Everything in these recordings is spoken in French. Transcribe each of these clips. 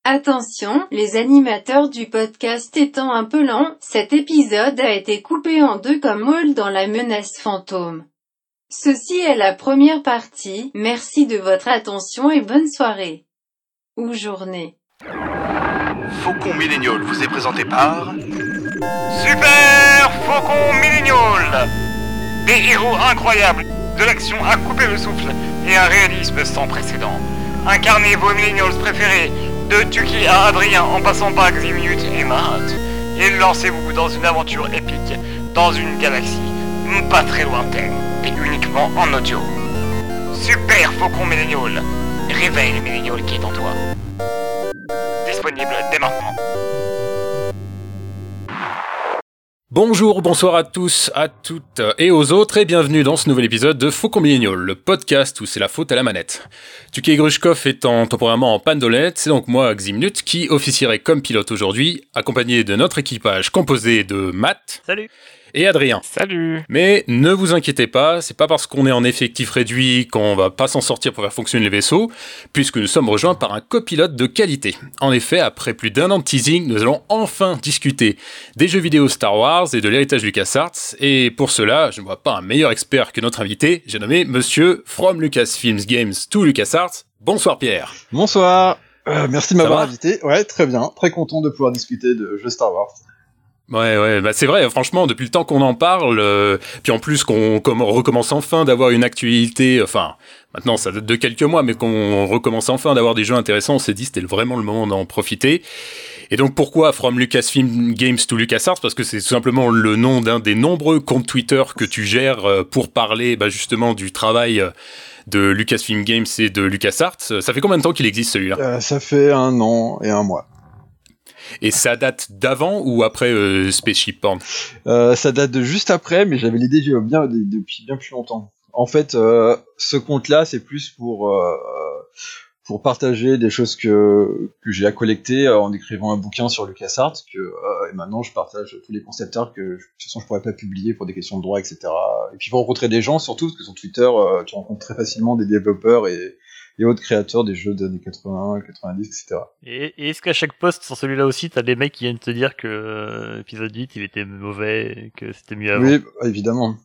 Attention, les animateurs du podcast étant un peu lents, cet épisode a été coupé en deux comme Maul dans La Menace Fantôme. Ceci est la première partie, merci de votre attention et bonne soirée. Ou journée. Faucon Millennial vous est présenté par... Super Faucon Millennial. Des héros incroyables, de l'action à couper le souffle et un réalisme sans précédent. Incarnez vos millennials préférés, de Tuki à Adrien en passant par Ximnut et Mahat. Et lancez-vous dans une aventure épique, dans une galaxie pas très lointaine, et uniquement en audio. Super Faucon Millennial, réveille le millennial qui est en toi. Disponible dès maintenant. Bonjour, bonsoir à tous, à toutes et aux autres et bienvenue dans ce nouvel épisode de Faucon Millennial, le podcast où c'est la faute à la manette. Tuki Grushkov étant temporairement en panne d'OLED, c'est donc moi, Ximnut, qui officierai comme pilote aujourd'hui, accompagné de notre équipage composé de Matt. Salut. Et Adrien. Salut. Mais ne vous inquiétez pas, c'est pas parce qu'on est en effectif réduit qu'on va pas s'en sortir pour faire fonctionner les vaisseaux, puisque nous sommes rejoints par un copilote de qualité. En effet, après plus d'1 an de teasing, nous allons enfin discuter des jeux vidéo Star Wars et de l'héritage LucasArts, et pour cela, je ne vois pas un meilleur expert que notre invité, j'ai nommé Monsieur From Lucasfilms Games to LucasArts. Bonsoir Pierre. Bonsoir, merci de m'avoir invité. Ouais, très bien, très content de pouvoir discuter de jeux Star Wars. Ouais, bah c'est vrai, franchement, depuis le temps qu'on en parle, puis en plus qu'on recommence enfin d'avoir une actualité, enfin, maintenant ça date de quelques mois, mais qu'on recommence enfin d'avoir des jeux intéressants, on s'est dit c'était vraiment le moment d'en profiter. Et donc pourquoi From Lucasfilm Games to LucasArts ? Parce que c'est tout simplement le nom d'un des nombreux comptes Twitter que tu gères pour parler justement du travail de Lucasfilm Games et de LucasArts. Ça fait combien de temps qu'il existe celui-là ? Ça fait 1 an et 1 mois. Et ça date d'avant ou après Spaceship Porn ? Ça date de juste après, mais j'avais l'idée depuis bien plus longtemps. En fait, ce compte-là, c'est plus pour partager des choses que j'ai à collecter en écrivant un bouquin sur LucasArts, et maintenant je partage tous les concept art que de toute façon je pourrais pas publier pour des questions de droit, etc. Et puis pour rencontrer des gens, surtout parce que sur Twitter, tu rencontres très facilement des développeurs et autres créateurs des jeux des années 80, 90, etc. Et est-ce qu'à chaque post sur celui-là aussi, t'as des mecs qui viennent te dire que l'épisode 8 il était mauvais, et que c'était mieux avant ? Oui, évidemment.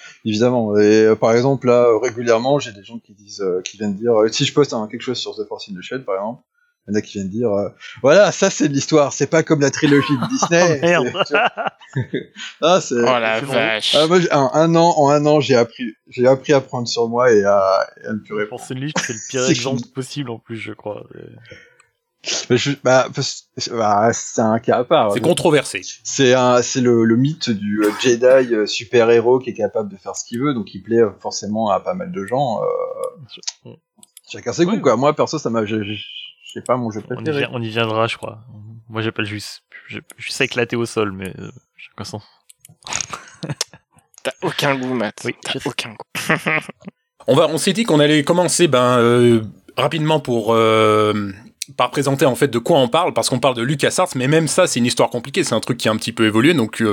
Et par exemple, là, régulièrement, j'ai des gens qui viennent dire, si je poste quelque chose sur The Force Unleashed, par exemple, il y en a qui viennent dire, voilà, ça c'est de l'histoire, c'est pas comme la trilogie de Disney. Oh, merde. C'est... Oh la vache. Moi, en un an, j'ai appris à prendre sur moi et à ne plus répondre. Pour celui c'est le pire exemple possible en plus, je crois. Mais c'est un cas à part. C'est controversé. C'est le mythe du Jedi super-héros qui est capable de faire ce qu'il veut, donc il plaît forcément à pas mal de gens. Chacun ses goûts, quoi. Moi, perso, je sais pas mon jeu préféré. On y viendra, je crois. Moi, j'ai pas le juste éclaté au sol, mais chacun son. T'as aucun goût, Matt. Oui, t'as aucun goût. On s'est dit qu'on allait commencer rapidement par présenter en fait de quoi on parle, parce qu'on parle de LucasArts, mais même ça c'est une histoire compliquée, c'est un truc qui a un petit peu évolué, donc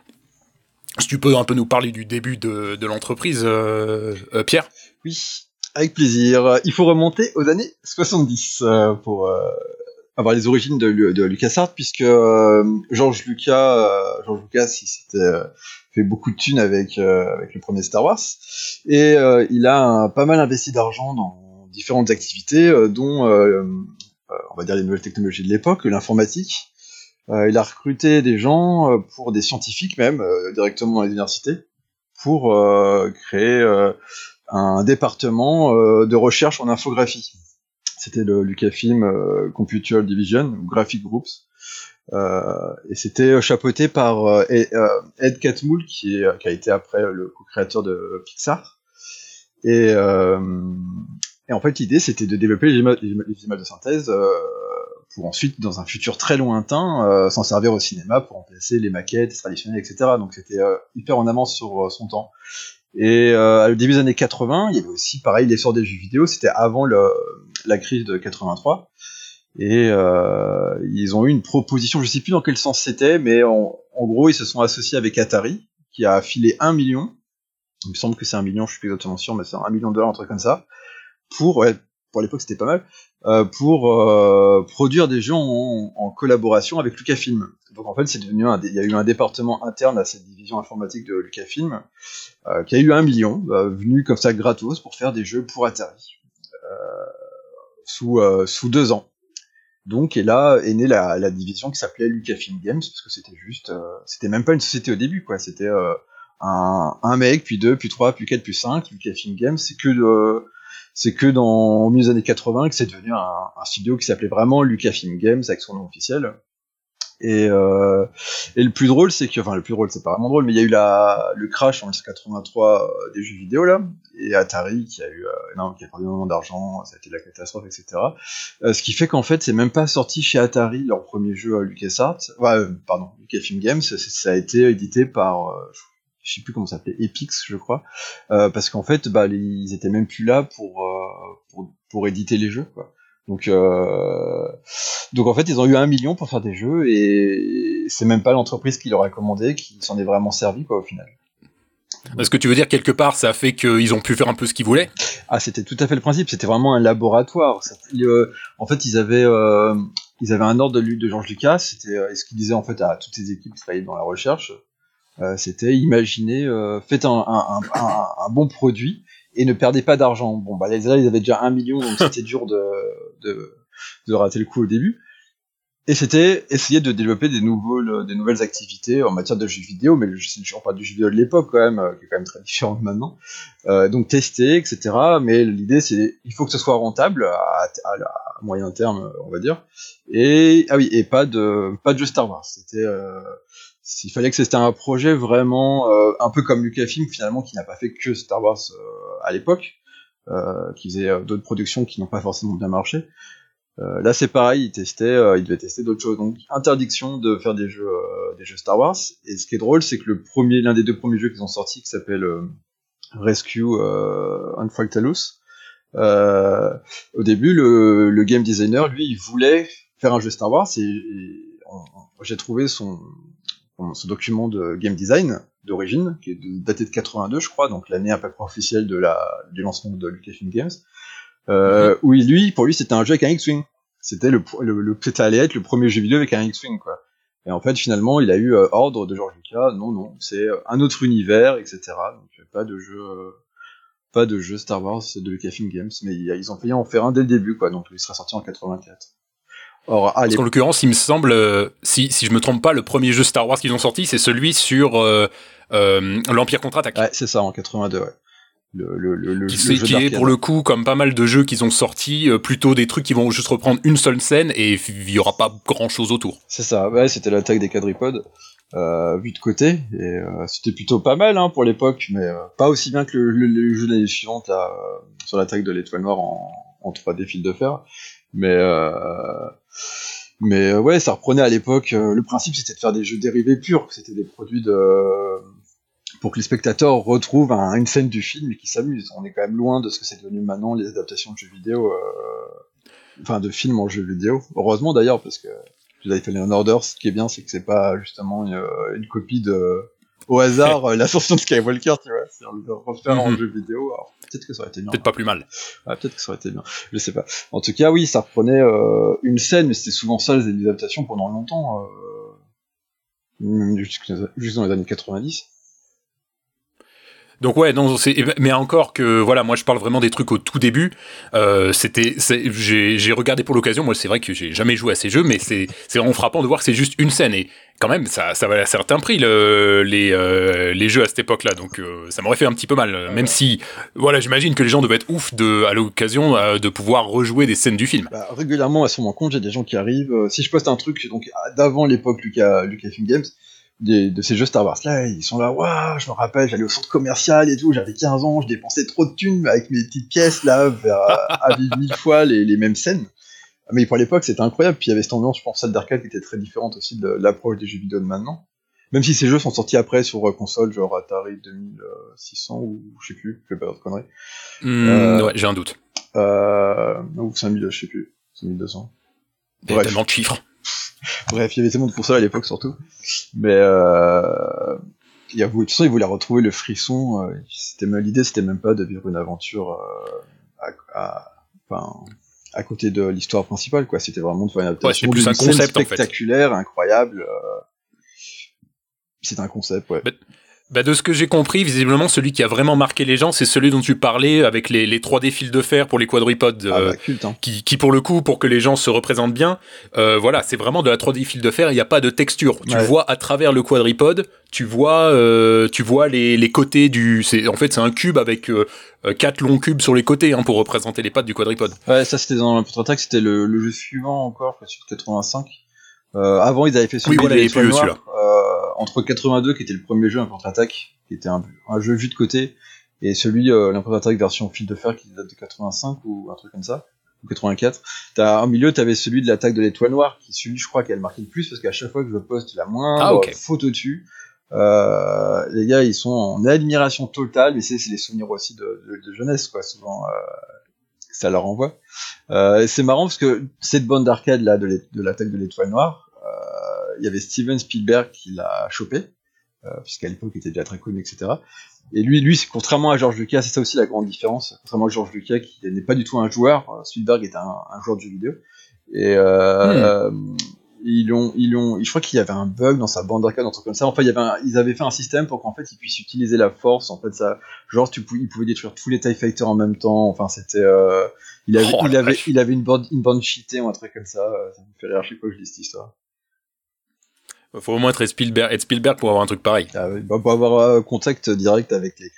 si tu peux un peu nous parler du début de l'entreprise, Pierre. Oui, avec plaisir. Il faut remonter aux années 70 pour avoir les origines de LucasArts, puisque George Lucas il s'était fait beaucoup de thunes avec le premier Star Wars, et il a pas mal investi d'argent dans différentes activités, dont on va dire les nouvelles technologies de l'époque, l'informatique. Il a recruté des gens, pour des scientifiques même, directement dans les universités, pour créer un département de recherche en infographie. C'était le Lucasfilm Computer Division, ou Graphic Groups. Et c'était chapeauté par Ed Catmull, qui a été après le co-créateur de Pixar. Et en fait, l'idée, c'était de développer les images de synthèse pour ensuite, dans un futur très lointain, s'en servir au cinéma pour remplacer les maquettes traditionnelles, etc. Donc c'était hyper en avance sur son temps. Et au début des années 80, il y avait aussi, pareil, l'essor des jeux vidéo. C'était avant la crise de 83. Et ils ont eu une proposition, je sais plus dans quel sens c'était, mais en gros, ils se sont associés avec Atari, qui a filé 1 million. Il me semble que c'est 1 million, je suis plus exactement sûr, mais c'est $1 million, un truc comme ça, pour pour l'époque c'était pas mal, pour produire des jeux en collaboration avec Lucasfilm. Donc en fait c'est devenu il y a eu un département interne à cette division informatique de Lucasfilm qui a eu 1 million venu comme ça gratos pour faire des jeux pour Atari sous 2 ans. Donc, et là est née la division qui s'appelait Lucasfilm Games, parce que c'était même pas une société au début, quoi. C'était un mec, puis 2, puis 3, puis 4, puis 5. Lucasfilm Games, c'est que dans au milieu des années 80 que c'est devenu un studio qui s'appelait vraiment Lucasfilm Games avec son nom officiel. Et le plus drôle, c'est pas vraiment drôle, mais il y a eu le crash en 1983 des jeux vidéo là, et Atari qui a perdu énormément d'argent, ça a été la catastrophe, etc. Ce qui fait qu'en fait, c'est même pas sorti chez Atari leur premier jeu à Lucasfilm Games, ça a été édité par je sais plus comment ça s'appelait, Epix, je crois, parce qu'en fait, ils étaient même plus là pour éditer les jeux, quoi. Donc en fait, ils ont eu 1 million pour faire des jeux, et c'est même pas l'entreprise qui leur a commandé qui s'en est vraiment servi, quoi, au final. Est-ce que tu veux dire quelque part, ça a fait qu'ils ont pu faire un peu ce qu'ils voulaient ? Ah, c'était tout à fait le principe. C'était vraiment un laboratoire. En fait, ils avaient un ordre de George Lucas. C'était ce qu'il disait en fait à toutes les équipes qui travaillaient dans la recherche. C'était imaginez, faites un bon produit et ne perdez pas d'argent. Bon, là, ils avaient déjà 1 million, donc c'était dur de rater le coup au début. Et c'était essayer de développer des nouvelles activités en matière de jeux vidéo, mais c'est toujours pas du jeu vidéo de l'époque quand même, qui est quand même très différent de maintenant. Donc tester, etc. Mais l'idée c'est, il faut que ce soit rentable à moyen terme, on va dire. Et pas de jeu Star Wars. Il fallait que c'était un projet vraiment un peu comme Lucasfilm finalement, qui n'a pas fait que Star Wars à l'époque, qui faisait d'autres productions qui n'ont pas forcément bien marché. Là c'est pareil, ils devaient tester d'autres choses, donc interdiction de faire des jeux Star Wars. Et ce qui est drôle, c'est que l'un des 2 premiers jeux qu'ils ont sortis, qui s'appelle Rescue Unfractalus, au début le game designer, lui, il voulait faire un jeu Star Wars, et j'ai trouvé son document de game design d'origine, qui est daté de 82 je crois, donc l'année à peu près officielle du lancement de Lucasfilm Games. Où pour lui c'était un jeu avec un X-Wing. C'était ça allait être le premier jeu vidéo avec un X-Wing, quoi. Et en fait finalement il a eu ordre de George Lucas, non, c'est un autre univers, etc. Donc pas de jeu Star Wars de Lucasfilm Games, mais ils ont failli en faire un dès le début, quoi. Donc il sera sorti en 84. Or, parce qu'en l'occurrence, il me semble, si je me trompe pas, le premier jeu Star Wars qu'ils ont sorti, c'est celui sur l'Empire contre-attaque. Ouais, c'est ça, en 82, ouais. Qui est pour le coup, comme pas mal de jeux qu'ils ont sortis, plutôt des trucs qui vont juste reprendre une seule scène et il y aura pas grand chose autour. C'est ça, ouais, c'était l'attaque des quadripodes vu de côté, et c'était plutôt pas mal pour l'époque, mais pas aussi bien que le jeu de l'année suivante là, sur l'attaque de l'étoile noire en 3D fil de fer, mais ouais, ça reprenait à l'époque. Le principe c'était de faire des jeux dérivés purs, c'était des produits pour que les spectateurs retrouvent une scène du film et qu'ils s'amusent. On est quand même loin de ce que c'est devenu maintenant, les adaptations de jeux vidéo, de films en jeux vidéo. Heureusement d'ailleurs, parce que Jedi Fallen Order, ce qui est bien, c'est que c'est pas justement une copie au hasard, l'ascension de Skywalker, tu vois. C'est le refaire en jeu vidéo. Alors, peut-être que ça aurait été bien. Peut-être pas plus mal. Ouais, peut-être que ça aurait été bien. Je sais pas. En tout cas, oui, ça reprenait une scène, mais c'était souvent ça les adaptations pendant longtemps, juste dans les années 90. Donc ouais, non, mais encore que voilà, moi je parle vraiment des trucs au tout début. J'ai regardé pour l'occasion. Moi, c'est vrai que j'ai jamais joué à ces jeux, mais c'est vraiment frappant de voir que c'est juste une scène, et quand même ça valait à certains prix les jeux à cette époque-là. Donc ça m'aurait fait un petit peu mal, même si voilà, j'imagine que les gens devaient être ouf à l'occasion de pouvoir rejouer des scènes du film. Régulièrement à son compte, j'ai des gens qui arrivent. Si je poste un truc donc d'avant l'époque Lucasfilm Games, de ces jeux Star Wars là, ils sont là, waouh, je me rappelle, j'allais au centre commercial et tout, j'avais 15 ans, je dépensais trop de thunes avec mes petites pièces là, à vivre 1000 fois les mêmes scènes. Mais pour l'époque c'était incroyable, puis il y avait cette ambiance, je pense, salle d'arcade qui était très différente aussi de l'approche des jeux vidéo de maintenant. Même si ces jeux sont sortis après sur console, genre Atari 2600 ou je sais plus, je vais pas dire de conneries. Ouais, j'ai un doute. Ou 5000, je sais plus, 5200. Il y a tellement de chiffres. Bref, il y avait tellement de consoles à l'époque surtout. Mais de toute façon, ils voulaient retrouver le frisson. L'idée, c'était même pas de vivre une aventure enfin, à côté de l'histoire principale, quoi. C'était vraiment une adaptation c'était plus un concept, spectaculaire, incroyable. C'est un concept, ouais. Bah de ce que j'ai compris, visiblement, celui qui a vraiment marqué les gens, c'est celui dont tu parlais avec les 3D fils de fer pour les quadripodes, culte, hein. qui pour le coup, pour que les gens se représentent bien, voilà, c'est vraiment de la 3D fils de fer. Il n'y a pas de texture. Tu vois à travers le quadripode, tu vois les côtés en fait, c'est un cube avec 4 longs cubes sur les côtés, hein, pour représenter les pattes du quadripode. Ouais, ça c'était dans la contre-attaque, c'était le jeu suivant encore, sur 85. Avant, ils avaient fait celui de l'Étoile Noire, entre 82, qui était le premier jeu, un contre-attaque, qui était un jeu vu de côté, et celui, la contre-attaque version fil de fer, qui date de 85, ou un truc comme ça, ou 84. Au milieu, t'avais celui de l'attaque de l'Étoile Noire, qui est celui, je crois, qui a le marqué le plus, parce qu'à chaque fois que je poste la moindre photo dessus, les gars, ils sont en admiration totale, mais c'est des souvenirs aussi de jeunesse, quoi, souvent, ça leur envoie. C'est marrant parce que cette bande d'arcade là de l'attaque de l'Étoile Noire, il y avait Steven Spielberg qui l'a chopé, puisqu'à l'époque il était déjà très connu, etc. Et lui, contrairement à George Lucas, c'est ça aussi la grande différence. Contrairement à George Lucas qui n'est pas du tout un joueur, Spielberg est un joueur de jeux vidéo. Et je crois qu'il y avait un bug dans sa bande d'arcade, un truc comme ça. Enfin, ils avaient fait un système pour qu'en fait ils puissent utiliser la force. En fait, ça, genre, ils pouvaient détruire tous les TIE Fighters en même temps. Enfin, c'était, il avait une bande cheatée ou un truc comme ça. Ça me fait rire à chaque fois que je lis cette histoire. Faut au moins être Spielberg pour avoir un truc pareil. Ah oui, pour avoir contact direct avec les.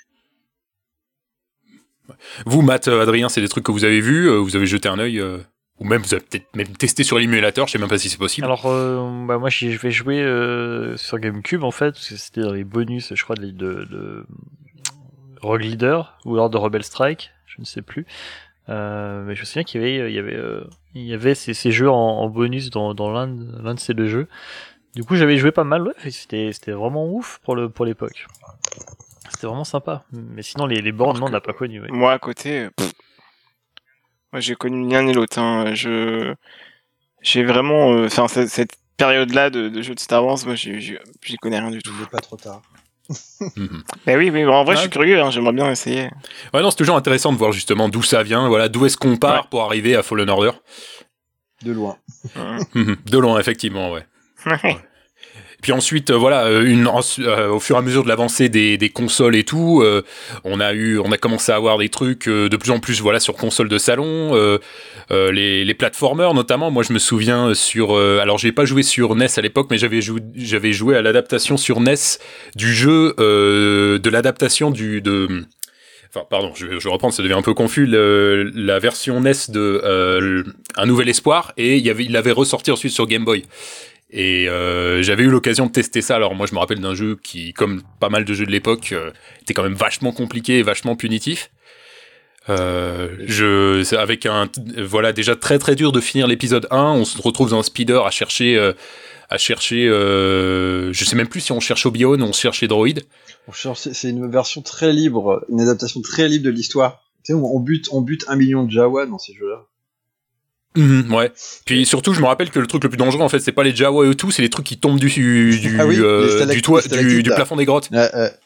Vous, Matt, Adrien, c'est des trucs que vous avez vus, vous avez jeté un œil, ou même vous avez peut-être même testé sur l'émulateur, je sais même pas si c'est possible. Alors, moi, je vais jouer sur GameCube en fait, parce que c'était dans les bonus, je crois, de Rogue Leader ou lors de Rebel Strike, je ne sais plus. Mais je me souviens qu'il y avait ces jeux en bonus dans l'un de ces deux jeux. Du coup, j'avais joué pas mal, ouais, c'était vraiment ouf pour l'époque. C'était vraiment sympa. Mais sinon, les bornes, on n'a pas connu. Ouais. Moi, à côté, moi, j'ai connu ni l'un ni l'autre. Hein. J'ai vraiment, cette période-là de jeux de Star Wars, moi, j'y connais rien du tout. Il est pas trop tard. Mais oui, mais en vrai, je suis curieux. Hein, j'aimerais bien essayer. Ouais, non, c'est toujours intéressant de voir justement d'où ça vient. Voilà, d'où est-ce qu'on part pour arriver à Fallen Order. De loin. De loin, effectivement, ouais. Puis ensuite, voilà, au fur et à mesure de l'avancée des consoles et tout, on a commencé à avoir des trucs de plus en plus, voilà, sur consoles de salon, les platformers notamment. Moi, je me souviens alors j'ai pas joué sur NES à l'époque, mais j'avais joué à l'adaptation sur NES du jeu, de l'adaptation Enfin, pardon, je reprends, ça devient un peu confus. La version NES de Un Nouvel Espoir, et il l'avait ressorti ensuite sur Game Boy. Et j'avais eu l'occasion de tester ça. Alors moi, je me rappelle d'un jeu qui, comme pas mal de jeux de l'époque, était quand même vachement compliqué et vachement punitif. C'est avec voilà, déjà très très dur de finir l'épisode 1. On se retrouve dans un speeder à chercher. Je sais même plus si on cherche Obi-Wan ou on cherche les droïdes. C'est une version très libre, une adaptation très libre de l'histoire. Tu sais, on bute 1 million de Jawa dans ces jeux-là. Ouais. Puis surtout, je me rappelle que le truc le plus dangereux, en fait, c'est pas les Jawa et tout, c'est les trucs qui tombent du toit, du plafond des grottes.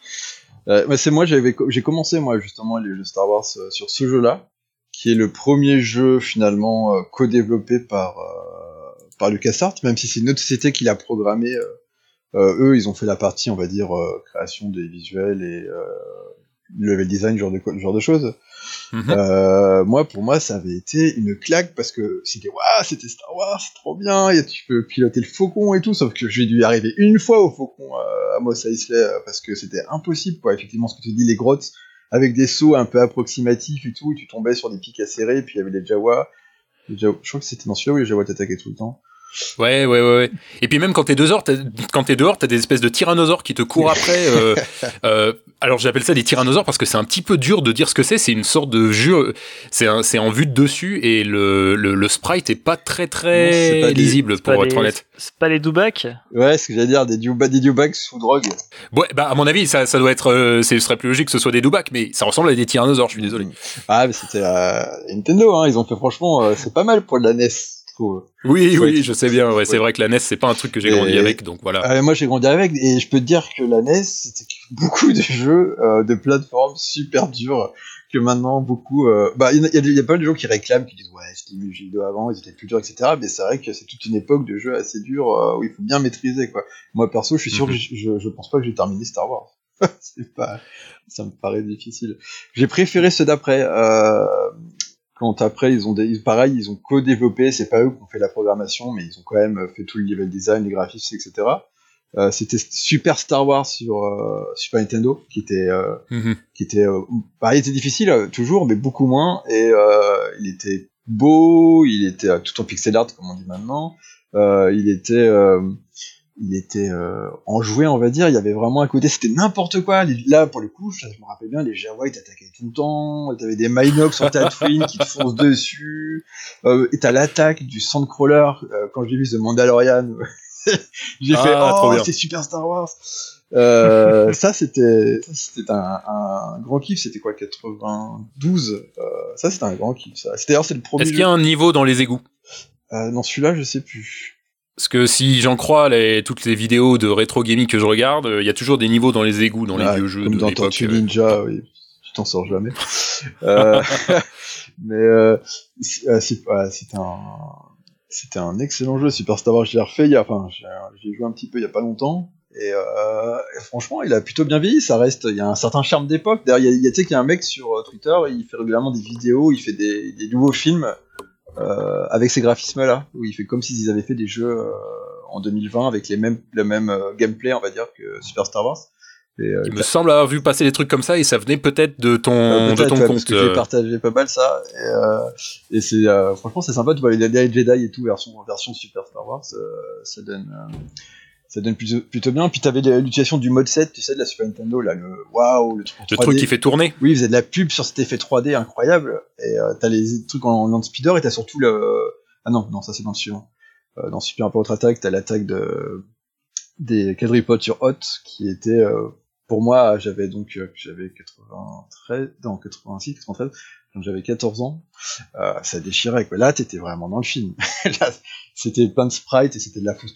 J'ai commencé moi justement les jeux Star Wars sur ce jeu-là, qui est le premier jeu finalement co-développé par LucasArts, même si c'est une autre société qui l'a programmé. Eux, ils ont fait la partie, on va dire, création des visuels et level design, genre de choses. Pour moi, ça avait été une claque parce que c'était Star Wars, c'est trop bien, tu peux piloter le faucon et tout, sauf que j'ai dû arriver une fois au faucon à Mos Eisley parce que c'était impossible, quoi. Effectivement, ce que tu dis, les grottes avec des sauts un peu approximatifs et tout, et tu tombais sur des pics acérés, et puis il y avait les Jawa. Je crois que c'était dans celui-là où les Jawa t'attaquaient tout le temps. Ouais. Et puis même quand t'es dehors, t'as des espèces de tyrannosaures qui te courent après. Alors j'appelle ça des tyrannosaures parce que c'est un petit peu dur de dire ce que c'est. C'est une sorte de jeu. C'est en vue de dessus et le sprite est pas très lisible pour être honnête. C'est pas les Dewbacks ? Ouais, ce que j'allais dire, des Dewbacks sous drogue. Ouais, bah à mon avis, ça doit être. Ce serait plus logique que ce soit des Dewbacks, mais ça ressemble à des tyrannosaures. Je suis désolé. Ah, mais c'était Nintendo. Hein, ils ont fait franchement, c'est pas mal pour de la NES. trouve. Oui, je sais bien. Ouais, c'est vrai que la NES, c'est pas un truc que j'ai grandi avec, donc voilà. Moi, j'ai grandi avec, et je peux te dire que la NES, c'était beaucoup de jeux de plateforme super durs, que maintenant, beaucoup... il y a pas mal de gens qui réclament, qui disent « Ouais, c'était mieux le jeu vidéo avant, ils étaient plus durs, etc. » Mais c'est vrai que c'est toute une époque de jeux assez durs où il faut bien maîtriser, quoi. Moi, perso, je suis sûr que je pense pas que j'ai terminé Star Wars. Ça me paraît difficile. J'ai préféré ceux d'après. Quand après, ils ont co-développé, c'est pas eux qui ont fait la programmation, mais ils ont quand même fait tout le level design, les graphismes, etc. C'était Super Star Wars sur Super Nintendo, qui était pareil, il était difficile toujours, mais beaucoup moins, et il était beau, il était tout en pixel art comme on dit maintenant, il était enjoué, on va dire. Il y avait vraiment un côté, c'était n'importe quoi. Là, pour le coup, je me rappelle bien, les Jawa, ils t'attaquaient tout le temps. T'avais des Minox en Tatooine qui te foncent dessus. Et t'as l'attaque du Sandcrawler. Quand j'ai vu The Mandalorian, j'ai fait trop bien. C'est Super Star Wars. Ça c'était un grand kiff. C'était quoi, 92. Ça c'était un grand kiff. Ça. D'ailleurs c'est le premier. Est-ce qu'il y a un niveau dans les égouts? Non, celui-là je sais plus. Parce que si j'en crois toutes les vidéos de rétro gaming que je regarde, il y a toujours des niveaux dans les égouts dans les vieux jeux comme de dans l'époque. Tortue Ninja, oui, tu t'en sors jamais. Mais c'était un excellent jeu. Super Star Wars, je l'ai refait j'ai joué un petit peu il y a pas longtemps, et franchement il a plutôt bien vieilli. Il y a un certain charme d'époque. D'ailleurs tu sais qu'il y a un mec sur Twitter, il fait régulièrement des vidéos, il fait des nouveaux films avec ces graphismes-là, où il fait comme s'ils avaient fait des jeux en 2020 avec le même gameplay, on va dire, que Super Star Wars. Et, il me semble avoir vu passer des trucs comme ça, et ça venait peut-être de ton compte. Parce que j'ai partagé pas mal ça, et c'est franchement c'est sympa. Tu vois, il y a des Jedi et tout, version Super Star Wars, ça donne plutôt bien. Puis t'avais l'utilisation du mode 7, tu sais, de la Super Nintendo, là, le truc qui fait tourner. Oui, ils faisaient de la pub sur cet effet 3D incroyable, et t'as les trucs en land speeder, et t'as surtout ah non, ça c'est dans le suivant. Dans Super Hyper Contre Attack, t'as l'attaque des quadripodes sur Hot, qui était, pour moi, j'avais 86, donc j'avais 14 ans, ça déchirait, quoi. Là, t'étais vraiment dans le film. Là, c'était plein de sprites, et c'était de la fausse,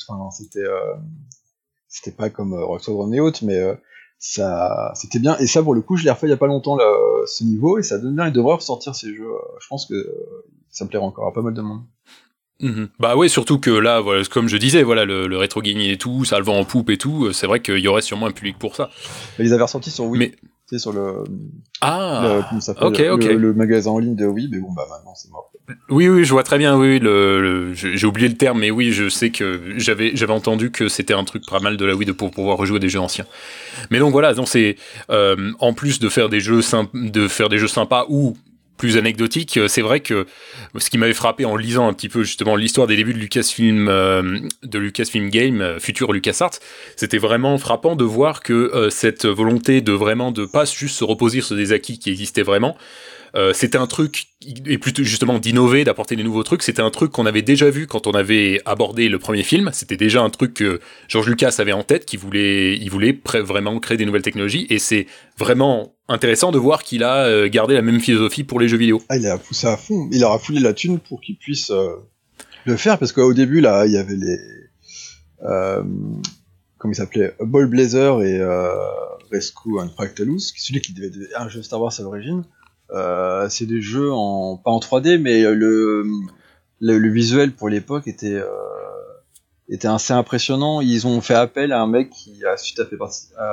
c'était pas comme Rock Squadron et autres, mais ça, c'était bien. Et ça, pour le coup, je l'ai refait il y a pas longtemps, là, ce niveau, et ça donne bien. Il devrait ressortir ces jeux. Je pense que ça me plaira encore à pas mal de monde. Bah ouais, surtout que là, voilà, comme je disais, voilà, le rétro gaming et tout, ça le vend en poupe et tout, c'est vrai qu'il y aurait sûrement un public pour ça. Mais ils avaient ressorti sur Wii. Mais... C'est sur le comment ça s'appelle, ok. Le magasin en ligne de Wii, mais bon, bah maintenant c'est mort. Oui, je vois très bien, oui, j'ai oublié le terme, mais oui, je sais que j'avais entendu que c'était un truc pas mal de la Wii pour pouvoir rejouer des jeux anciens. Mais donc voilà, donc c'est en plus de faire des jeux sympas ou plus anecdotique, c'est vrai que ce qui m'avait frappé en lisant un petit peu justement l'histoire des débuts de Lucasfilm Game, futur LucasArts, c'était vraiment frappant de voir que cette volonté de vraiment de pas juste se reposer sur des acquis qui existaient vraiment, c'était un truc, et plutôt justement d'innover, d'apporter des nouveaux trucs. C'était un truc qu'on avait déjà vu quand on avait abordé le premier film. C'était déjà un truc que George Lucas avait en tête, il voulait vraiment créer des nouvelles technologies, et c'est vraiment intéressant de voir qu'il a gardé la même philosophie pour les jeux vidéo. Ah, il a poussé à fond, il a rafoulé la thune pour qu'il puisse le faire, parce qu'au début, là, il y avait les... comment il s'appelait, Ball Blazer et Rescue and Fractalus, celui qui devait être un jeu Star Wars à l'origine. C'est des jeux pas en 3D, mais le visuel pour l'époque était assez impressionnant. Ils ont fait appel à un mec qui a suite a fait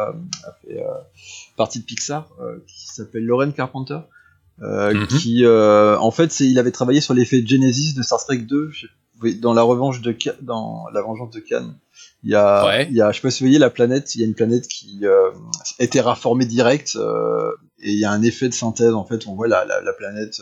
partie de Pixar, qui s'appelle Lauren Carpenter, qui en fait il avait travaillé sur l'effet Genesis de Star Trek 2, dans la vengeance de Khan. Il y a, je sais pas si vous voyez la planète, il y a une planète qui a été terraformée direct, et il y a un effet de synthèse, en fait, on voit la planète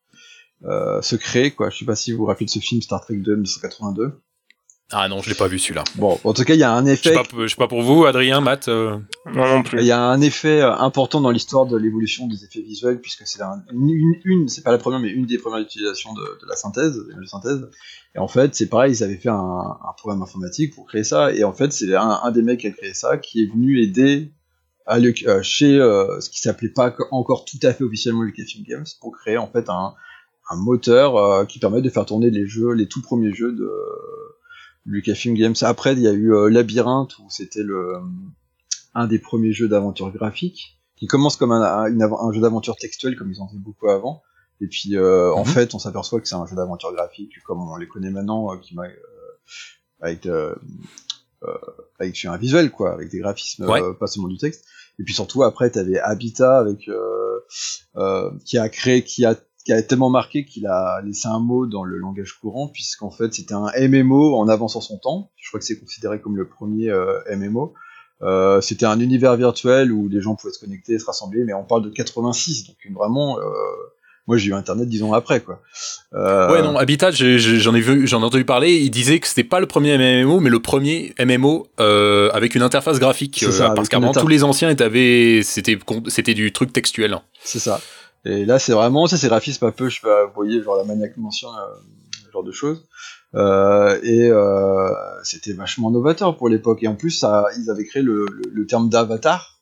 se créer, quoi. Je sais pas si vous vous rappelez de ce film Star Trek 2 1982. Ah non, je l'ai pas vu celui-là. Bon, en tout cas, il y a un effet... Je sais pas pour vous, Adrien, Matt Non plus. Il y a un effet important dans l'histoire de l'évolution des effets visuels, puisque c'est c'est pas la première, mais une des premières utilisations de la synthèse, de la synthèse. Et en fait, c'est pareil, ils avaient fait un programme informatique pour créer ça, et en fait, c'est un des mecs qui a créé ça, qui est venu aider chez ce qui s'appelait pas encore tout à fait officiellement Lucasfilm Games, pour créer en fait un moteur qui permet de faire tourner les tout premiers jeux de Lucasfilm Games. Après, il y a eu Labyrinthe, où c'était un des premiers jeux d'aventure graphique, qui commence comme un jeu d'aventure textuel, comme ils en faisaient beaucoup avant. Et puis, en fait, on s'aperçoit que c'est un jeu d'aventure graphique, comme on les connaît maintenant, avec un visuel, quoi, avec des graphismes, pas seulement du texte. Et puis surtout, après, t'avais Habitat, qui a tellement marqué qu'il a laissé un mot dans le langage courant, puisqu'en fait, c'était un MMO en avançant son temps. Je crois que c'est considéré comme le premier MMO. C'était un univers virtuel où les gens pouvaient se connecter et se rassembler, mais on parle de 86, donc vraiment, moi j'ai eu internet 10 ans après, quoi. Ouais, non, Habitat, j'en ai entendu parler, il disait que c'était pas le premier MMO, mais le premier MMO avec une interface graphique, parce qu'avant tous les anciens c'était du truc textuel. C'est ça. Et là c'est vraiment, c'est graphisme un peu, vous voyez, genre la Maniac Mansion, ce genre de choses. C'était vachement novateur pour l'époque, et en plus ils avaient créé le terme d'avatar.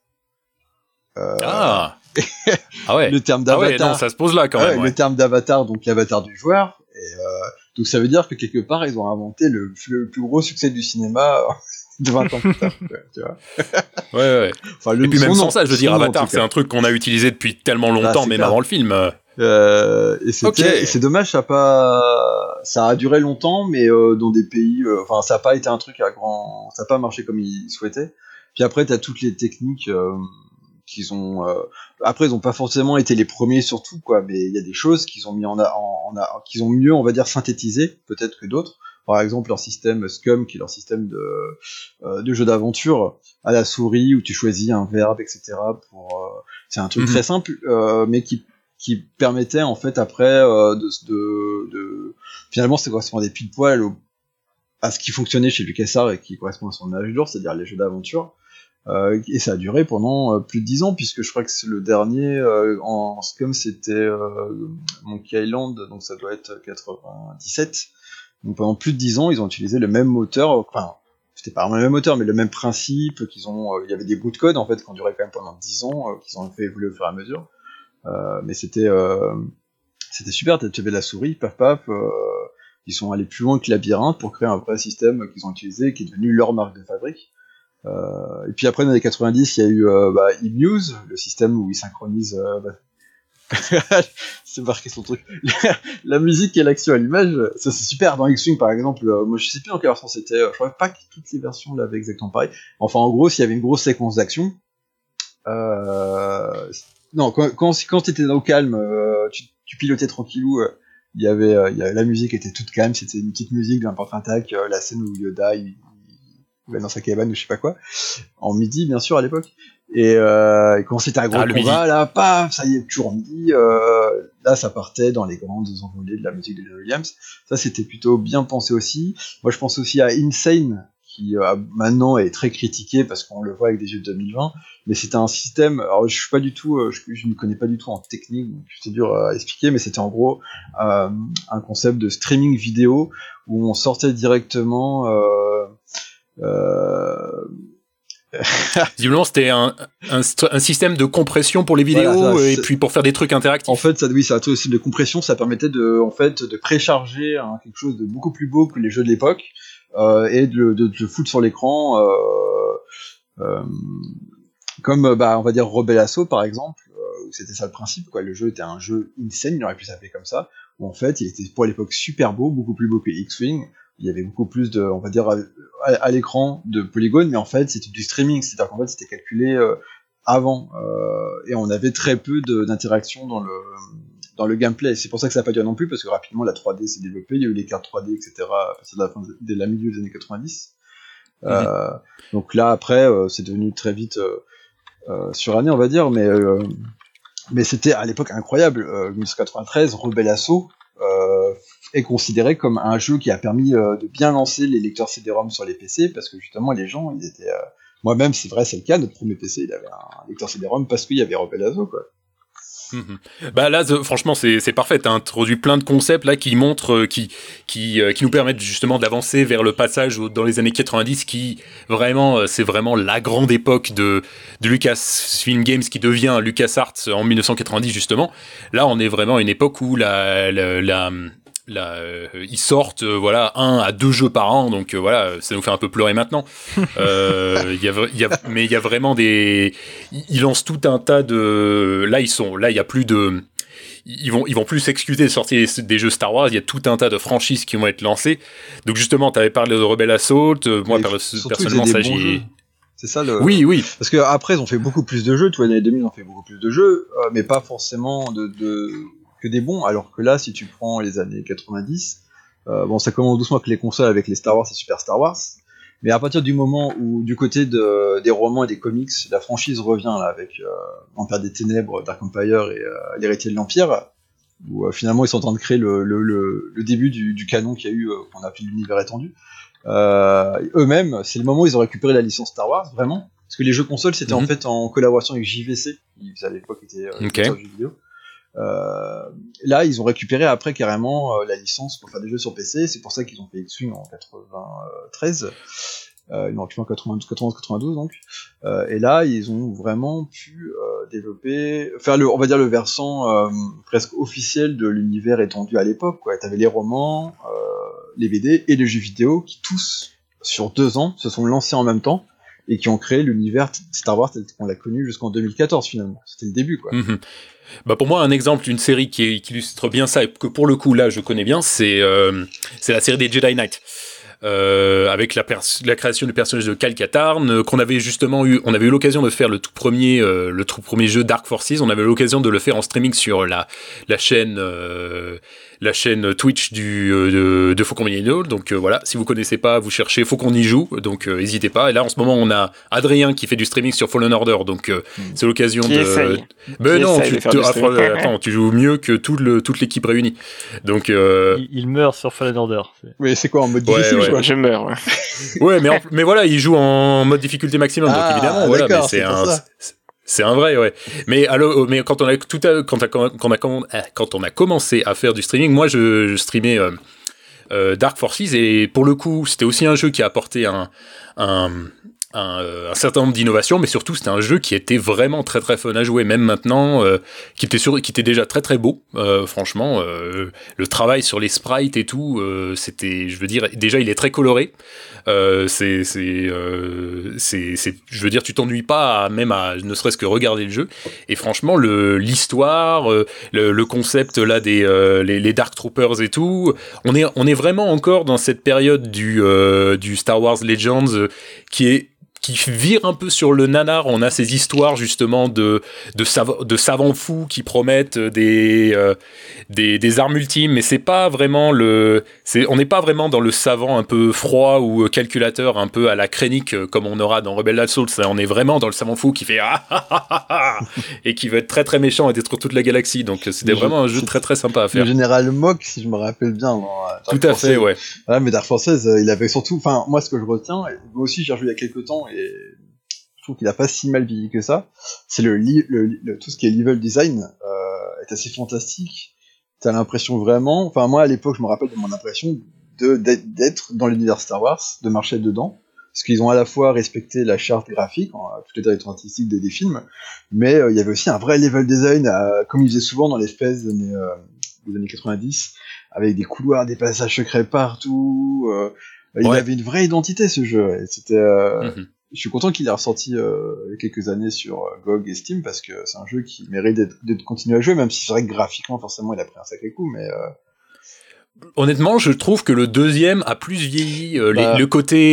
Ah ouais. Le terme d'avatar. Ah ouais, non, ça se pose là quand même. Le terme d'avatar, donc l'avatar du joueur. Et donc ça veut dire que quelque part ils ont inventé le plus gros succès du cinéma de 20 ans plus tard. Tu vois. Ouais. Enfin, et puis même sans ça, je veux dire, Avatar, c'est un truc qu'on a utilisé depuis tellement longtemps, même avant le film. Et c'est dommage, ça a duré longtemps, mais dans des pays, ça a pas été un truc ça a pas marché comme ils souhaitaient. Puis après, t'as toutes les techniques qu'ils ont. Après, ils ont pas forcément été les premiers sur tout, quoi, mais il y a des choses qu'ils ont mis qu'ils ont mieux, on va dire, synthétisé, peut-être que d'autres. Par exemple, leur système Scum, qui est leur système de jeu d'aventure à la souris, où tu choisis un verbe, etc. C'est un truc très simple, mais qui permettait en fait après finalement ça correspondait pile poil à ce qui fonctionnait chez LucasArts et qui correspond à son âge d'or, c'est-à-dire les jeux d'aventure. Et ça a duré pendant plus de 10 ans, puisque je crois que le dernier en Scum c'était Monkey Island, donc ça doit être 97. Donc pendant plus de 10 ans, ils ont utilisé le même moteur, enfin c'était pas vraiment le même moteur, mais le même principe, il y avait des bouts de code en fait qui ont duré quand même pendant 10 ans, qu'ils ont fait évoluer au fur et à mesure. Mais c'était super, tu avais la souris, paf, ils sont allés plus loin que Labyrinthe pour créer un vrai système qu'ils ont utilisé, qui est devenu leur marque de fabrique. Et puis après, dans les 90, il y a eu eMuse, le système où ils synchronisent... c'est marqué son truc. La musique et l'action à l'image, ça c'est super. Dans X-Wing par exemple, moi je sais plus dans quelle version c'était, je crois pas que toutes les versions l'avaient exactement pareil. Enfin en gros, s'il y avait une grosse séquence d'action, non, quand t'étais au calme, tu pilotais tranquillou, il y avait la musique était toute calme, c'était une petite musique d'un porte-attaque, la scène où Yoda il va dans sa cabane ou je sais pas quoi, en midi bien sûr à l'époque, et quand c'était un gros combat, là, paf, ça y est, toujours midi, là ça partait dans les grandes envolées de la musique de John Williams, ça c'était plutôt bien pensé aussi. Moi je pense aussi à Insane, qui maintenant est très critiqué parce qu'on le voit avec des jeux de 2020, mais c'était un système, alors je suis pas du tout, je ne connais pas du tout en technique, donc c'est dur à expliquer, mais c'était en gros un concept de streaming vidéo où on sortait directement Visiblement, c'était un système de compression pour les vidéos, voilà, et puis pour faire des trucs interactifs. En fait, ça a aussi de compression, ça permettait de précharger quelque chose de beaucoup plus beau que les jeux de l'époque, et de le foutre sur l'écran, comme on va dire Rebel Assault par exemple, où c'était ça le principe, quoi. Le jeu était un jeu insane, il aurait pu s'appeler comme ça, où en fait il était pour l'époque super beau, beaucoup plus beau que X-Wing. Il y avait beaucoup plus de, on va dire, à l'écran de polygones, mais en fait c'était du streaming, c'est-à-dire qu'en fait c'était calculé avant, et on avait très peu d'interaction dans le gameplay. C'est pour ça que ça n'a pas duré non plus, parce que rapidement la 3D s'est développée, il y a eu les cartes 3D, etc. C'est dès la milieu des années 90. Donc là après c'est devenu très vite suranné, on va dire, mais c'était à l'époque incroyable. 1993, Rebel Assault est considéré comme un jeu qui a permis de bien lancer les lecteurs CD-ROM sur les PC, parce que justement les gens, ils étaient... Moi-même, c'est vrai, c'est le cas, notre premier PC, il avait un lecteur CD-ROM parce qu'il y avait Rebel Assault, quoi. Bah là, franchement, c'est parfait. T'as introduit plein de concepts là qui montrent, qui nous permettent justement d'avancer vers le passage dans les années 90, qui vraiment, c'est vraiment la grande époque de Lucasfilm Games qui devient LucasArts en 1990 justement. Là, on est vraiment à une époque où ils sortent 1 à 2 jeux par an, donc voilà, ça nous fait un peu pleurer maintenant. Mais il y a vraiment ils lancent tout un tas de il y a plus de ils vont plus s'excuser de sortir des jeux Star Wars. Il y a tout un tas de franchises qui vont être lancées. Donc justement, t'avais parlé de Rebel Assault. Moi personnellement, ça j'ai. C'est ça le. Oui. Parce que après, ils ont fait beaucoup plus de jeux. Tu vois, dans les 2000, ils ont fait beaucoup plus de jeux, mais pas forcément que des bons. Alors que là, si tu prends les années 90, ça commence doucement avec les consoles, avec les Star Wars et Super Star Wars. Mais à partir du moment où, du côté des romans et des comics, la franchise revient là avec Empire des Ténèbres, Dark Empire et l'Héritier de l'Empire, où finalement ils sont en train de créer le début du canon qu'il y a eu, qu'on appelle l'univers étendu. Eux-mêmes, c'est le moment où ils ont récupéré la licence Star Wars, vraiment. Parce que les jeux consoles, c'était en fait en collaboration avec JVC, qui à l'époque était éditeur de jeux vidéo. Là, ils ont récupéré après carrément la licence pour faire des jeux sur PC. C'est pour ça qu'ils ont fait X-Wing en 93. Ils l'ont récupéré en 91-92 donc. Et là, ils ont vraiment pu développer, faire on va dire le versant presque officiel de l'univers étendu à l'époque. Quoi. T'avais les romans, les BD et les jeux vidéo qui tous, sur 2 ans, se sont lancés en même temps et qui ont créé l'univers Star Wars tel qu'on l'a connu jusqu'en 2014 finalement. C'était le début, quoi. Bah pour moi, un exemple d'une série qui illustre bien ça, et que pour le coup, là, je connais bien, c'est la série des Jedi Knight. Avec la création du personnage de Cal Katarn, qu'on avait justement on avait eu l'occasion de faire le tout premier jeu Dark Forces. On avait eu l'occasion de le faire en streaming sur la chaîne Twitch de Faucon Millennial. Donc voilà, si vous connaissez pas, vous cherchez Faucon y joue, donc n'hésitez pas. Et là en ce moment on a Adrien qui fait du streaming sur Fallen Order, donc c'est l'occasion Mais non, tu joues mieux que toute l'équipe réunie. Donc il meurt sur Fallen Order. Oui, c'est quoi en mode difficile ouais. Je meurs. Ouais, mais voilà, il joue en mode difficulté maximum, donc évidemment, voilà, mais c'est un vrai, ouais. Mais quand on a commencé à faire du streaming, moi je streamais Dark Forces, et pour le coup, c'était aussi un jeu qui a apporté un certain nombre d'innovations, mais surtout c'était un jeu qui était vraiment très très fun à jouer, même maintenant, qui était déjà très très beau, franchement, le travail sur les sprites et tout, c'était, je veux dire, déjà il est très coloré, je veux dire, tu t'ennuies pas même à ne serait-ce que regarder le jeu, et franchement l'histoire, le concept là les Dark Troopers et tout, on est vraiment encore dans cette période du Star Wars Legends qui vire un peu sur le nanar. On a ces histoires justement de savants fous qui promettent des armes ultimes, mais c'est pas vraiment on n'est pas vraiment dans le savant un peu froid ou calculateur un peu à la Krennic comme on aura dans Rebel Assault. On est vraiment dans le savant fou qui fait et qui veut être très très méchant et détruire toute la galaxie. Donc c'était vraiment un jeu très très sympa à faire. Le général Mock, si je me rappelle bien. Tout à fait, ouais. Ouais, mais Dark Forces, il avait surtout, enfin moi ce que je retiens, moi aussi j'ai rejoué il y a quelques temps et je trouve qu'il a pas si mal vieilli que ça. C'est tout ce qui est level design est assez fantastique. T'as l'impression vraiment, enfin moi à l'époque je me rappelle de mon impression d'être dans l'univers Star Wars, de marcher dedans, parce qu'ils ont à la fois respecté la charte graphique, toutes les directions artistiques des films, mais il y avait aussi un vrai level design, comme ils faisaient souvent dans les FPS des années 90, avec des couloirs, des passages secrets partout. Il avait une vraie identité ce jeu. Et c'était. Je suis content qu'il ait ressorti il y a quelques années sur GOG et Steam, parce que c'est un jeu qui mérite d'être continué à jouer, même si c'est vrai que graphiquement forcément il a pris un sacré coup, mais. Honnêtement, je trouve que le deuxième a plus vieilli. Le côté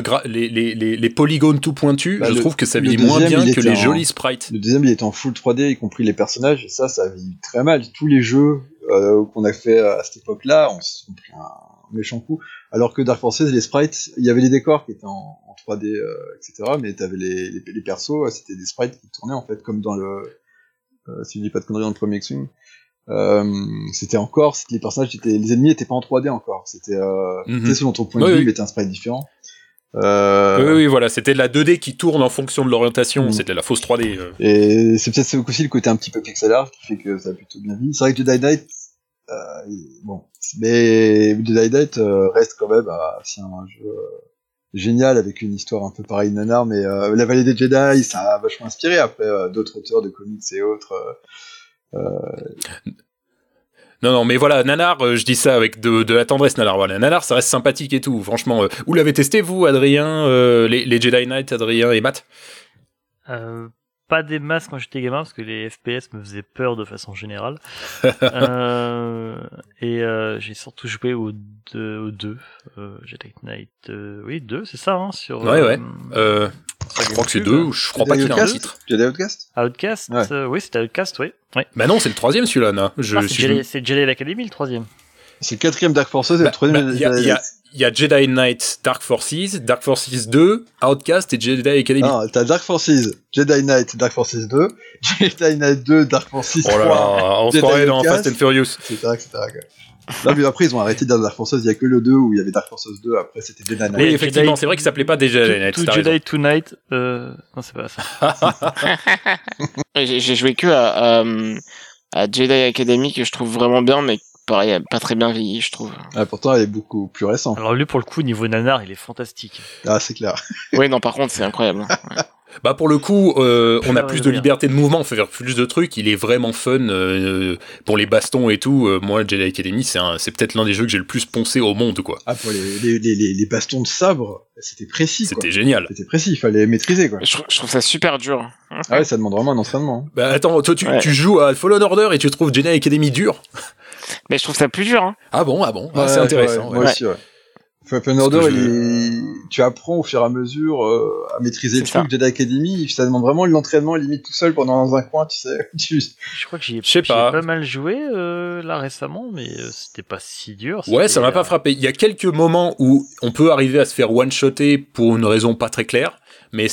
les polygones tout pointus, je trouve que ça vieillit moins bien que les jolis sprites. Le deuxième, il était en full 3D, y compris les personnages, et ça vieillit très mal. Tous les jeux qu'on a fait à cette époque-là, on s'est pris un méchant coup. Alors que Dark Forces, les sprites, il y avait les décors qui étaient en 3D, etc. Mais t'avais les persos, c'était des sprites qui tournaient en fait, comme dans si je dis pas de conneries, dans le premier X-Wing. C'était encore, les personnages les ennemis étaient pas en 3D encore. C'était selon ton point de vue, mais c'était un sprite différent. Oui, voilà, c'était de la 2D qui tourne en fonction de l'orientation, Mm. c'était la fausse 3D. Et c'est peut-être aussi le côté un petit peu pixel art qui fait que ça a plutôt bien vie. C'est vrai que Jedi Knight, bon, mais Jedi Knight reste quand même c'est un jeu génial avec une histoire un peu pareille nanar, mais la Vallée des Jedi, ça a vachement inspiré après d'autres auteurs de comics et autres. Non, mais voilà, Nanar, je dis ça avec de la tendresse, Nanar. Voilà, Nanar, ça reste sympathique et tout, franchement. Vous l'avez testé, vous, Adrien, les Jedi Knight, Adrien et Matt? Pas des masses quand j'étais gamin parce que les FPS me faisaient peur de façon générale. J'ai surtout joué au 2, Jedi Knight, oui 2, c'est ça hein, sur. Ouais. Je crois que c'est 2, je crois pas qu'il y ait un titre. Jedi Outcast. Outcast, Ouais. oui c'était Outcast, oui. Bah non, c'est le 3e celui-là, là. C'est Jedi Academy le 3e. C'est le 4e Dark Forces et le 3e Il y a Jedi Knight Dark Forces 2, Outcast et Jedi Academy. Non, t'as Dark Forces, Jedi Knight, Dark Forces 2, Jedi Knight 2, Dark Forces 3. Oh là là, on se croirait dans Fast and Furious. Etc. Là, mais après, ils ont arrêté de dire Dark Forces, il y a que le 2 où il y a Dark Forces 2, après c'était Jedi Knight. Oui, effectivement, c'est vrai qu'il s'appelait pas déjà Jedi Knight. Tout Jedi Tonight, non, c'est pas ça. J'ai joué que à Jedi Academy que je trouve vraiment bien, mais pareil, pas très bien vieilli, je trouve. Ah, pourtant, elle est beaucoup plus récente. Alors lui, pour le coup, niveau nanar, il est fantastique. Ah, c'est clair. Oui, non, par contre, c'est incroyable. Ouais. Bah pour le coup, on a plus de liberté de mouvement, on fait faire plus de trucs, il est vraiment fun pour les bastons et tout. Moi, Jedi Academy, c'est peut-être l'un des jeux que j'ai le plus poncé au monde, quoi. Ah, pour les bastons de sabre, c'était précis, quoi. C'était génial. C'était précis, il fallait maîtriser, quoi. Je trouve ça super dur. Ah ouais, ça demande vraiment un entraînement. Bah attends, toi tu joues à Fallen Order et tu trouves Jedi Academy dur? Mais je trouve ça plus dur, hein. Ah bon, c'est intéressant. Moi aussi, ouais. Fallen Order, tu apprends au fur et à mesure à maîtriser le truc. Jedi Academy, ça demande vraiment l'entraînement limite tout seul pendant un coin, tu sais. Je crois que j'ai pas mal joué là récemment, mais c'était pas si dur. Ouais, ça m'a pas frappé. Il y a quelques moments où on peut arriver à se faire one-shotter pour une raison pas très claire, mais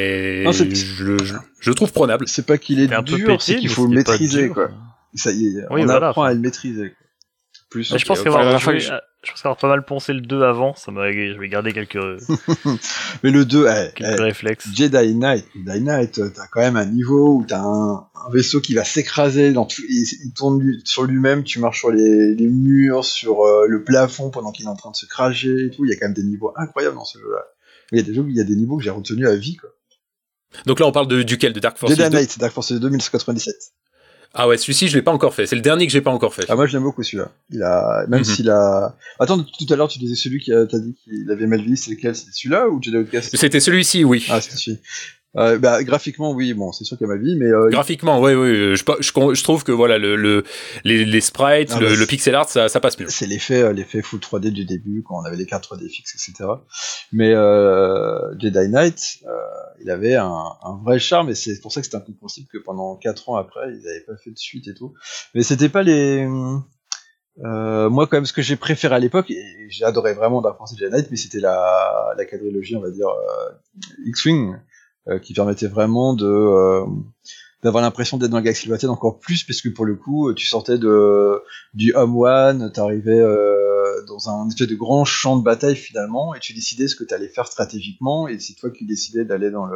je trouve prenable. C'est pas qu'il est dur, c'est qu'il faut le maîtriser, quoi. Ça y est, on apprend à le maîtriser, quoi. Plus. Je pense qu'avoir pas mal poncé le 2 avant, je vais garder quelques mais le 2, quelques réflexes. Jedi Knight, t'as quand même un niveau où t'as un vaisseau qui va s'écraser il tourne sur lui-même, tu marches sur les murs, sur le plafond pendant qu'il est en train de se cracher et tout. Il y a quand même des niveaux incroyables dans ce jeu-là. Mais il y a des niveaux que j'ai retenus à vie, quoi. Donc là, on parle duquel, de Dark Forces 2? Jedi Knight, Dark Forces 2, 1997. Ah ouais, celui-ci, je l'ai pas encore fait. C'est le dernier que j'ai pas encore fait. Ah, moi, je l'aime beaucoup, celui-là. Même s'il a... Attends, tout à l'heure, tu disais celui qui t'as dit qu'il avait mal vieilli, c'est lequel? C'était celui-là ou Jedi Outcast? C'était celui-ci, oui. Ah, c'était celui. Graphiquement, oui, bon, c'est sûr qu'il y a mal vie, mais... Graphiquement, oui. Je trouve que voilà, les sprites, le pixel art, ça passe mieux. C'est l'effet full 3D du début, quand on avait les cartes 3D fixes, etc. Mais Jedi Knight, il avait un vrai charme, et c'est pour ça que c'était incompréhensible que pendant 4 ans après, ils n'avaient pas fait de suite et tout. Mais c'était pas les... moi, quand même, ce que j'ai préféré à l'époque, et j'ai adoré vraiment Dark Forces Jedi Knight, mais c'était la quadrilogie, on va dire, X-Wing, qui permettait vraiment d'avoir l'impression d'être dans la galaxie lointaine encore plus, parce que pour le coup, tu sortais du Home One, t'arrivais dans un espèce de grand champ de bataille finalement, et tu décidais ce que t'allais faire stratégiquement, et c'est toi qui décidais d'aller dans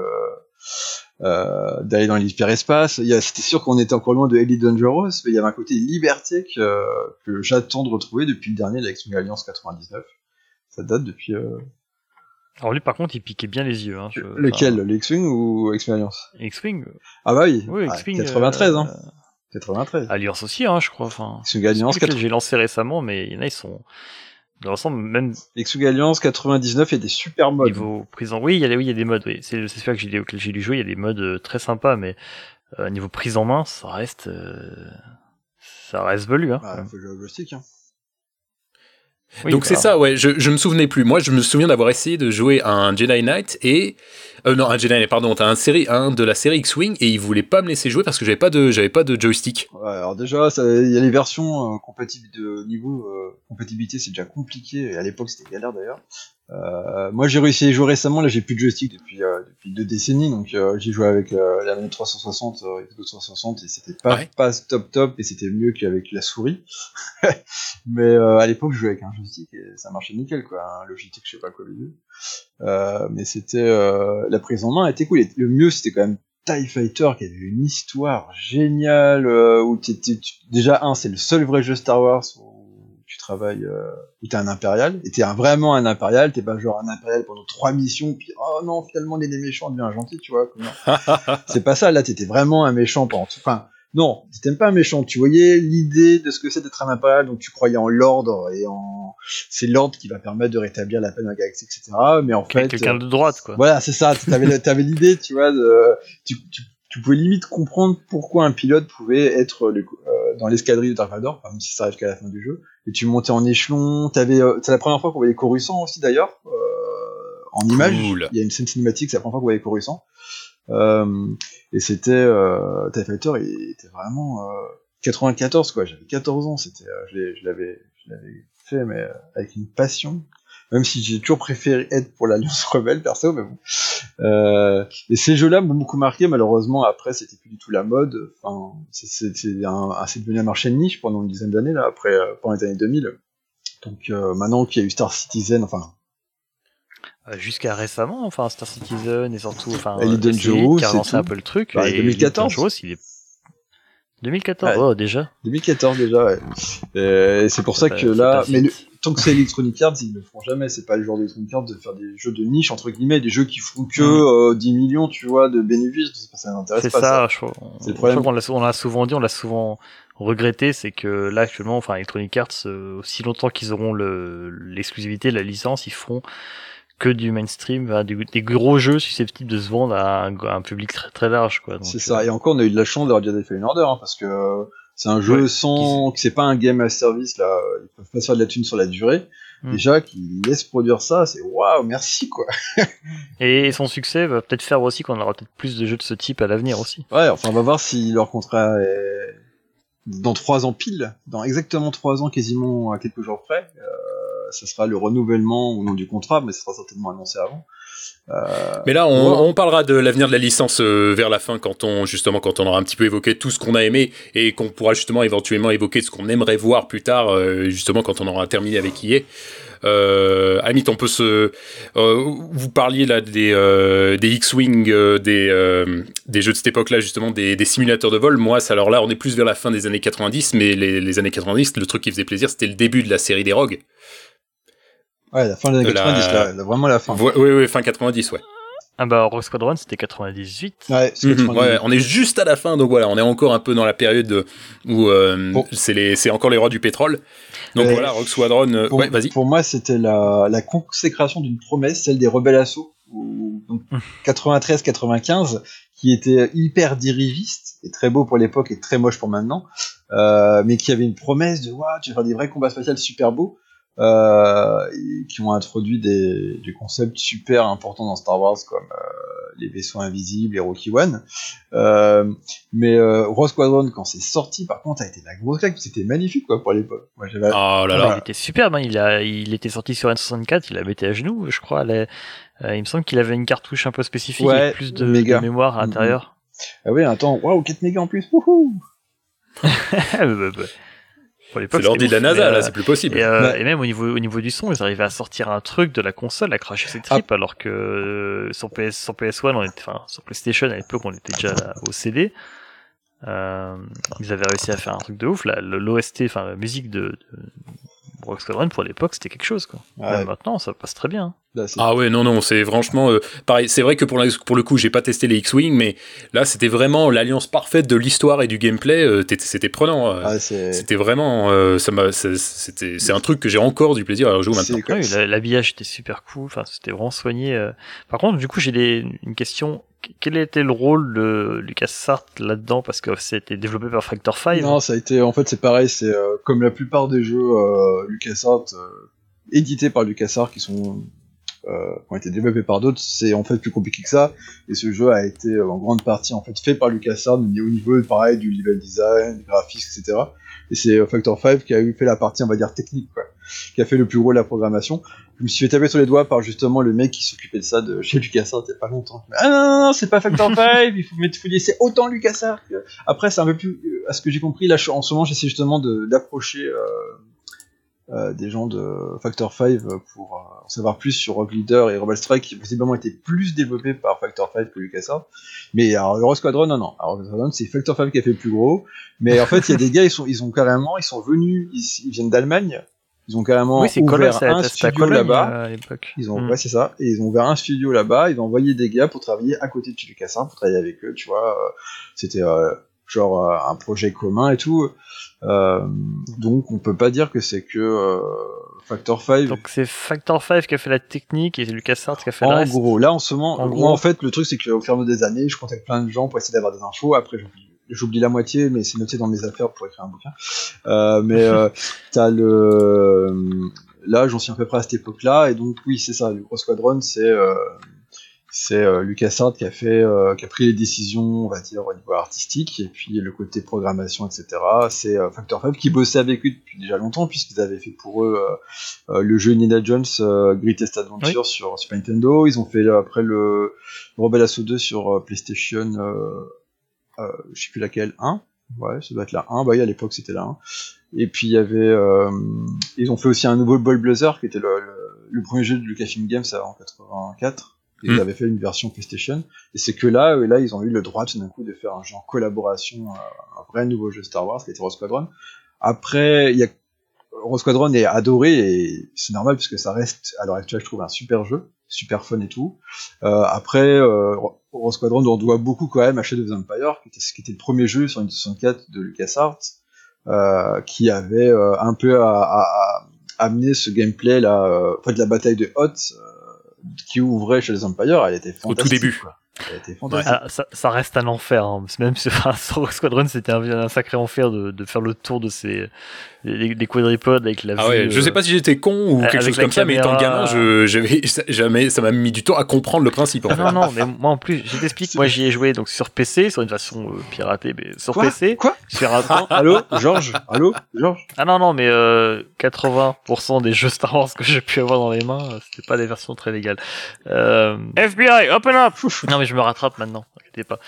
l'hyperespace. C'était sûr qu'on était encore loin de Elite Dangerous, mais il y avait un côté liberté que j'attends de retrouver depuis le dernier, la X-Wing Alliance 99. Ça date depuis... Alors lui, par contre, il piquait bien les yeux. Hein, lequel, le X-Wing ou X-Wing? X-Wing. Ah bah oui, X-Wing, 93, hein. 93. Alliance aussi, hein, je crois. Enfin, X-Wing Alliance 4... j'ai lancé récemment, mais il y en a, ils sont... Dans l'ensemble, même... X-Wing Alliance 99, il y a des super modes. Niveau prison, oui, il y a des modes, oui. C'est celui auquel j'ai dû jouer, il y a des modes très sympas, mais niveau prise en main, ça reste velu, hein. Bah, faut jouer au joystick, hein. Oui, donc c'est ça, ouais, je me souvenais plus. Moi, je me souviens d'avoir essayé de jouer à un Jedi Knight et... non, un Jedi Knight, pardon, t'as un de la série X-Wing et ils voulaient pas me laisser jouer parce que j'avais pas de joystick. Ouais, alors déjà, il y a les versions de niveau compatibilité, c'est déjà compliqué, et à l'époque c'était galère d'ailleurs. Moi j'ai réussi à y jouer récemment, là j'ai plus de joystick depuis 2 décennies, donc j'ai joué avec la manette 360, Xbox 360, et c'était pas top, et c'était mieux qu'avec la souris. Mais à l'époque je jouais avec un joystick et ça marchait nickel, quoi, un Logitech, je sais pas quoi le Mais c'était la prise en main était cool. Et le mieux, c'était quand même TIE Fighter qui avait une histoire géniale où déjà c'est le seul vrai jeu Star Wars où tu travailles où t'es un impérial et t'es vraiment un impérial, t'es pas genre un impérial pendant 3 missions puis oh non finalement il est méchant, devient un gentil, tu vois. C'est pas ça, là t'étais vraiment un méchant pendant enfin non, t'étais pas un méchant, tu voyais l'idée de ce que c'est d'être un impérial, donc tu croyais en l'ordre et c'est l'ordre qui va permettre de rétablir la paix dans la galaxie, etc. Mais en fait quelqu'un de droite, quoi. Voilà, c'est ça, t'avais l'idée, tu vois, tu pouvais limite comprendre pourquoi un pilote pouvait être dans l'escadrille de Dark Vador, même si ça arrive qu'à la fin du jeu, et tu montais en échelon, c'est la première fois qu'on voyait Coruscant aussi d'ailleurs, en image, il y a une scène cinématique, c'est la première fois qu'on voyait Coruscant, et c'était, TIE Fighter, il était vraiment, 94 quoi, j'avais 14 ans, c'était, je l'avais fait, mais avec une passion, même si j'ai toujours préféré être pour l'Alliance Rebelle, perso, mais bon. Et ces jeux-là m'ont beaucoup marqué, malheureusement, après, c'était plus du tout la mode, enfin, c'est devenu un marché de niche pendant une dizaine d'années, là, après, pendant les années 2000. Donc, maintenant qu'il y a eu Star Citizen, enfin... Jusqu'à récemment, enfin, Star Citizen et surtout, enfin, Elite Dangerous, qui a lancé un peu le truc. Bah, et 2014. Il est 2014, ouais. Oh, déjà. 2014 déjà, ouais. Et c'est pour ça que là, mais tant que c'est Electronic Arts, ils ne le feront jamais. C'est pas le genre d'Electronic Arts de faire des jeux de niche entre guillemets, des jeux qui font que 10 millions, tu vois, de bénéfices. Ça n'intéresse pas. Ça. C'est le problème. On l'a souvent dit, on l'a souvent regretté, c'est que là actuellement, enfin, Electronic Arts, aussi longtemps qu'ils auront l'exclusivité, la licence, ils feront que du mainstream, des gros jeux susceptibles de se vendre à un public très très large, quoi. C'est ça. Et encore, on a eu de la chance d'avoir Jedi Fallen Order, parce que c'est un jeu que c'est pas un game as service, là. Ils peuvent pas se faire de la thune sur la durée. Déjà, qu'ils laissent produire ça, c'est waouh, merci, quoi. Et son succès va peut-être faire aussi qu'on aura peut-être plus de jeux de ce type à l'avenir aussi. Ouais, enfin, on va voir si leur contrat est dans 3 ans pile, dans exactement 3 ans quasiment à quelques jours près. Ça sera le renouvellement au nom du contrat, mais ça sera certainement annoncé avant. Mais là, on parlera de l'avenir de la licence vers la fin, quand on aura un petit peu évoqué tout ce qu'on a aimé et qu'on pourra justement éventuellement évoquer ce qu'on aimerait voir plus tard, justement quand on aura terminé avec EA. Amit, on peut vous parliez là des X-Wing, des jeux de cette époque-là, justement, des simulateurs de vol. Moi, alors là, on est plus vers la fin des années 90, mais les années 90, le truc qui faisait plaisir, c'était le début de la série des Rogues. Ouais, la fin des années 90, là, vraiment la fin. Oui, fin 90, ouais. Ah bah, Rogue Squadron, c'était 98. Ouais, c'est 98. Ouais, on est juste à la fin, donc voilà, on est encore un peu dans la période où c'est encore les rois du pétrole. Donc voilà, Rogue Squadron, ouais, vas-y. Pour moi, c'était la consécration d'une promesse, celle des Rebelles Assaut, 93-95, qui était hyper dirigiste, et très beau pour l'époque et très moche pour maintenant, mais qui avait une promesse de tu vas faire des vrais combats spatials super beaux, qui ont introduit des concepts super importants dans Star Wars comme les vaisseaux invisibles, les Rocky One, mais Rogue Squadron quand c'est sorti par contre a été la grosse claque, c'était magnifique quoi pour l'époque. Moi, oh là là. Il était superbe, hein. Il était sorti sur N64, il la mettait à genoux je crois, il me semble qu'il avait une cartouche un peu spécifique avec plus de mémoire à l'intérieur. Ah oui, attends, 4 mégas en plus, wouhou. C'est l'ordi de la NASA, là, c'est plus possible. Et même au niveau du son, ils arrivaient à sortir un truc de la console, à cracher ses tripes, alors que sur PS1, sur PlayStation, à l'époque, on était déjà au CD. Ils avaient réussi à faire un truc de ouf. L'OST, enfin, la musique de Rogue Squadron, pour l'époque, c'était quelque chose, quoi. Ouais. Même maintenant, ça passe très bien. Là, ah ouais, non, c'est franchement pareil. C'est vrai que pour le coup, j'ai pas testé les X-Wing, mais là, c'était vraiment l'alliance parfaite de l'histoire et du gameplay. C'était prenant. C'était vraiment, c'est un truc que j'ai encore du plaisir à jouer maintenant. Oui, l'habillage était super cool. Enfin, c'était vraiment soigné. Par contre, du coup, j'ai une question. Quel était le rôle de LucasArts là-dedans, parce que c'était développé par Factor 5? Non, ça a été, en fait, c'est pareil. C'est comme la plupart des jeux LucasArts édités par LucasArts qui ont été développés par d'autres, c'est en fait plus compliqué que ça, et ce jeu a été en grande partie en fait fait par LucasArts au niveau pareil du level design, du graphisme, etc. Et c'est Factor 5 qui a fait la partie on va dire technique, quoi, qui a fait le plus gros de la programmation. Je me suis fait taper sur les doigts par justement le mec qui s'occupait de ça de chez LucasArts il y a pas longtemps. Ah non, c'est pas Factor 5, il faut laisser autant LucasArts. Après c'est un peu plus, à ce que j'ai compris là, en ce moment j'essaie justement d'approcher des gens de Factor 5 pour en savoir plus sur Rogue Leader et Rebel Strike, qui possiblement été plus développés par Factor 5 que LucasArts. Mais alors, Rogue Squadron, non. Alors, Rogue Squadron, c'est Factor 5 qui a fait le plus gros. Mais en fait, il y a des gars, ils sont venus, ils viennent d'Allemagne. Ils ont carrément ouvert un studio là-bas. À l'époque. Ouais, c'est ça. Et ils ont ouvert un studio là-bas. Ils ont envoyé des gars pour travailler à côté de chez LucasArts, pour travailler avec eux, tu vois. C'était un projet commun et tout. Donc on peut pas dire que c'est que Factor 5. Donc c'est Factor 5 qui a fait la technique et c'est LucasArts qui a fait le reste. En gros, là en ce moment, moi en fait le truc c'est qu'au fur et à mesure des années, je contacte plein de gens pour essayer d'avoir des infos. Après j'oublie la moitié, mais c'est noté dans mes affaires pour écrire un bouquin. T'as là j'en suis à peu près à cette époque-là, et donc oui c'est ça, le Rogue Squadron c'est LucasArts qui a pris les décisions, on va dire, au niveau artistique, et puis le côté programmation, etc. C'est Factor 5 qui bossait avec eux depuis déjà longtemps, puisqu'ils avaient fait pour eux le jeu Indiana Jones Greatest Adventure sur Super Nintendo. Ils ont fait après le Rebel Assault 2 sur PlayStation, je sais plus laquelle, 1. Ouais, ça doit être la 1. Bah oui, à l'époque c'était la 1. Et puis il y avait, ils ont fait aussi un nouveau Ball Blazer, qui était le premier jeu de Lucasfilm Games en 84. Ils avaient fait une version PlayStation, et c'est que là, ils ont eu le droit tout d'un coup de faire un jeu en collaboration, un vrai nouveau jeu Star Wars, qui était Rogue Squadron. Après, Rogue Squadron est adoré, et c'est normal, puisque ça reste, à l'heure actuelle, je trouve, un super jeu, super fun et tout. Après, Rogue Squadron, on doit beaucoup quand même à Shadow of the Empire, qui était le premier jeu sur une 64 de LucasArts, qui avait un peu à amener ce gameplay là, de la bataille de Hoth, qui ouvrait chez les Empire, elle était fantastique. Au tout début. Quoi. Elle était fantastique. Ah, ça reste un enfer. Hein. Même sur Rogue Squadron, c'était un sacré enfer de faire le tour de les quadripodes avec la vue. Ah ouais, je sais pas si j'étais con ou quelque chose comme ça, mais étant gamin, ça m'a mis du temps à comprendre le principe. En fait. Non, mais moi en plus, je t'explique, moi j'y ai joué donc sur PC, sur une façon piratée, mais sur PC. Quoi sur un... Allô, Georges. Ah non, mais 80% des jeux Star Wars que j'ai pu avoir dans les mains, c'était pas des versions très légales. FBI, open up. Non mais je me rattrape maintenant, n'inquiétez pas.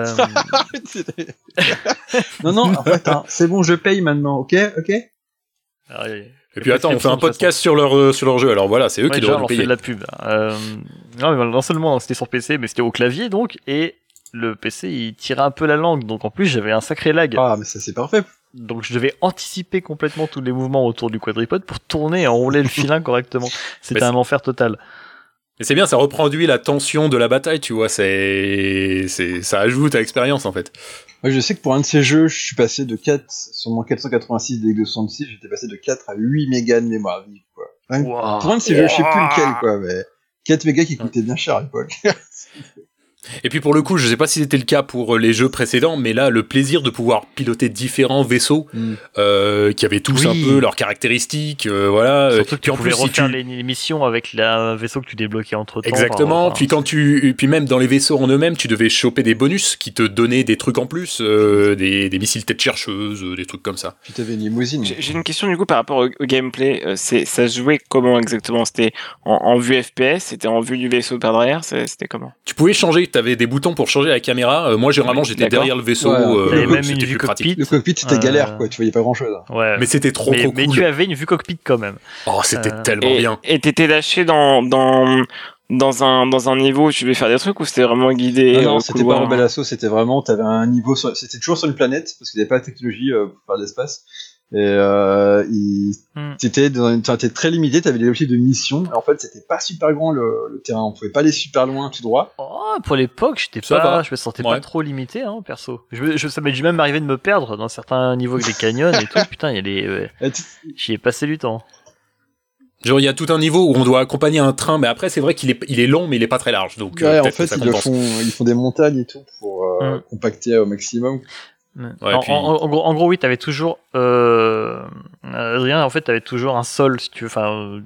Non, en fait, c'est bon, je paye maintenant, ok. Et puis attends, on fait un podcast sur leur jeu, alors voilà, c'est eux qui doivent le payer. On fait de la pub. Non, mais non seulement c'était sur PC, mais c'était au clavier donc, et le PC il tirait un peu la langue, donc en plus j'avais un sacré lag. Ah, mais ça c'est parfait. Donc je devais anticiper complètement tous les mouvements autour du quadripode pour tourner et enrouler le filin correctement. C'était un enfer total. Et c'est bien, ça reproduit la tension de la bataille, tu vois, ça ajoute à l'expérience en fait. Moi, je sais que pour un de ces jeux, je suis passé de 4, sur mon 486 d'X266, j'étais passé de 4 à 8 mégas de mémoire vive, quoi. Pour un de ces jeux, je sais plus lequel, quoi, mais 4 mégas qui coûtaient bien cher à l'époque. Et puis pour le coup, je sais pas si c'était le cas pour les jeux précédents, mais là, le plaisir de pouvoir piloter différents vaisseaux qui avaient tous un peu leurs caractéristiques, voilà. Surtout que tu pouvais refaire les missions avec le vaisseau que tu débloquais entre temps. Exactement. Puis puis même dans les vaisseaux en eux-mêmes, tu devais choper des bonus qui te donnaient des trucs en plus, des missiles tête chercheuse, des trucs comme ça. Puis t'avais une limousine. J'ai une question du coup par rapport au gameplay. Ça se jouait comment exactement? C'était en vue FPS? C'était en vue du vaisseau par derrière? C'était comment? Tu pouvais changer. T'avais des boutons pour changer la caméra. Moi, généralement, j'étais derrière le vaisseau. Même c'était une vue plus pratique. cockpit. Le cockpit, c'était galère, quoi. Tu voyais pas grand-chose. Ouais. Mais c'était trop cool. Mais tu avais une vue cockpit quand même. Oh, c'était tellement bien. Et t'étais lâché dans un niveau où tu devais faire des trucs, ou c'était vraiment guidé? Non, c'était pas Rebel Assault, c'était vraiment, t'avais un niveau, c'était toujours sur une planète, parce qu'il n'y avait pas de technologie pour faire de l'espace. Et t'étais très limité, t'avais des objectifs de mission. En fait, c'était pas super grand le terrain, on pouvait pas aller super loin tout droit. Oh, pour l'époque, je me sentais pas trop limité, hein, perso. Ça m'est même arrivé de me perdre dans certains niveaux avec des canyons et tout. Putain, j'y ai passé du temps. Genre, il y a tout un niveau où on doit accompagner un train, mais après, c'est vrai qu'il est long, mais il est pas très large. Donc, ouais, en fait, ils font des montagnes et tout pour compacter au maximum. Ouais, en gros, oui, t'avais toujours Adrien, en fait, t'avais toujours un sol, si tu veux, enfin,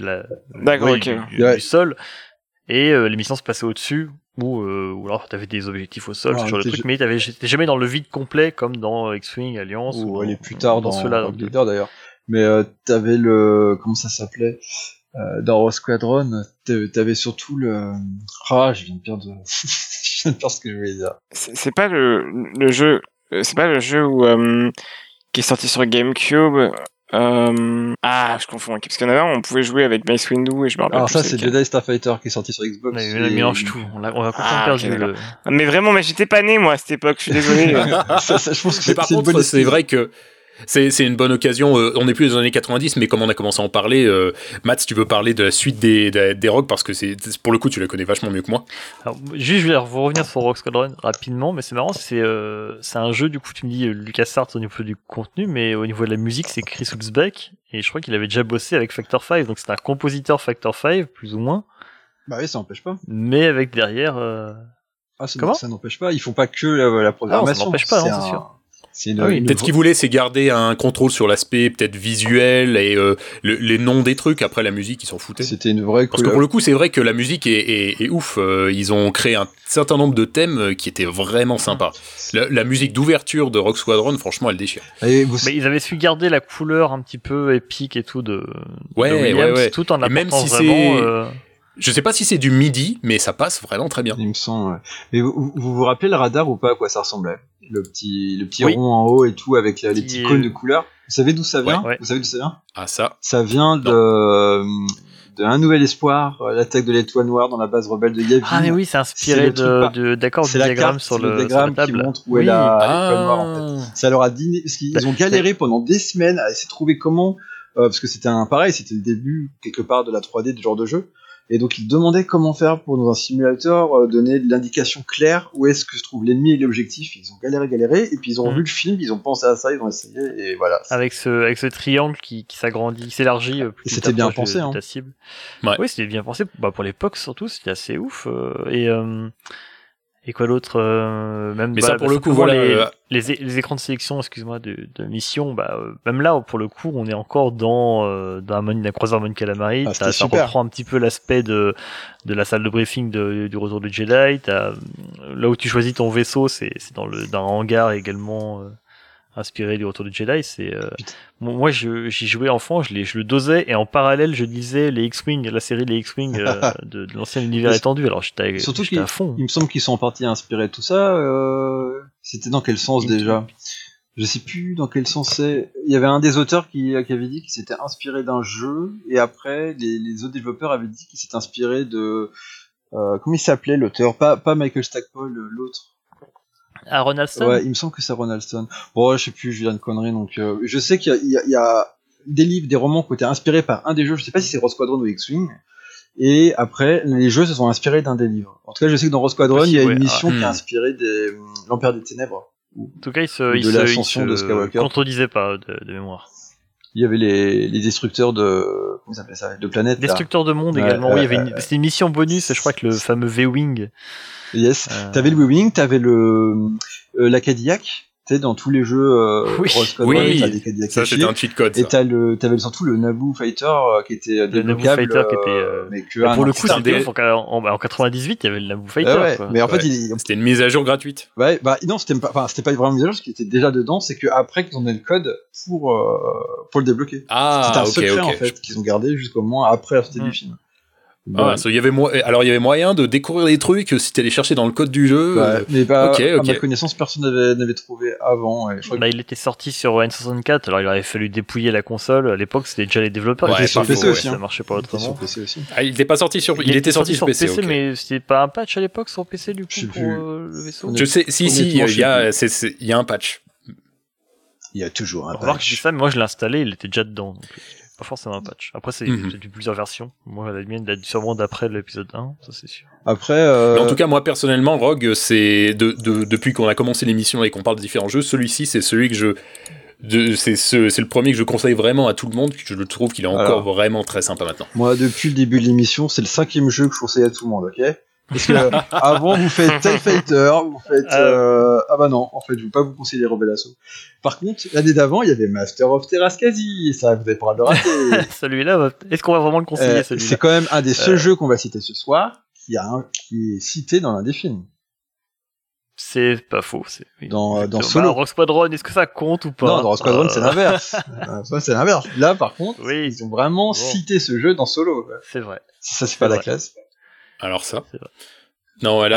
du sol, et les missions se passaient au-dessus, ou alors t'avais des objectifs au sol, ce genre de truc, mais t'étais jamais dans le vide complet comme dans X-Wing, Alliance, ou aller plus tard dans ceux-là, Leader d'ailleurs. Mais t'avais comment ça s'appelait, dans Rogue Squadron, t'avais surtout je viens de perdre ce que je voulais dire. C'est pas le jeu. C'est pas le jeu qui est sorti sur GameCube, Je confonds. Parce qu'il y en avait un, on pouvait jouer avec Mace Windu et je me rappelle Alors plus ça, c'est c'est lequel. Jedi Starfighter qui est sorti sur Xbox. On mélange tout. On a complètement perdu ok, le. Mais vraiment, mais j'étais pas né, moi, à cette époque. Je suis désolé. Je pense que Mais par c'est une bonne contre, c'est excuse. vrai que c'est une bonne occasion. On n'est plus dans les années 90, mais comme on a commencé à en parler, Matt, si tu veux parler de la suite des Rogues, parce que pour le coup, tu la connais vachement mieux que moi. Alors, juste, je vais revenir sur Rogue Squadron rapidement, mais c'est marrant, c'est un jeu, du coup, tu me dis LucasArts au niveau du contenu, mais au niveau de la musique, c'est Chris Hülsbeck, et je crois qu'il avait déjà bossé avec Factor 5, donc c'est un compositeur Factor 5, plus ou moins, Bah oui, ça n'empêche pas. mais avec derrière... Comment Ça n'empêche pas. Ils font pas que la programmation. n'empêche pas, non, c'est sûr. C'est une, Ah oui, une Peut-être ce qu'ils voulaient, c'est garder un contrôle sur l'aspect peut-être visuel et les noms des trucs. Après, la musique, ils s'en foutaient. C'était une vraie Parce que pour le coup, c'est vrai que la musique est ouf. Ils ont créé un certain nombre de thèmes qui étaient vraiment sympas. La musique d'ouverture de Rogue Squadron, franchement, elle déchire. Et Mais ils avaient su garder la couleur un petit peu épique et tout de Ouais, Williams, ouais. tout en Et même apportant si vraiment... Je sais pas si c'est du MIDI, mais ça passe vraiment très bien. il me semble. Ouais. Mais vous rappelez le radar ou pas à quoi ça ressemblait? Le petit Oui. rond en haut et tout avec les petits cônes de couleur. Vous savez d'où ça vient? Ouais. Vous savez d'où ça vient? Ah ça. Ça vient de Un Nouvel Espoir, l'attaque de l'Étoile Noire dans la base rebelle de Yavin. Ah mais oui, c'est inspiré d'accord C'est du la diagramme carte, sur le la diagramme qui table. montre où est Oui. l'Étoile Noire en fait. Ça leur a dîné parce qu'ils ont galéré pendant des semaines à essayer de trouver comment, parce que c'était c'était le début quelque part de la 3D du genre de jeu. Et donc ils demandaient comment faire pour dans un simulateur donner de l'indication claire où est-ce que se trouve l'ennemi et l'objectif. Ils ont galéré et puis ils ont vu le film, ils ont pensé à ça, ils ont essayé et voilà. Avec ce triangle qui s'agrandit, qui s'élargit. Et c'était bien pensé, de hein. ta cible. Ouais. Oui, c'était bien pensé. Bah, pour l'époque surtout, c'était assez ouf. Et quoi d'autre même Mais ça, pour le coup, voilà, les écrans de sélection, excuse-moi, de mission, même là, pour le coup, on est encore dans un croiseur Mon Calamari. Ah, c'était Ça super. reprend un petit peu l'aspect de la salle de briefing du retour de Jedi. Là où tu choisis ton vaisseau, c'est dans un hangar également inspiré du retour de Jedi. Moi, j'y jouais enfant, je le dosais et en parallèle, je lisais les X-Wing, la série les X-Wing de l'ancien univers étendu. Alors j'étais à fond. Il me semble qu'ils sont en partie inspirés de tout ça. C'était dans quel sens déjà? Je sais plus dans quel sens c'est. Il y avait un des auteurs qui avait dit qu'il s'était inspiré d'un jeu, et après les autres développeurs avaient dit qu'il s'était inspiré de comment il s'appelait l'auteur? Pas Michael Stackpole, l'autre. Aaron Alston. Ouais, il me semble que c'est Ron Alston. Bon, je sais plus, je vais dire une connerie. Donc, je sais qu'il y a des livres, des romans qui ont été inspirés par un des jeux. Je sais pas si c'est Rogue Squadron ou X-Wing. Et après, les jeux se sont inspirés d'un des livres. En tout cas, je sais que dans Rogue Squadron, il y a une mission qui est inspirée de l'Empire des Ténèbres. En tout cas, il l'ascension de se Skywalker. contredisait pas de mémoire. Il y avait les destructeurs de comment ça s'appelait ça, de planètes. Destructeurs de monde également. Oui, il y avait c'était une mission bonus. Je crois que le fameux V-Wing. Yes. T'avais le Wing, t'avais la Cadillac. Tu sais, dans tous les jeux Oui. Rogue Squadron, Oui, t'as des Cadillacs ça cachés. c'était un cheat code. Et Ça. t'avais surtout le Naboo Fighter qui était Le Naboo débloquable, Fighter qui était. mais que Pour le coup, c'était un c'était des- en 98, il y avait le Naboo Fighter. ouais, Quoi. mais en fait, Ouais. C'était une mise à jour gratuite. ouais, non, c'était pas vraiment une mise à jour, ce qui était déjà dedans, c'est que après qu'ils ont donné le code pour le débloquer. C'était Ah, un ok, secret ok. en fait qu'ils ont gardé jusqu'au moment après la sortie du film. Ah, il y avait moyen de découvrir des trucs si t'allais chercher dans le code du jeu. Mais à ok. ma connaissance, personne n'avait trouvé avant. Et je crois que Il était sorti sur N64, alors il aurait fallu dépouiller la console. À l'époque, c'était déjà les développeurs. Ouais, qui étaient sur sur PC aussi, ça hein. marchait pas il était sur autrement. PC aussi. Ah, il était pas sorti sur. Il était sorti sur PC. ok. mais c'était pas un patch à l'époque sur PC du coup Je sais pour plus. le vaisseau. Je sais, si, Honnêtement, il y a un patch. Il y a toujours un Remarque, je dis patch. ça, mais moi je l'ai installé, il était déjà dedans. Donc pas forcément un patch. Après, c'est Mhm. peut-être plusieurs versions. Moi, la mienne date sûrement d'après l'épisode 1, ça c'est sûr. Après, Mais en tout cas, moi personnellement, Rogue, c'est depuis qu'on a commencé l'émission et qu'on parle de différents jeux, celui-ci, c'est celui que c'est le premier que je conseille vraiment à tout le monde. Je le trouve qu'il est encore vraiment très sympa maintenant. moi, depuis le début de l'émission, c'est le 5e jeu que je conseille à tout le monde, ok? Parce que avant, vous faites TIE Fighter, vous faites... Ah bah non, en fait, je vais pas vous conseiller les Rebelles Assaut. Par contre, l'année d'avant, il y avait Master of Terraskasi, et ça, vous avez pas le droit de le rater. Celui-là, est-ce qu'on va vraiment le conseiller C'est celui-là quand même un des seuls jeux qu'on va citer ce soir qui est cité dans l'un des films. C'est pas faux. Oui. Dans Exactement. Solo. Rogue Squadron, est-ce que ça compte ou pas Non, dans Rogue Squadron, c'est l'inverse. Ça, c'est l'inverse. Là, par contre, Oui. ils ont vraiment cité ce jeu dans Solo. C'est vrai. Ça, c'est pas la vrai. classe. Alors ça. C'est vrai. Non, là,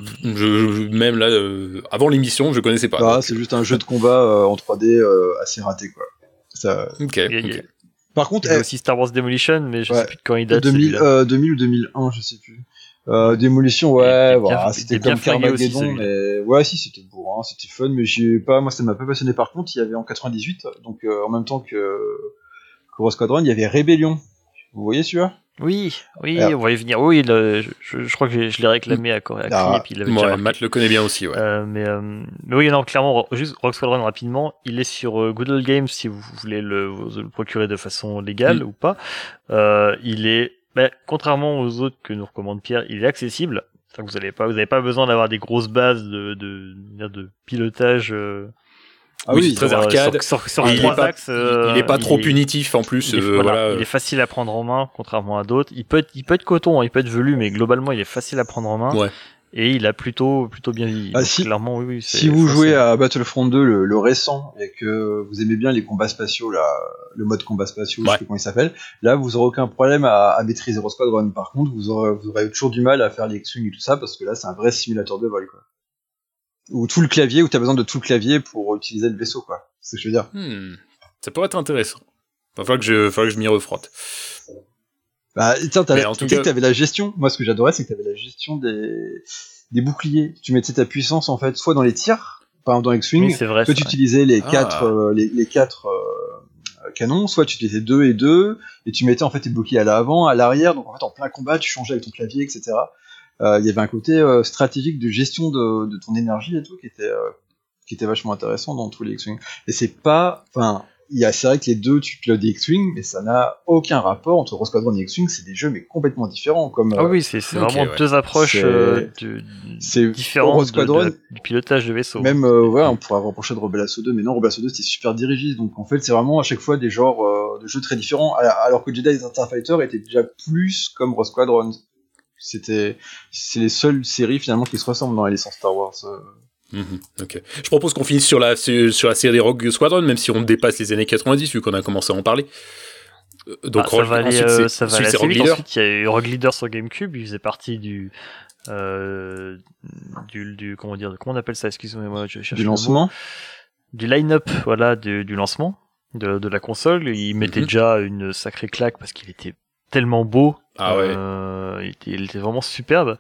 même là, avant l'émission, je connaissais pas. Ah, Donc, c'est juste un jeu de combat en 3D assez raté, quoi. Ça... Ok. Par contre, Il y a aussi Star Wars Demolition, mais je sais plus de quand il date. 2000 ou 2001, je sais plus. Démolition, ouais, voilà, c'était comme Carmageddon, mais ouais, si, c'était beau, hein, c'était fun, mais moi, ça m'a pas passionné. Par contre, il y avait en 98, donc en même temps que Rogue Squadron, il y avait Rébellion. Vous voyez celui-là? Oui, on va y venir. Oui, je crois que je l'ai réclamé à crier, et puis il avait déjà Matt le connaît bien aussi, ouais. Mais oui, non, clairement, juste Rogue Squadron rapidement, il est sur Good Old Games si vous voulez vous le procurer de façon légale ou pas. Il est, contrairement aux autres que nous recommande Pierre, il est accessible. C'est-à-dire que vous avez pas besoin d'avoir des grosses bases de pilotage. Oui, c'est très arcade. Sur il est pas trop il punitif en plus. il est facile à prendre en main, contrairement à d'autres. Il peut être coton, il peut être velu, mais globalement, il est facile à prendre en main. Ouais. Et il a plutôt bien vieilli. Clairement, oui. Si vous jouez à Battlefront 2, le récent, et que vous aimez bien les combats spatiaux, là, le mode combat spatiaux, je sais plus comment il s'appelle, là, vous aurez aucun problème à maîtriser Rogue Squadron. Par contre, vous aurez toujours du mal à faire les X-Wing et tout ça, parce que là, c'est un vrai simulateur de vol, quoi. Ou tout le clavier, où t'as besoin de tout le clavier pour utiliser le vaisseau, quoi. C'est ce que je veux dire. Ça pourrait être intéressant. Faudrait que je m'y refrotte. Bah, tiens, t'avais la gestion. Moi, ce que j'adorais, c'est que t'avais la gestion des boucliers. Tu mettais ta puissance, en fait, soit dans les tirs, par exemple dans X-Wing, soit tu utilisais les quatre canons, soit tu utilisais 2 et 2, et tu mettais, en fait, tes boucliers à l'avant, à l'arrière, donc en fait, en plein combat, tu changeais avec ton clavier, etc. Il y avait un côté stratégique de gestion de ton énergie et tout qui était vachement intéressant dans tous les X-Wing. Et c'est vrai que les deux tu pilotes des X-Wing, mais ça n'a aucun rapport entre Rogue Squadron et X-Wing, c'est des jeux mais complètement différents. C'est vraiment deux approches différentes du pilotage de vaisseau. Même on pourrait reprocher de Rebel Assault 2, mais non, Rebel Assault 2 c'était super dirigiste, donc en fait c'est vraiment à chaque fois des genres de jeux très différents, alors que Jedi Starfighter était déjà plus comme Rogue Squadron. C'est les seules séries finalement qui se ressemblent dans la licence Star Wars. Ok. Je propose qu'on finisse sur la série Rogue Squadron, même si on dépasse les années 90 vu qu'on a commencé à en parler. Donc ça va aller assez vite. Ensuite, il y a eu Rogue Leader sur GameCube. Il faisait partie du comment on appelle ça, excusez-moi, je cherche du lancement, du line-up, voilà, du lancement de la console. Il mettait déjà une sacrée claque parce qu'il était tellement beau. Il était vraiment superbe.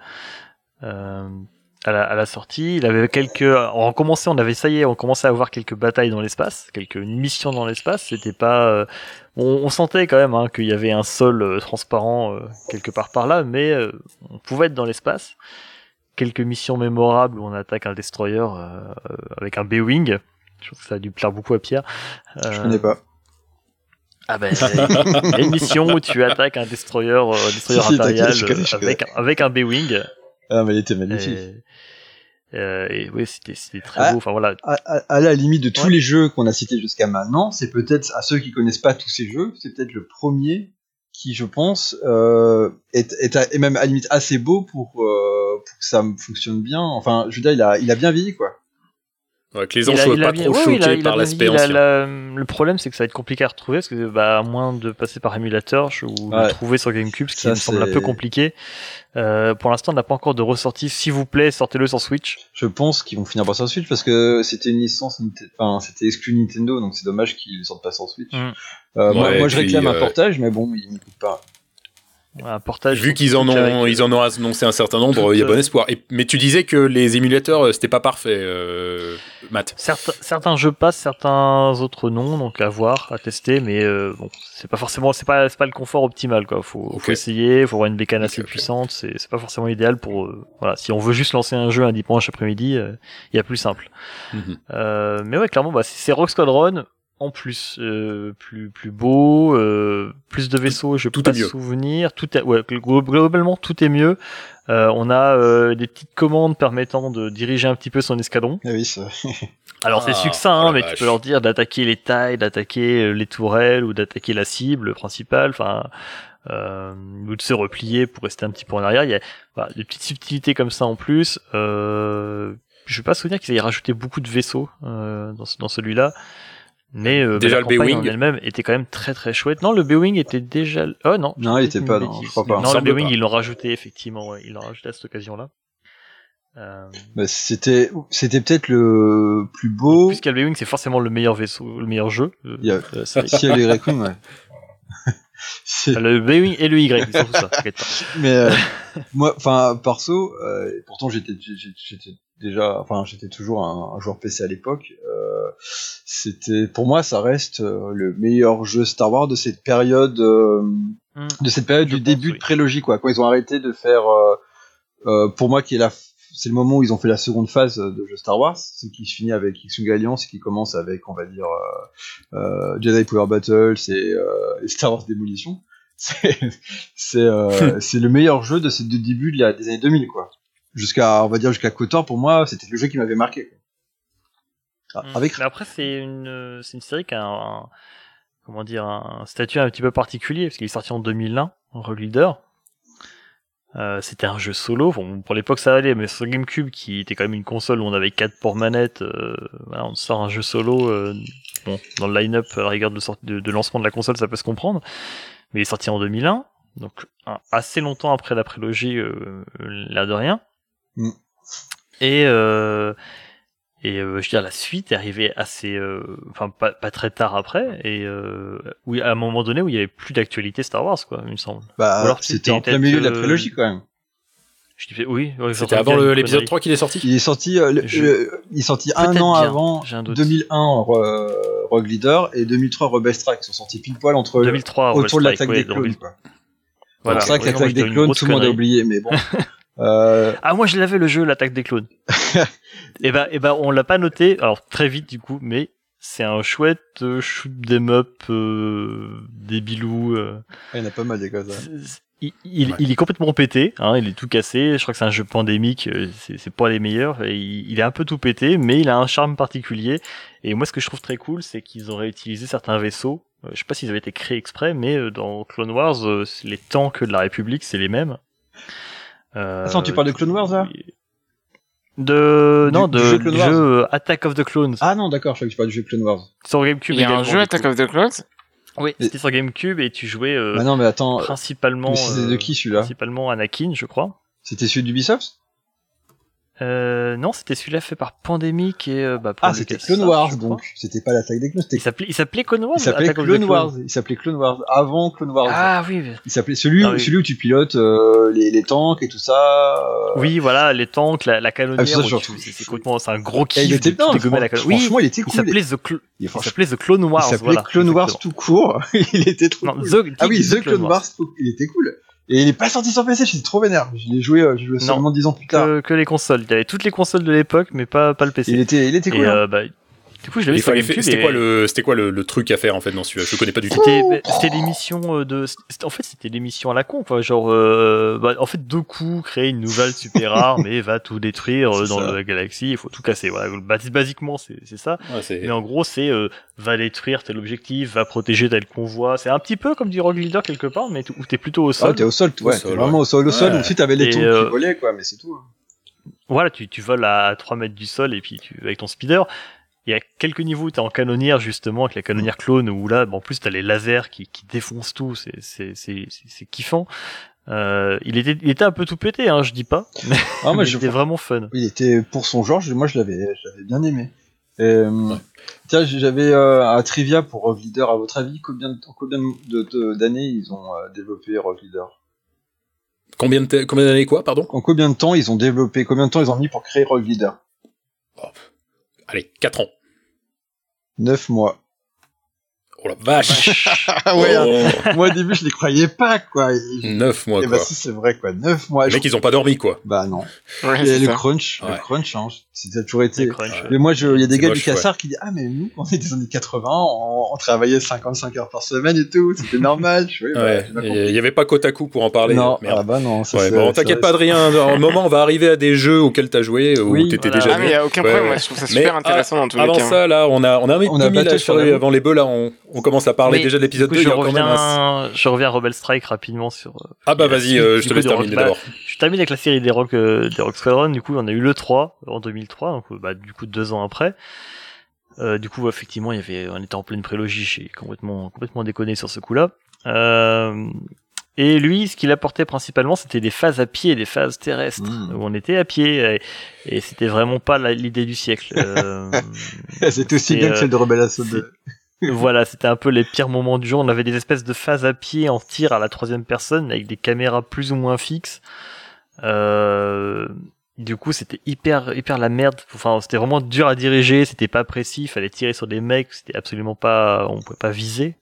À la sortie, il avait on commençait à avoir quelques batailles dans l'espace, quelques missions dans l'espace. C'était pas, on sentait quand même qu'il y avait un sol transparent quelque part par là, mais on pouvait être dans l'espace. Quelques missions mémorables où on attaque un destroyer avec un B-wing. Je pense que ça a dû plaire beaucoup à Pierre. Je connais pas. Il y a une mission où tu attaques un destroyer impérial avec un B-wing. Ah, mais il était magnifique. Et oui, c'était très beau. Enfin voilà. À la limite de tous les jeux qu'on a cités jusqu'à maintenant, c'est peut-être, à ceux qui connaissent pas tous ces jeux, c'est peut-être le premier qui, je pense, est même à la limite assez beau pour que ça fonctionne bien. Enfin, je veux dire, il a bien vieilli, quoi. Ouais, que les gens soient pas trop choqués par l'aspect ancien. Le problème, c'est que ça va être compliqué à retrouver, parce que, à moins de passer par émulateur ou de trouver sur GameCube, ce qui me semble un peu compliqué. Pour l'instant, on n'a pas encore de ressortie. S'il vous plaît, sortez-le sur Switch. Je pense qu'ils vont finir par sur Switch, parce que c'était une licence, c'était exclu Nintendo, donc c'est dommage qu'ils ne sortent pas sur Switch. Moi, je réclame un portage, mais bon, il ne coûte pas. Un portage. Vu qu'ils en ont annoncé un certain nombre, il y a bon espoir. Mais tu disais que les émulateurs, c'était pas parfait, Matt. Certains jeux passent, certains autres non, donc à voir, à tester, mais bon, c'est pas le confort optimal, quoi. Faut essayer, faut avoir une bécane assez puissante, c'est pas forcément idéal pour, voilà, si on veut juste lancer un jeu un dimanche après-midi, il y a plus simple. Mais ouais, clairement, c'est Rogue Squadron. En plus, plus beau, plus de vaisseaux, je peux pas souvenir. Globalement, tout est mieux. On a des petites commandes permettant de diriger un petit peu son escadron. Ah oui, ça. Alors c'est succinct, mais tu peux leur dire d'attaquer les tailles, d'attaquer les tourelles ou d'attaquer la cible principale. Enfin, ou de se replier pour rester un petit peu en arrière. Il y a des petites subtilités comme ça en plus. Je vais pas souvenir qu'ils aient rajouté beaucoup de vaisseaux dans celui-là. Mais déjà la le B-Wing en elle-même était quand même très très chouette. Non, le B-Wing était déjà... Oh non. Non, il était pas, non, je crois pas. Non, le B-Wing, ils l'ont rajouté, effectivement. Ouais, ils l'ont rajouté à cette occasion-là. Bah, c'était peut-être le plus beau. Puisqu'il y a le B-Wing, c'est forcément le meilleur vaisseau, le meilleur jeu. Il y a si elle est Raccoon, ouais. Le B-Wing et le Y, c'est tout ça, t'inquiète pas. Mais moi, enfin, perso, pourtant j'étais toujours un joueur PC à l'époque. C'était, pour moi, ça reste le meilleur jeu Star Wars de cette période, du début de prélogie, quoi. Quand ils ont arrêté de faire, pour moi, c'est le moment où ils ont fait la seconde phase de jeu Star Wars, c'est qui se finit avec X-Wing Alliance et qui commence avec, on va dire, Jedi Power Battles et Star Wars Démolition. C'est le meilleur jeu de ces deux débuts des années 2000, quoi. Jusqu'à KOTOR, pour moi, c'était le jeu qui m'avait marqué, quoi. Mais après, c'est une série qui a un statut un petit peu particulier, parce qu'il est sorti en 2001, en Rogue Leader. C'était un jeu solo. Bon, pour l'époque ça allait, mais sur GameCube, qui était quand même une console où on avait 4 ports manettes, voilà, on sort un jeu solo. Bon, dans le line-up, à la rigueur de lancement de la console, ça peut se comprendre. Mais il est sorti en 2001, donc assez longtemps après la prélogie, là de rien. Et je veux dire, la suite est arrivée assez, pas très tard après, et oui, à un moment donné où il y avait plus d'actualité Star Wars, quoi, il me semble. Bah, alors, c'était en plein milieu de la prélogie, quand même. Je dis, oui, c'était avant l'épisode 3 qu'il est sorti. Il est sorti, il est sorti un an avant 2001 Rogue Leader et 2003 Rebel Strike. Ils sont sortis pile poil autour de l'attaque des clones, quoi. Voilà. C'est vrai que l'attaque des clones, tout le monde a oublié, mais bon. Ah, moi je l'avais le jeu, l'attaque des clones. et ben, on l'a pas noté, alors très vite du coup, mais c'est un chouette shoot 'em up débilou. Il y en a pas mal des gars. Il est complètement pété, hein, il est tout cassé. Je crois que c'est un jeu pandémique, c'est pas les meilleurs. Et il est un peu tout pété, mais il a un charme particulier. Et moi, ce que je trouve très cool, c'est qu'ils auraient utilisé certains vaisseaux. Je sais pas s'ils avaient été créés exprès, mais dans Clone Wars, les tanks de la République, c'est les mêmes. Attends, tu parles de Clone Wars là? Du jeu Attack of the Clones. Ah non, d'accord, je crois que tu parles du jeu Clone Wars. Sur GameCube. Il y a un jeu Attack of the Clones? Oui, c'était sur GameCube et tu jouais non, mais attends, principalement. Mais c'était de qui celui-là? Principalement Anakin, je crois. C'était celui d'Ubisoft? Non, c'était celui-là fait par Pandemic et c'était Clone Wars, donc c'était pas l'attaque des clones. Il s'appelait Clone Wars. Il s'appelait Clone Wars. Il s'appelait Clone Wars avant Clone Wars. Ah oui. Il s'appelait celui où tu pilotes les tanks et tout ça. Oui, voilà, les tanks, la canonnière. C'est un gros kiff. Il était bien. Franchement, il était cool. Il s'appelait The Clone Wars. Il s'appelait Clone Wars tout court. Il était trop cool. The Clone Wars. Il était cool. Et il est pas sorti sur PC, j'étais trop vénère. Je l'ai joué seulement 10 ans plus tard. Que les consoles. Il y avait toutes les consoles de l'époque, mais pas le PC. Il était cool. Du coup, je l'avais sur GameCube. C'était quoi le truc à faire en fait dans celui-là? Je connais pas du tout. C'était l'émission en fait, c'était l'émission à la con, quoi. Genre, en fait, Dooku crée une nouvelle super arme et va tout détruire dans la galaxie. Il faut tout casser. Voilà. Basiquement, c'est ça. Ouais, mais en gros, c'est va détruire tel objectif, va protéger tel convoi. C'est un petit peu comme du Rogue Leader quelque part, mais où t'es plutôt au sol. Ah, t'es au sol, ouais. T'es vraiment au sol. Ensuite, t'avais les tours qui volaient, quoi. Mais c'est tout. Voilà, tu voles à 3 mètres du sol et puis avec ton speeder. Il y a quelques niveaux où t'es en canonnière, justement, avec la canonnière clone, où là, en plus, t'as les lasers qui défoncent tout, c'est kiffant. Il était un peu tout pété, hein, je dis pas. Mais il était vraiment fun. Il était, pour son genre, moi, je l'avais bien aimé. Tiens, j'avais un trivia pour Rogue Leader. À votre avis, combien d'années ils ont développé Rogue Leader? Combien d'années quoi, pardon? En combien de temps ils ont mis pour créer Rogue Leader? Allez, 4 ans. 9 mois. Oh la vache. Ouais, moi au début je les croyais pas, quoi. 9 mois, et quoi. Bah si, c'est vrai, quoi. 9 mois. Les mecs, ils ont pas dormi, quoi. Bah non. Ouais, et le crunch, hein, ça a toujours été. Mais moi, il y a des gars du Cassard qui disent, ah, mais nous, quand on est des années 80, on travaillait 55 heures par semaine et tout, c'était normal. Il y avait pas Kotaku pour en parler. Non, bah non. Bon, t'inquiète pas, Adrien, un moment, on va arriver à des jeux auxquels t'as joué, où t'étais déjà. Ah, mais y a aucun problème, moi, je trouve ça super intéressant dans tous les cas. Avant ça, là, on a un minute avant les bœufs, là, on commence à parler déjà de l'épisode 2. Je reviens à Rebel Strike rapidement sur. Ah bah vas-y, je te laisse terminer d'abord. Je termine avec la série des Rogue Squadron. Du coup, on a eu le 3 en 2003, donc du coup 2 ans après. Du coup, effectivement, on était en pleine prélogie, j'ai complètement déconné sur ce coup-là. Et lui, ce qu'il apportait principalement, c'était des phases à pied, des phases terrestres, où on était à pied, et c'était vraiment pas l'idée du siècle. C'était aussi bien que celle de Rebel Assault 2. Voilà, c'était un peu les pires moments du jeu. On avait des espèces de phases à pied en tir à la troisième personne, avec des caméras plus ou moins fixes. Du coup, c'était hyper la merde. Enfin, c'était vraiment dur à diriger, c'était pas précis, il fallait tirer sur des mecs, c'était absolument pas, on pouvait pas viser.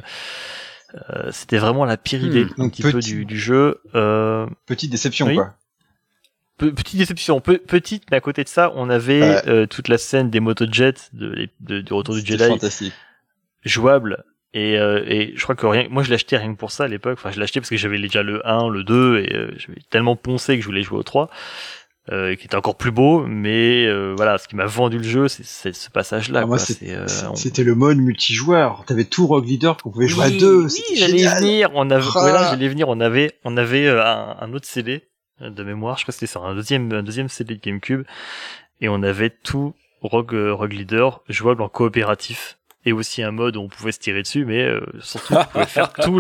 C'était vraiment la pire idée un petit peu du jeu. Petite déception, oui. quoi. Petite déception, petite, mais à côté de ça, on avait toute la scène des motojets du Retour du Jedi, fantastique, jouable. Et je crois que moi je l'achetais rien que pour ça à l'époque. Enfin, je l'achetais parce que j'avais déjà le 1, le 2, et j'avais tellement poncé que je voulais jouer au 3. Qui était encore plus beau, mais voilà, ce qui m'a vendu le jeu, c'est ce passage-là. Moi, c'était le mode multijoueur. T'avais tout Rogue Leader qu'on pouvait jouer à deux. Oui, j'allais y venir. On avait un autre CD de mémoire. Je crois que c'était sur un deuxième CD de GameCube, et on avait tout Rogue Leader jouable en coopératif. Et aussi un mode où on pouvait se tirer dessus, mais surtout on pouvait faire tout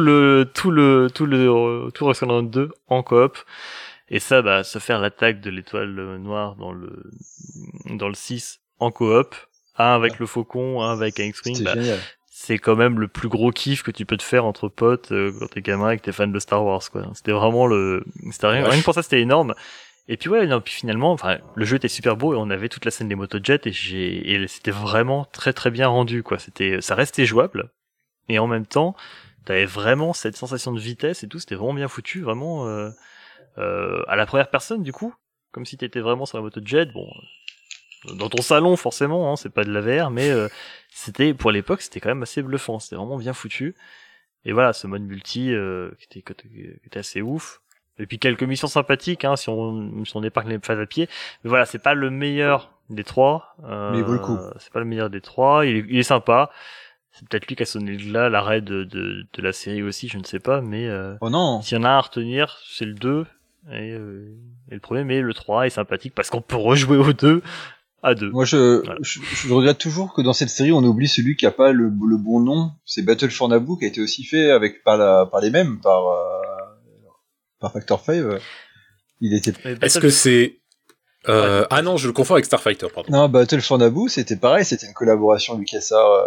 Rogue Squadron 2 en coop. Et ça, se faire l'attaque de l'étoile noire dans le 6 en coop, un avec le Faucon, un avec un X-Wing, c'est quand même le plus gros kiff que tu peux te faire entre potes quand t'es gamin et que t'es fan de Star Wars, quoi. C'était vraiment rien que pour ça, c'était énorme. Et puis puis finalement, enfin, le jeu était super beau et on avait toute la scène des motojets et c'était vraiment très très bien rendu, quoi. Ça restait jouable. Et en même temps, t'avais vraiment cette sensation de vitesse et tout, c'était vraiment bien foutu, vraiment, à la première personne, du coup. Comme si t'étais vraiment sur la motojet, bon, dans ton salon, forcément, hein, c'est pas de la VR, mais, pour l'époque, c'était quand même assez bluffant, c'était vraiment bien foutu. Et voilà, ce mode multi, qui était assez ouf. Et puis quelques missions sympathiques, hein, si on épargne les phases à pied. Mais voilà, c'est pas le meilleur des trois. Mais il vaut le coup. C'est pas le meilleur des trois. Il est sympa. C'est peut-être lui qui a sonné là l'arrêt de la série aussi, je ne sais pas. Mais oh non. S'il y en a un à retenir, c'est le 2 et le premier. Mais le 3 est sympathique parce qu'on peut rejouer aux deux à deux. Moi, je regrette toujours que dans cette série, on oublie celui qui a pas le bon nom. C'est Battle for Naboo, qui a été aussi fait par les mêmes, par Factor 5, il était. Est-ce que c'est ah non, je le confonds avec Starfighter, pardon. Non, Battle for Naboo, c'était pareil, c'était une collaboration LucasArts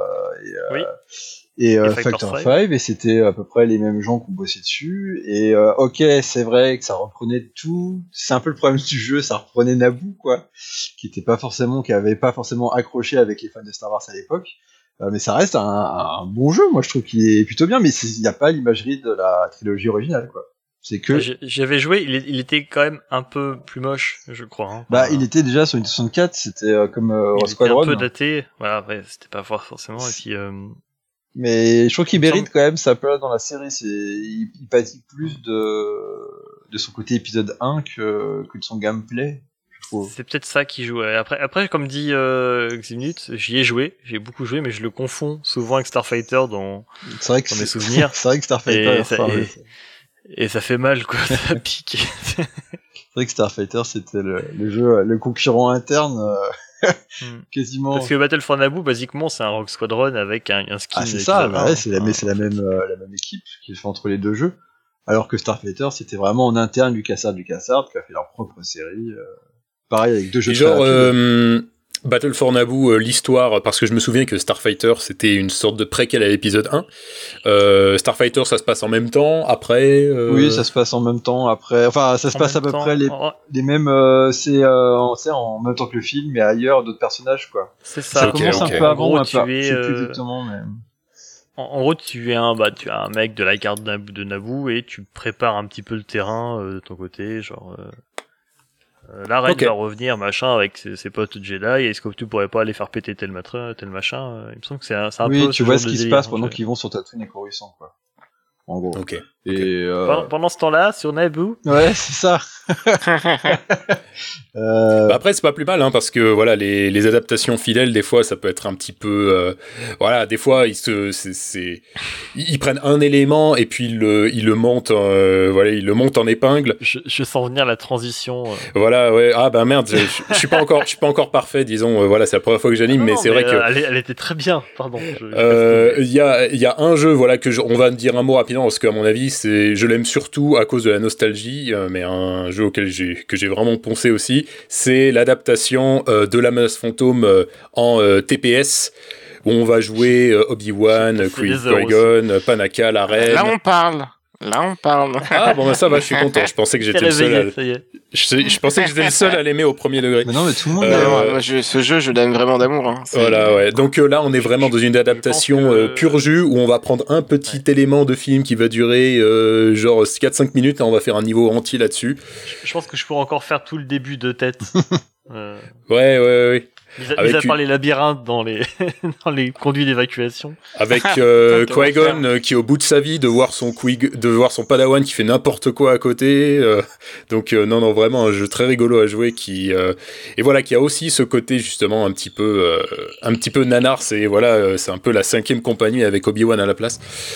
et Factor 5, et c'était à peu près les mêmes gens qui ont bossé dessus. Et ok, c'est vrai que ça reprenait tout. C'est un peu le problème du jeu, ça reprenait Naboo, quoi, qui avait pas forcément accroché avec les fans de Star Wars à l'époque. Mais ça reste un bon jeu, moi je trouve qu'il est plutôt bien, mais il n'y a pas l'imagerie de la trilogie originale, quoi. C'est que j'avais joué, il était quand même un peu plus moche, je crois. Hein. Il était déjà sur une 64, c'était comme Rogue Il Squadron. était un peu daté, voilà, après c'était pas forcément. Et puis, mais je trouve qu'il mérite quand même sa place dans la série. Il pâtit plus de son côté épisode 1 que de son gameplay. C'est peut-être ça qui joue. Après, comme dit Ximnut, j'y ai joué, j'ai beaucoup joué, mais je le confonds souvent avec Starfighter dans mes souvenirs. C'est vrai que Starfighter. Et ça fait mal, quoi, ça pique. C'est vrai que Starfighter, c'était le jeu, le concurrent interne, quasiment. Parce que Battle for Naboo, basiquement, c'est un Rogue Squadron avec un skin. Ah, c'est ça, c'est la même équipe qui fait entre les deux jeux. Alors que Starfighter, c'était vraiment en interne LucasArts qui a fait leur propre série. Pareil, avec deux jeux de Battle for Naboo, l'histoire, parce que je me souviens que Starfighter, c'était une sorte de préquel à l'épisode 1. Starfighter, ça se passe en même temps, après... Oui, ça se passe en même temps, après... Enfin, ça se passe à peu près les mêmes... c'est en même temps que le film, mais ailleurs, d'autres personnages, quoi. C'est ça. Ça commence un peu avant, un peu. Je sais plus exactement, mais... En gros, tu as un mec de la garde de Naboo, et tu prépares un petit peu le terrain de ton côté, genre... la reine va revenir, machin, avec ses potes Jedi, et est-ce que tu pourrais pas aller faire péter tel machin, il me semble que c'est un peu... Oui, tu vois ce qui se passe pendant qu'ils vont sur Tatooine et Coruscant, quoi. En gros. Ok. Et pendant ce temps-là, sur Naboo... Ouais, c'est ça. Après, c'est pas plus mal, hein, parce que voilà, les adaptations fidèles, des fois, ça peut être un petit peu... voilà, des fois, ils prennent un élément, et puis ils le montent en épingle. Je sens venir la transition. Voilà, ouais. Ah ben merde, je suis pas encore parfait, disons. Voilà, c'est la première fois que j'anime, mais c'est vrai que... Elle était très bien, pardon. Il y a un jeu, voilà, on va dire un mot rapidement, inconvénient, parce qu'à mon avis, je l'aime surtout à cause de la nostalgie, mais un jeu que j'ai vraiment poncé aussi, c'est l'adaptation de la menace fantôme en TPS, où on va jouer Obi-Wan, Qui-Gon, Panaka, la reine. Là, on parle. Ah bon, bah ça va, je suis content. Je pensais que j'étais le seul. Je pensais que j'étais le seul à l'aimer au premier degré. Mais non, mais tout le monde. Moi, ce jeu, je l'aime vraiment d'amour. Hein. Voilà, ouais. Donc là, on est vraiment dans une adaptation pur jus où on va prendre un petit élément de film qui va durer genre 4-5 minutes et on va faire un niveau entier là-dessus. Je pense que je pourrais encore faire tout le début de tête. Ouais. Mis à part les labyrinthes dans les dans les conduits d'évacuation. Avec Qui-Gon qui est au bout de sa vie de voir son Padawan qui fait n'importe quoi à côté. Donc non, vraiment un jeu très rigolo à jouer qui et voilà qui a aussi ce côté justement un petit peu nanar. C'est un peu la 5e compagnie avec Obi-Wan à la place.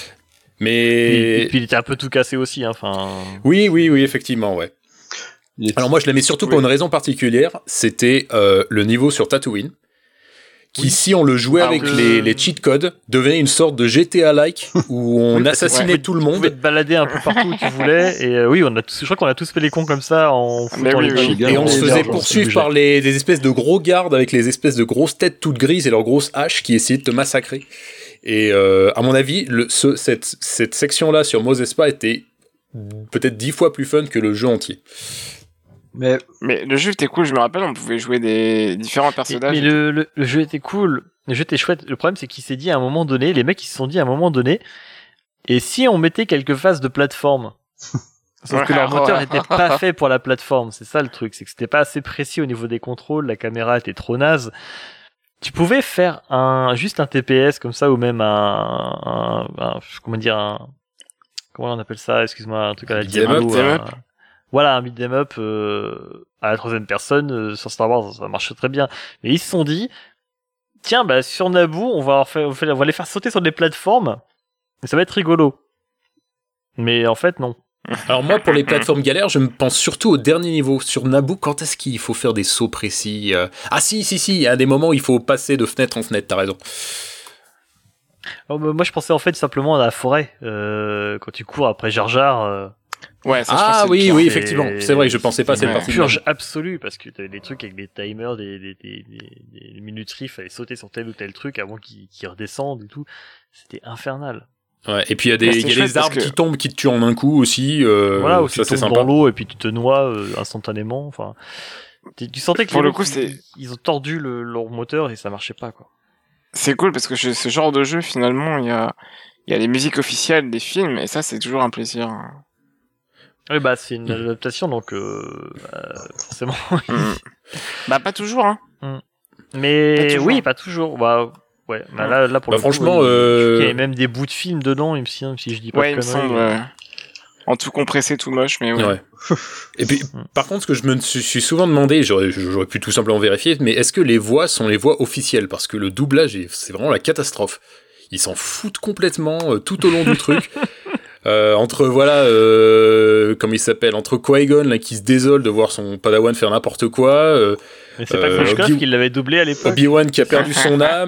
Mais et puis il était un peu tout cassé aussi. Enfin. Oui, effectivement, ouais. Alors moi je l'aimais surtout pour une raison particulière, c'était le niveau sur Tatooine, qui si on le jouait avec les cheat codes, devenait une sorte de GTA-like, où on assassinait tout le monde. Tu pouvais te balader un peu partout où tu voulais, et je crois qu'on a tous fait les cons comme ça en foutant les cheats. Et on se faisait poursuivre par des espèces de gros gardes avec les espèces de grosses têtes toutes grises et leurs grosses haches qui essayaient de te massacrer. Et à mon avis, cette section-là sur Mos Espa était peut-être 10 fois plus fun que le jeu entier. Mais le jeu était cool, je me rappelle, on pouvait jouer des différents personnages. Mais le jeu était cool, le jeu était chouette. Le problème, c'est qu'il s'est dit à un moment donné, les mecs ils se sont dit à un moment donné, et si on mettait quelques phases de plateforme, sauf que leur moteur n'était pas fait pour la plateforme, c'est ça le truc, c'est que c'était pas assez précis au niveau des contrôles, la caméra était trop naze. Tu pouvais faire juste un TPS comme ça, ou même comment on appelle ça, excuse-moi, un truc à la Diablo. Voilà, un beat'em up à la 3e personne sur Star Wars, ça marche très bien. Mais ils se sont dit, tiens, sur Naboo, on va les faire sauter sur des plateformes, et ça va être rigolo. Mais en fait, non. Alors moi, pour les plateformes galères, je me pense surtout au dernier niveau. Sur Naboo, quand est-ce qu'il faut faire des sauts précis Ah si, il y a des moments où il faut passer de fenêtre en fenêtre, t'as raison. Alors, moi, je pensais en fait simplement à la forêt, quand tu cours après Jar Jar... Ouais, ça, oui, effectivement. C'est vrai que je pensais pas à cette partie. Purge absolue, parce que t'avais des trucs avec des timers, des minuteries, fallait sauter sur tel ou tel truc avant qu'ils redescendent et tout. C'était infernal. Ouais, et puis il y a des arbres qui tombent, qui te tuent en un coup aussi. Voilà, ou ça tu c'est tombes sympa. dans l'eau et puis tu te noies instantanément. Enfin, tu sentais que pour le coup, ils ont tordu leur moteur et ça marchait pas, quoi. C'est cool parce que ce genre de jeu, finalement, il y a les musiques officielles des films et ça, c'est toujours un plaisir. Oui, c'est une adaptation, donc forcément. Pas toujours, hein. Mais pas toujours. Oui, pas toujours. Ouais. Là pour le franchement, coup, il y avait même des bouts de films dedans, il me semble, si je dis pas de conneries. En tout compressé, tout moche, mais ouais. Et puis, par contre, ce que je me suis souvent demandé, j'aurais pu tout simplement vérifier, mais est-ce que les voix sont les voix officielles ? Parce que le doublage, c'est vraiment la catastrophe. Ils s'en foutent complètement tout au long du truc. Entre comment il s'appelle, entre Qui-Gon là qui se désole de voir son Padawan faire n'importe quoi. Mais c'est pas Khrushchev qui l'avait doublé à l'époque. Obi-Wan qui a perdu son âme,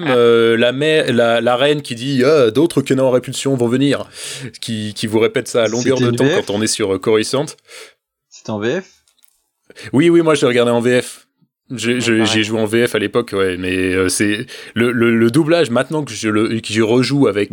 la reine qui dit d'autres Kenan en répulsion vont venir, qui vous répète ça à longueur de temps quand on est sur Coruscant. C'était en VF ? Oui, moi je l'ai regardé en VF. J'ai joué en VF à l'époque, ouais, mais c'est le doublage maintenant que je rejoue avec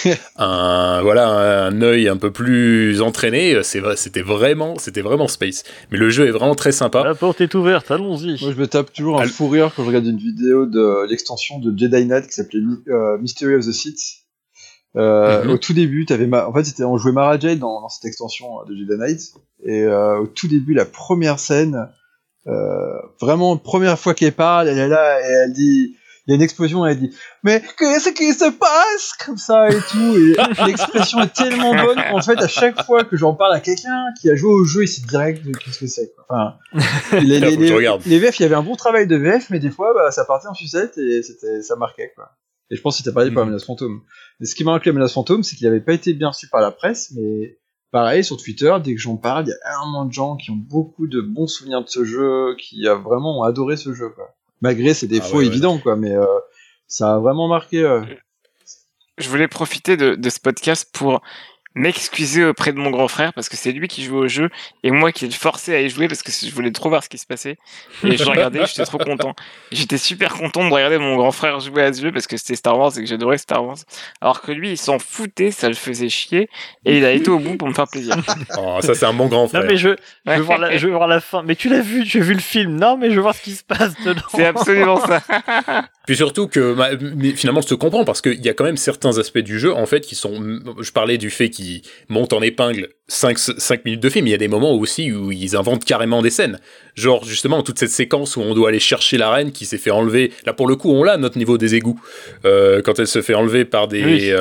un œil un peu plus entraîné, c'était vraiment space. Mais le jeu est vraiment très sympa. La porte est ouverte, allons-y. Moi je me tape toujours un fou rire quand je regarde une vidéo de l'extension de Jedi Knight qui s'appelait Mystery of the Sith. Au tout début, on jouait Mara Jade dans cette extension de Jedi Knight, et au tout début, la première scène. Vraiment, première fois qu'elle parle, elle est là et elle dit, il y a une explosion, elle dit, mais qu'est-ce qui se passe comme ça et tout, et l'expression est tellement bonne qu'en fait, à chaque fois que j'en parle à quelqu'un qui a joué au jeu, il sait direct de qu'est-ce que c'est, quoi. Enfin, les VF, il y avait un bon travail de VF, mais des fois, ça partait en sucette et ça marquait, quoi. Et je pense que c'était pareil pour la Menace Fantôme. Mais ce qui m'a marqué la Menace Fantôme, c'est qu'il avait pas été bien reçu par la presse, mais pareil, sur Twitter, dès que j'en parle, il y a énormément de gens qui ont beaucoup de bons souvenirs de ce jeu, qui ont adoré ce jeu, quoi. Malgré ses défauts évidents, quoi, mais ça a vraiment marqué. Je voulais profiter de ce podcast pour m'excuser auprès de mon grand frère parce que c'est lui qui jouait au jeu et moi qui le forçais à y jouer parce que je voulais trop voir ce qui se passait. Et je regardais, j'étais trop content. J'étais super content de regarder mon grand frère jouer à ce jeu parce que c'était Star Wars et que j'adorais Star Wars. Alors que lui, il s'en foutait, ça le faisait chier et il a été au bout pour me faire plaisir. Oh, ça c'est un bon grand frère. Non mais je veux voir la fin. Mais tu as vu le film. Non mais je veux voir ce qui se passe dedans. C'est absolument ça. Puis surtout que mais finalement je te comprends parce qu'il y a quand même certains aspects du jeu en fait qui sont, je parlais du fait qu'ils montent en épingle 5 minutes de film, il y a des moments aussi où ils inventent carrément des scènes, genre justement toute cette séquence où on doit aller chercher la reine qui s'est fait enlever, là pour le coup on l'a notre niveau des égouts, quand elle se fait enlever par des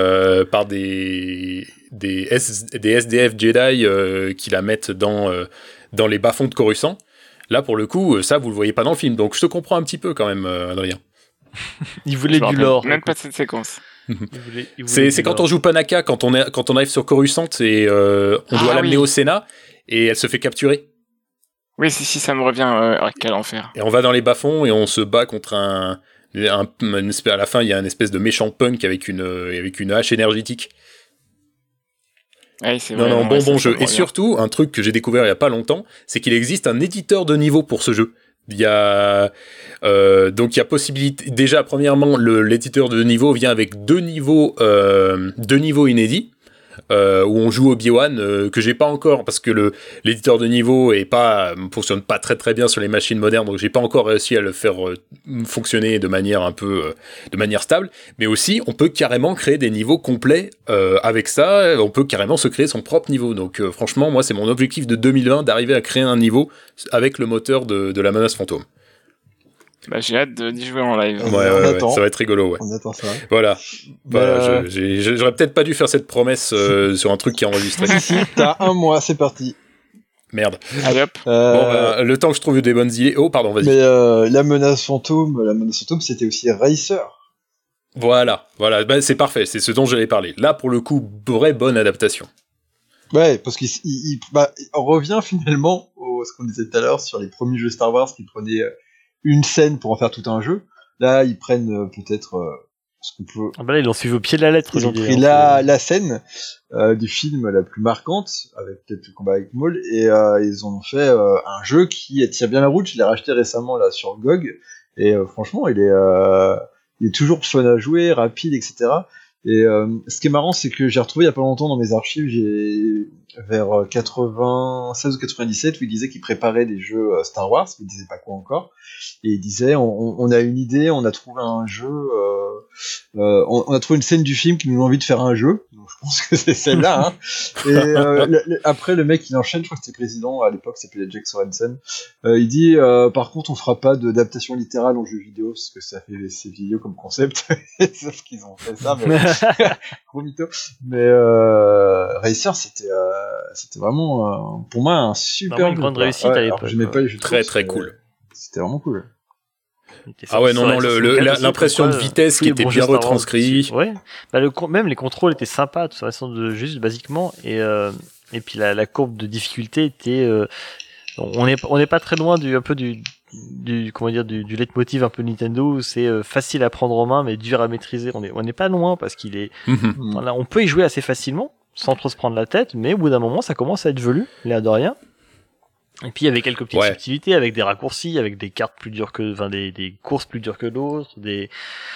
SDF Jedi qui la mettent dans les bas-fonds de Coruscant. Là pour le coup ça vous le voyez pas dans le film, donc je te comprends un petit peu quand même Adrien. Il voulait du lore. Même pas de cette séquence. C'est quand on joue Panaka, quand on arrive sur Coruscant et on doit l'amener au Sénat et elle se fait capturer. Oui, si, ça me revient. Quel enfer. Et on va dans les bas-fonds et on se bat contre à la fin, il y a une espèce de méchant punk avec une hache énergétique. Ouais, c'est vrai, bon jeu. Et surtout, un truc que j'ai découvert il y a pas longtemps, c'est qu'il existe un éditeur de niveau pour ce jeu. Il y a possibilité. Déjà, premièrement, l'éditeur de niveau vient avec deux niveaux inédits. Où on joue Obi-Wan, que j'ai pas encore parce que l'éditeur de niveau fonctionne pas très très bien sur les machines modernes, donc j'ai pas encore réussi à le faire fonctionner de manière de manière stable. Mais aussi, on peut carrément créer des niveaux complets avec ça. On peut carrément se créer son propre niveau. Donc franchement, moi, c'est mon objectif de 2020 d'arriver à créer un niveau avec le moteur de la menace fantôme. Bah, j'ai hâte d'y jouer en live. Ouais, ça va être rigolo, ouais. On attend ça. Voilà. J'aurais peut-être pas dû faire cette promesse sur un truc qui est enregistré. Si, t'as un mois, c'est parti. Merde. Allez hop. Le temps que je trouve des bonnes idées. Oh, pardon, vas-y. Mais la menace fantôme, c'était aussi Racer. Voilà. Bah, c'est parfait, c'est ce dont j'allais parler. Là, pour le coup, vraie bonne adaptation. Ouais, parce on revient finalement à ce qu'on disait tout à l'heure sur les premiers jeux Star Wars qui prenaient une scène pour en faire tout un jeu. Là, ils prennent peut-être ce qu'on peut. Ah bah là, ils l'ont suivi au pied de la lettre. Ils ont pris la scène du film la plus marquante, avec peut-être le combat avec Maul, et ils ont fait un jeu qui tire bien la route. Je l'ai racheté récemment là sur GOG, et franchement, il est toujours fun à jouer, rapide, etc. Et ce qui est marrant, c'est que j'ai retrouvé il y a pas longtemps dans mes archives, vers 96 ou 97, où il disait qu'il préparait des jeux Star Wars, mais il disait pas quoi encore, et il disait on a une idée, on a trouvé un jeu, on a trouvé une scène du film qui nous donne envie de faire un jeu, donc je pense que c'est celle-là, hein. Et après le mec il enchaîne, je crois que c'était président à l'époque, s'appelait Jack Sorensen, il dit par contre on fera pas d'adaptation littérale en jeu vidéo, parce que ça fait c'est vieillot comme concept, sauf qu'ils ont fait ça, mais gros mytho. Mais Racer c'était vraiment pour moi un super une grande réussite à l'époque. Très très cool. C'était vraiment cool. Ah ouais, non, l'impression de vitesse qui était bien retranscrite. Ouais. Bah, même les contrôles étaient sympas, de toute façon, juste basiquement, et puis la courbe de difficulté était, on n'est pas très loin du leitmotiv un peu Nintendo, où c'est facile à prendre en main mais dur à maîtriser. On n'est pas loin parce qu'il est, voilà, on peut y jouer assez facilement sans trop se prendre la tête, mais au bout d'un moment ça commence à être velu, l'air de rien. Et puis il y avait quelques petites subtilités avec des raccourcis, avec des cartes plus dures des courses plus dures que d'autres, des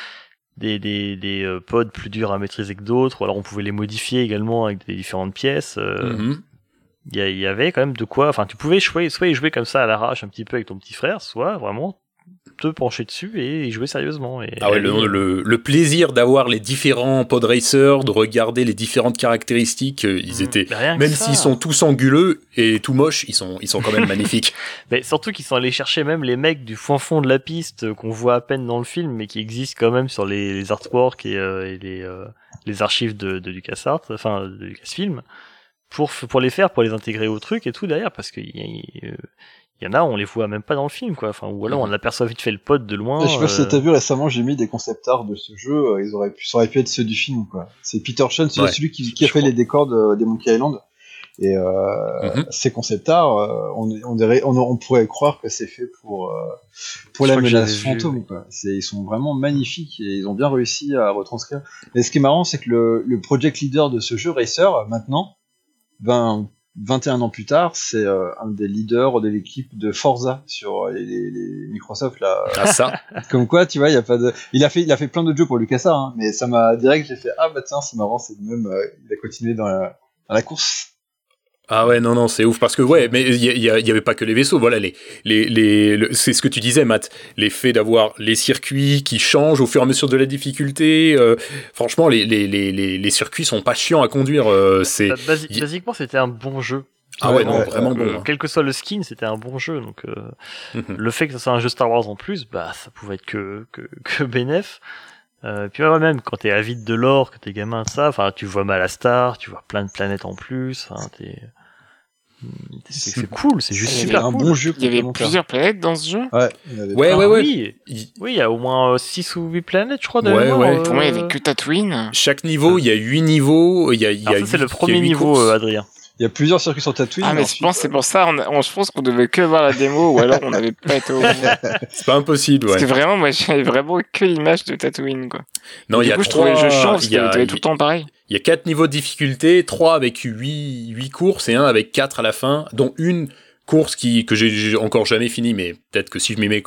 pods plus durs à maîtriser que d'autres, ou alors on pouvait les modifier également avec des différentes pièces. Il y avait quand même de quoi, enfin tu pouvais soit y jouer comme ça à l'arrache un petit peu avec ton petit frère, soit vraiment te pencher dessus et y jouer sérieusement. Le plaisir d'avoir les différents pod racers, de regarder les différentes caractéristiques, ils étaient, même s'ils sont tous anguleux et tout moches, ils sont quand même magnifiques. Mais surtout qu'ils sont allés chercher même les mecs du fond de la piste qu'on voit à peine dans le film, mais qui existent quand même sur les artworks et les archives de LucasArts, enfin de Lucasfilm, pour les faire, pour les intégrer au truc et tout derrière, parce qu'il y en a, on les voit même pas dans le film, quoi. Enfin, ou alors on aperçoit vite fait le pod de loin. Je sais pas si t'as vu récemment, j'ai mis des concept art de ce jeu, ça aurait pu être ceux du film, quoi. C'est Peter Sean, celui qui a fait les décors des Monkey Island. Et ces concept art, on pourrait croire que c'est fait pour la menace fantôme, quoi. Ils sont vraiment magnifiques et ils ont bien réussi à retranscrire. Et ce qui est marrant, c'est que le project leader de ce jeu, Racer, maintenant, 21 ans plus tard, c'est un des leaders de l'équipe de Forza sur les Microsoft là. Ah ça. Comme quoi, tu vois, il y a pas de. Il a fait plein d'autres jeux pour LucasArts, hein, mais ça m'a direct, j'ai fait tiens, c'est marrant, c'est le même. Il a continué dans la course. Ah ouais, non, c'est ouf, parce que ouais, mais il y avait pas que les vaisseaux, voilà, c'est ce que tu disais, Matt, l'effet d'avoir les circuits qui changent au fur et à mesure de la difficulté, franchement, les circuits sont pas chiants à conduire, Basiquement, c'était un bon jeu. Ah ouais, non, vraiment bon. Quel que soit le skin, c'était un bon jeu, donc le fait que ça soit un jeu Star Wars en plus, bah ça pouvait être que bénef. Puis ouais, même quand t'es avide de l'or, que t'es gamin de ça, enfin tu vois Malastar, tu vois plein de planètes en plus, enfin c'est cool, c'est juste super un cool. bon jeu. Il y avait plusieurs planètes dans ce jeu. Ouais. Oui, il y a au moins 6 ou 8 planètes, je crois. Pour moi, il y avait que Tatooine. Chaque niveau, il y a 8 niveaux, ça c'est le premier niveau, Adrien. Il y a plusieurs circuits sur Tatooine. Ah, mais je pense c'est pour ça, je pense qu'on devait que voir la démo, ou alors on n'avait pas été au bout. C'est pas impossible, ouais. Parce que vraiment, moi, j'avais vraiment que l'image de Tatooine, quoi. Non, du coup, je trouvais le jeu chiant, parce qu'il y avait tout le temps pareil. Il y a 4 niveaux de difficulté, 3 avec 8 courses et 1 avec 4 à la fin, dont une course que j'ai encore jamais fini, mais peut-être que si je m'y mets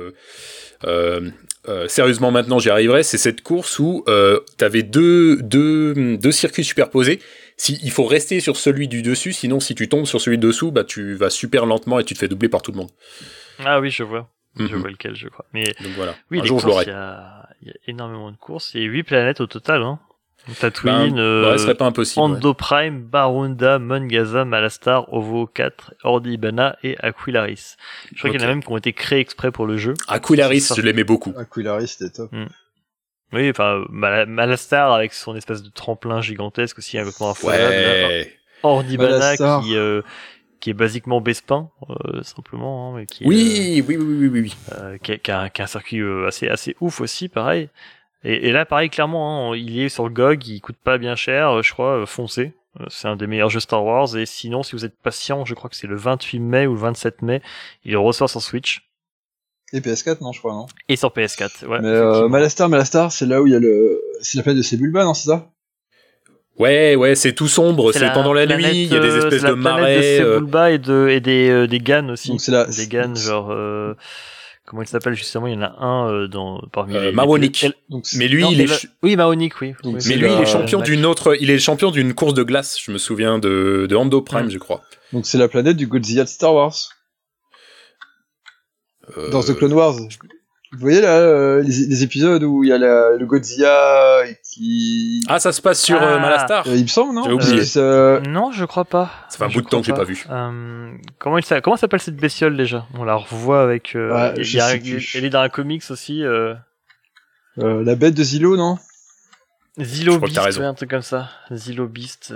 sérieusement maintenant, j'y arriverai. C'est cette course où t'avais deux circuits superposés. Il faut rester sur celui du dessus, sinon si tu tombes sur celui de dessous, bah tu vas super lentement et tu te fais doubler par tout le monde. Ah oui, je vois. Je vois lequel, je crois. Mais donc voilà. Oui, un jour je l'aurai. Il y a énormément de courses. Il y a 8 planètes au total, hein. Tatooine, ce serait pas impossible. Ando Prime, Barunda, Mon Gaza, Malastar, Ovo 4, Ordi Ibana et Aquilaris. Je crois qu'il y en a même qui ont été créés exprès pour le jeu. Aquilaris, je l'aimais beaucoup. Aquilaris, c'était top. Oui, enfin, Malastar avec son espèce de tremplin gigantesque aussi, complètement infoirable. Ouais. Ordi Ibana qui est basiquement Bespin, simplement. Hein, mais qui, oui. Qui a un circuit assez ouf aussi, pareil. Et là, pareil, clairement, hein, il est sur le GOG, il coûte pas bien cher, je crois, foncez. C'est un des meilleurs jeux Star Wars, et sinon, si vous êtes patient, je crois que c'est le 28 mai ou le 27 mai, il ressort sur Switch. Et PS4, non, je crois, non? Et sur PS4, ouais. Mais Malastar, c'est là où il y a c'est la planète de Sebulba, non, c'est ça? Ouais, c'est tout sombre, c'est pendant la nuit, il y a des espèces de marais. C'est la planète de Sebulba et des GAN aussi. Donc des GAN, genre... Comment il s'appelle justement? Il y en a un parmi les Mahonik. Mais lui, oui, Mahonik, oui. Mais lui, il est champion d'une autre. Il est champion d'une course de glace. Je me souviens de Ando Prime, je crois. Donc c'est la planète du Godzilla de Star Wars. Dans The Clone Wars. Vous voyez là les épisodes où il y a le Godzilla qui... Ah, ça se passe sur Malastar. Il me semble, non? J'ai oublié. Non, je crois pas. Ça fait un bout de temps que j'ai pas vu. Comment s'appelle cette bestiole déjà? On la revoit avec... elle est dans un comics aussi. La bête de Zilo, non? Zilo Beast, un truc comme ça. Zilo Beast.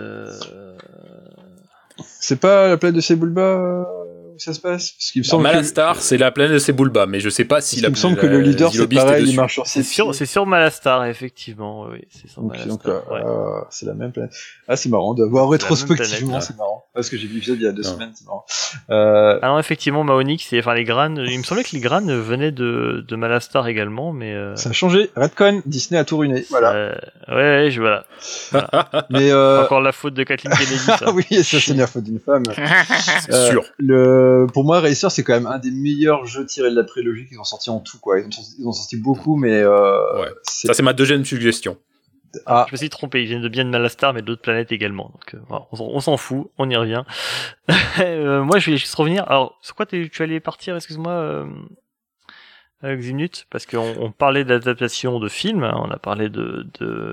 C'est pas la planète de Sebulba où ça se passe? Parce qu'il me semble Malastar, c'est la planète de Sebulba, mais je sais pas si il me semble que le leader, c'est pareil, il marche sur ses pieds. C'est sur Malastar, effectivement, oui. C'est sur Malastar. C'est la même planète. Ah, c'est marrant de voir rétrospectivement, c'est marrant. Parce que j'ai vu l'épisode il y a 2 semaines, c'est marrant. Ah non, effectivement, Mahonik, les graines, il me semblait que les graines venaient de Malastar également, mais ça a changé. Redcon, Disney a tout ruiné, voilà. Voilà. Mais encore la faute de Kathleen Kennedy, ça. Ah oui, ça c'est la faute d'une femme. C'est sûr. Pour moi, Racer, c'est quand même un des meilleurs jeux tirés de la prélogie qu'ils ont sorti en tout, quoi. Ils ont sorti beaucoup, mais ça c'est ma deuxième suggestion. Je me suis trompé, ils viennent de bien de Malastar, mais d'autres planètes également. Donc, on s'en fout, on y revient. Moi, je vais juste revenir. Alors, sur quoi tu allais partir, excuse-moi, Ximnut, parce qu'on parlait d'adaptation de films, hein, on a parlé de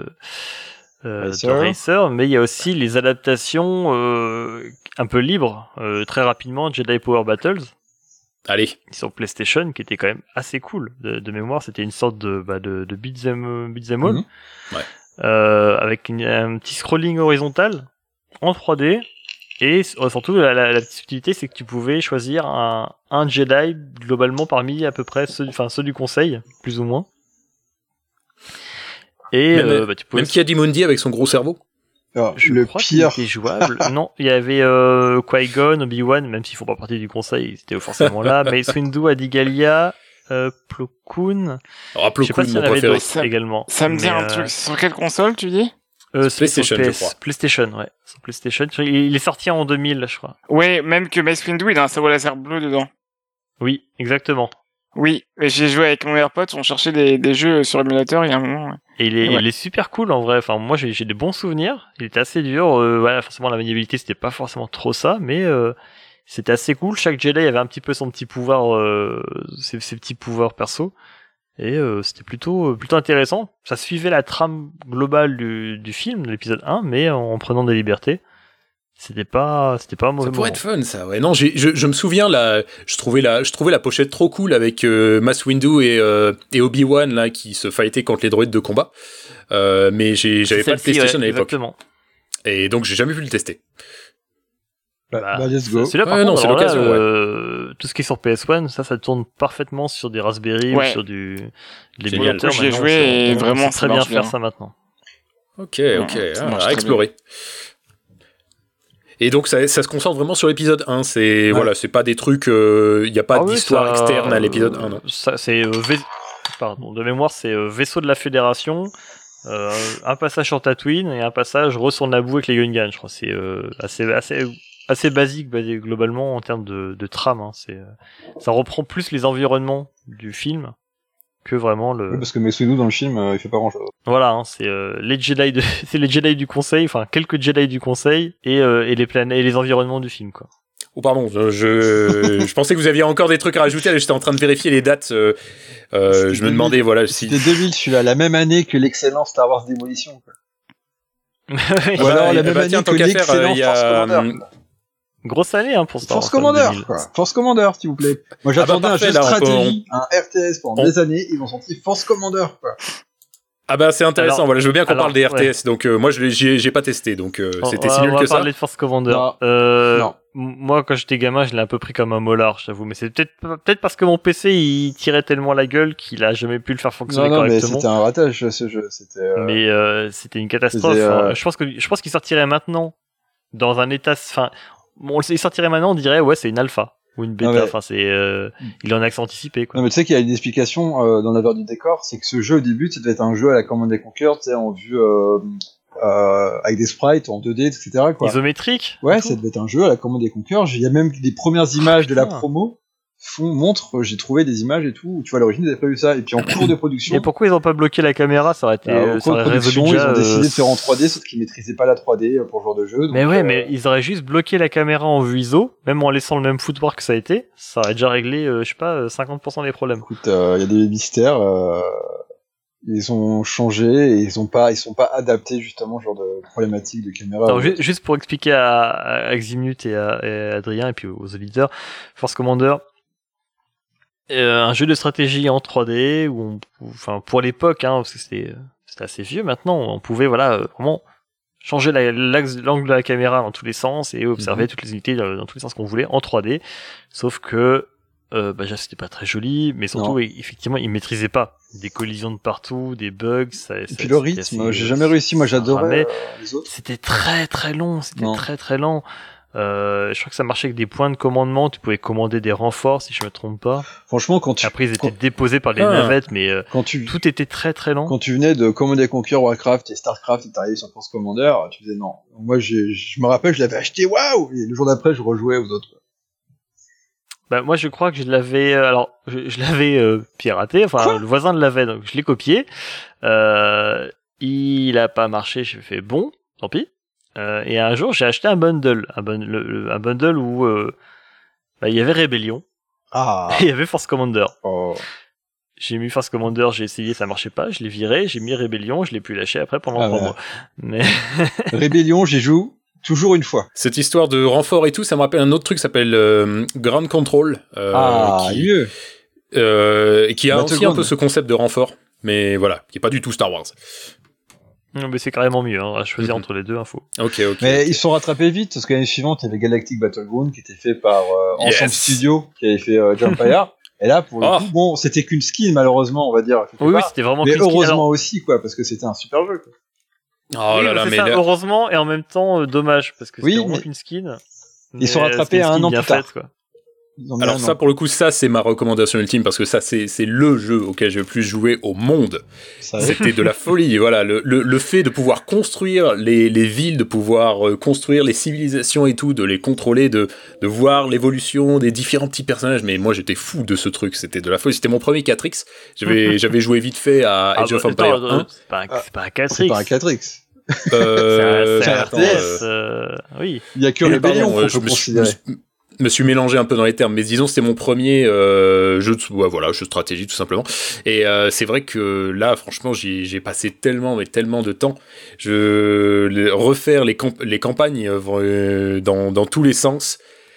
Racer, mais il y a aussi les adaptations un peu libres, très rapidement, Jedi Power Battles. Allez. Sur PlayStation, qui était quand même assez cool. De mémoire, c'était une sorte de beat'em all. Ouais. Avec un petit scrolling horizontal en 3D. Et surtout, la petite subtilité, c'est que tu pouvais choisir un Jedi globalement parmi à peu près ceux du conseil, plus ou moins. Et tu pouvais... Même Ki-Adi-Mundi avec son gros cerveau. Alors, Je le crois pire. qu'il était jouable. Non, il y avait Qui-Gon, Obi-Wan, même s'ils font pas partie du conseil, ils étaient forcément là. Mace Windu, Adigalia, Plo Koon. Alors, Je sais pas Plo Koon, s'il y mon en avait préféré. d'autres également. Ça me dit Mais, un truc. C'est sur quelle console, tu dis? c'est PlayStation, sur je crois. PlayStation, ouais. Sur PlayStation. Il est sorti en 2000, je crois. Ouais, même que Mace Windu, il a un sabre laser bleu dedans. Oui, exactement. Oui, mais j'ai joué avec mon meilleur pote, on cherchait des jeux sur émulateur il y a un moment. Ouais. Et il est super cool en vrai. Enfin, moi j'ai des bons souvenirs. Il était assez dur. Voilà, forcément la maniabilité c'était pas forcément trop ça, mais c'était assez cool. Chaque Jedi avait un petit peu son petit pouvoir, ses petits pouvoirs perso. Et c'était plutôt intéressant. Ça suivait la trame globale du film, de l'épisode 1, mais en prenant des libertés. C'était pas un mauvais Ça pourrait moment. être fun, ça. Ouais, non, je me souviens je trouvais la pochette trop cool avec Mace Windu et Obi-Wan là qui se fightaient contre les droïdes de combat. Mais j'avais pas de Celle-ci, PlayStation ouais, à l'époque, exactement. et donc j'ai jamais pu le tester. Bah, let's go. Celui-là, par Ouais, non, contre, c'est alors là, l'occasion, tout ce qui est sur PS1, ça tourne parfaitement sur des Raspberry Ouais. ou sur des Génial. émulateurs. J'y ai Maintenant, joué et on vraiment, sait très ça bien marche faire bien. ça maintenant. Ok, ça marche à très explorer. Et donc ça se concentre vraiment sur l'épisode 1, voilà, c'est pas des trucs, il y a pas Ah oui, d'histoire ça, externe à l'épisode 1, non. Ça, c'est pardon, de mémoire, c'est vaisseau de la Fédération, un passage sur Tatooine et un passage sur Naboo avec les Gungans. Je crois c'est assez basique globalement en termes de trame. Hein. Ça reprend plus les environnements du film que vraiment le. Oui, parce que Mace Windu dans le film, il fait pas grand chose. Voilà, hein, c'est les Jedi c'est les Jedi du Conseil, enfin quelques Jedi du Conseil et les planètes et les environnements du film quoi. Oh pardon, je pensais que vous aviez encore des trucs à rajouter, j'étais en train de vérifier les dates, je me demandais voilà si... C'était 2000 celui-là, la même année que l'excellent Star Wars Démolition. Quoi. Ou bah, alors la bah, même année tiens, tant que qu'à faire, l'excellent il y a, Force Commander. Grosse année hein, pour Star Wars. Force Commander, 2000. quoi. Force Commander, s'il vous plaît. Moi, j'attendais parfait, un jeu là, stratégie, un RTS pendant des années, ils ont sorti Force Commander, quoi. Ah bah c'est intéressant, Alors- voilà, je veux bien qu'on alors, parle des RTS, ouais. donc moi j'ai pas testé, donc c'était si nul on va que ça. parler de Force Commander. Non. Non. Moi, quand j'étais gamin, je l'ai un peu pris comme un molar, je t'avoue. Mais c'est peut-être parce que mon PC, il tirait tellement la gueule qu'il a jamais pu le faire fonctionner Non, mais correctement. c'était un ratage, ce jeu. C'était, Mais c'était une catastrophe. C'était, Enfin, je pense qu'il sortirait maintenant dans un état. Enfin, il sortirait maintenant, on dirait ouais, c'est une alpha ou une bêta. Non, mais- Enfin, il est en accès anticipé quoi. Non, mais tu sais qu'il y a une explication dans l'aveur du décor, c'est que ce jeu au début, ça devait être un jeu à la Command & Conquer, tu sais, en vue avec des sprites en 2D, etc. Quoi. Isométrique. Ouais, et tout. ça devait être un jeu à la Command & Conquer. Il y a même des premières images de la putain. promo montrent, j'ai trouvé des images et tout, où tu vois à l'origine ils avaient prévu ça. Et puis en cours de production, Et pourquoi ils ont pas bloqué la caméra? Ça aurait été. en Ça cours de aurait résolu production, ils déjà, ont décidé de faire en 3D, sauf qu'ils maîtrisaient pas la 3D pour ce genre de jeu. Mais donc, ouais, mais ils auraient juste bloqué la caméra en vue ISO, même en laissant le même footwork que ça a été, ça aurait déjà réglé, je sais pas, 50% des problèmes. Écoute, il y a des mystères. Ils ont changé et ils sont pas adaptés justement ce genre de problématique de caméra. Alors, juste pour expliquer à Ximnut et à Adrien et puis aux auditeurs, Force Commander, un jeu de stratégie en 3D où enfin pour l'époque, hein, parce que c'était assez vieux maintenant, on pouvait vraiment changer l'angle de la caméra dans tous les sens et observer toutes les unités dans tous les sens qu'on voulait en 3D. Sauf que déjà c'était pas très joli, mais surtout effectivement ils maîtrisaient pas des collisions de partout, des bugs. Et puis le rythme, j'ai jamais réussi. Moi j'adorais les autres. C'était très très long, très lent. Je crois que ça marchait avec des points de commandement. Tu pouvais commander des renforts, si je me trompe pas. Franchement, quand après ils étaient déposés par les navettes, mais tout était très très lent. Quand tu venais de Command & Conquer, Warcraft et Starcraft et t'arrivais sur Force Commander, tu disais non. Moi, je me rappelle, je l'avais acheté, waouh! Et le jour d'après, je rejouais aux autres. Bah moi je crois que je l'avais je l'avais piraté, enfin le voisin l'avait, donc je l'ai copié. Il a pas marché, j'ai fait bon, tant pis. Et un jour j'ai acheté un bundle où il y avait Rébellion et il y avait Force Commander. J'ai mis Force Commander, j'ai essayé, ça marchait pas, je l'ai viré, j'ai mis Rébellion, je l'ai pu lâcher après pendant 3 mois. Mais Rébellion, j'y joue toujours une fois. Cette histoire de renfort et tout, ça me rappelle un autre truc qui s'appelle Ground Control. Mieux. Qui a aussi un peu ce concept de renfort, mais voilà, qui est pas du tout Star Wars. Non, mais c'est carrément mieux, hein, à choisir entre les deux infos. Ok. Mais ils sont rattrapés vite, parce que l'année suivante, il y avait Galactic Battleground qui était fait par Ensemble Studio, qui avait fait Jumpfire. Et là, pour le coup, bon, c'était qu'une skin, malheureusement, on va dire. Oui, c'était vraiment mais qu'une skin. heureusement aussi, quoi, parce que c'était un super jeu, quoi. Oh Oui, là là, c'est mais ça, là, heureusement, et en même temps, dommage, parce que Oui, c'était vraiment mais qu'une skin. ils sont Mais, rattrapés c'était une à un skin an bien plus tard. faite, quoi. Ils ont mis alors un ça, an. pour le coup, ça, c'est ma recommandation ultime, parce que ça, c'est le jeu auquel j'ai le plus joué au monde. Ça, C'était de la folie, voilà, le fait de pouvoir construire les villes, de pouvoir construire les civilisations et tout, de les contrôler, de voir l'évolution des différents petits personnages, mais moi j'étais fou de ce truc, c'était de la folie, c'était mon premier 4X, j'avais joué vite fait à Age of Empires attends, 1. c'est pas un 4X. c'est pas un 4X. C'est un attends, RTS, oui. Il y a que oui, Rébellion pardon, qu'on je peut me considérer. me suis mélangé un peu dans les termes, mais disons c'était mon premier jeu de stratégie tout simplement. Et c'est vrai que là, franchement, j'ai passé tellement de temps. Refaire les campagnes dans tous les sens.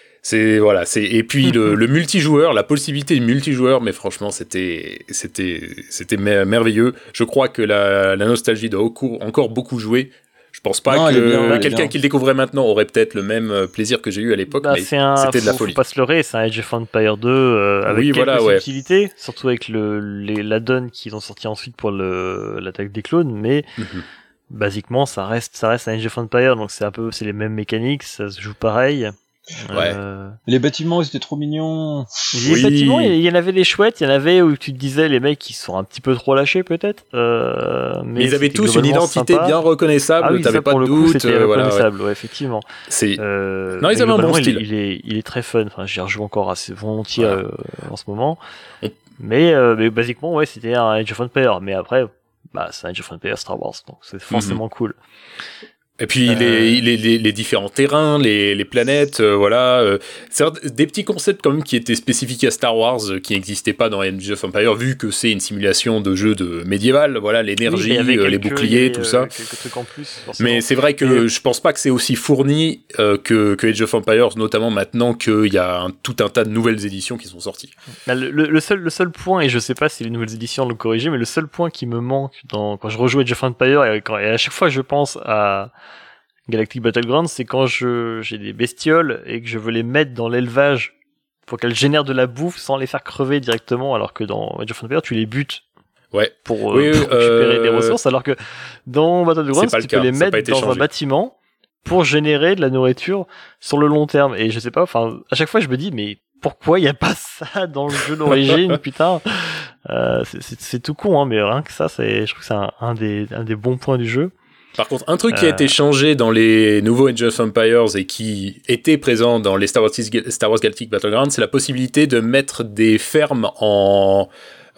Et puis le multijoueur, la possibilité de multijoueur, mais franchement c'était merveilleux. Je crois que la nostalgie doit encore beaucoup jouer. Je pense pas Non, il est bien, il est quelqu'un bien. qui le découvrait maintenant aurait peut-être le même plaisir que j'ai eu à l'époque, mais c'était de la folie. Faut pas se leurrer, c'est un Age of Empires 2 avec Oui, quelques voilà, ouais. subtilités, surtout avec l'add-on qu'ils ont sorti ensuite pour l'attaque des clones, mais basiquement ça reste un Age of Empires, donc c'est les mêmes mécaniques, ça se joue pareil. Ouais. Les bâtiments, ils étaient trop mignons. Les Oui. bâtiments, il y en avait des chouettes, il y en avait où tu te disais les mecs ils sont un petit peu trop lâchés peut-être, Mais ils avaient c'était tous une globalement identité sympa. bien reconnaissable, Ah oui, t'avais ça, pas pour de le coup, doute. c'était Voilà, ouais. reconnaissable, ouais, effectivement. Non, Mais ils avaient un bon globalement, style. il est très fun. Enfin, j'y rejoue encore assez volontiers Voilà. en ce moment. Et- Mais basiquement, ouais, c'était un Age of Empires. Mais après, c'est un Age of Empires Star Wars, donc c'est forcément cool. Et puis les différents terrains, les planètes, c'est des petits concepts quand même qui étaient spécifiques à Star Wars, qui n'existaient pas dans Age of Empires, vu que c'est une simulation de jeu de médiéval, voilà, l'énergie, Oui, mais il y avait les boucliers, tout ça. Quelques trucs en plus. Forcément. Mais c'est vrai que je pense pas que c'est aussi fourni que Age of Empires, notamment maintenant qu'il y a tout un tas de nouvelles éditions qui sont sorties. Le seul point, et je sais pas si les nouvelles éditions l'ont corrigé, mais le seul point qui me manque quand je rejoue Age of Empires et à chaque fois je pense à Galactic Battlegrounds, c'est quand j'ai des bestioles et que je veux les mettre dans l'élevage pour qu'elles génèrent de la bouffe sans les faire crever directement, alors que dans Age of Empires tu les butes Ouais. pour récupérer des ressources, alors que dans Battlegrounds C'est pas tu le cas, peux les ça a pas mettre été dans un changé. bâtiment pour générer de la nourriture sur le long terme. Et je sais pas, enfin à chaque fois je me dis mais pourquoi il y a pas ça dans le jeu d'origine, putain. C'est tout con, hein, mais rien que ça, je trouve que c'est un des bons points du jeu. Par contre, un truc qui a été changé dans les nouveaux Age of Empires et qui était présent dans les Star Wars Galactic Battlegrounds, c'est la possibilité de mettre des fermes en...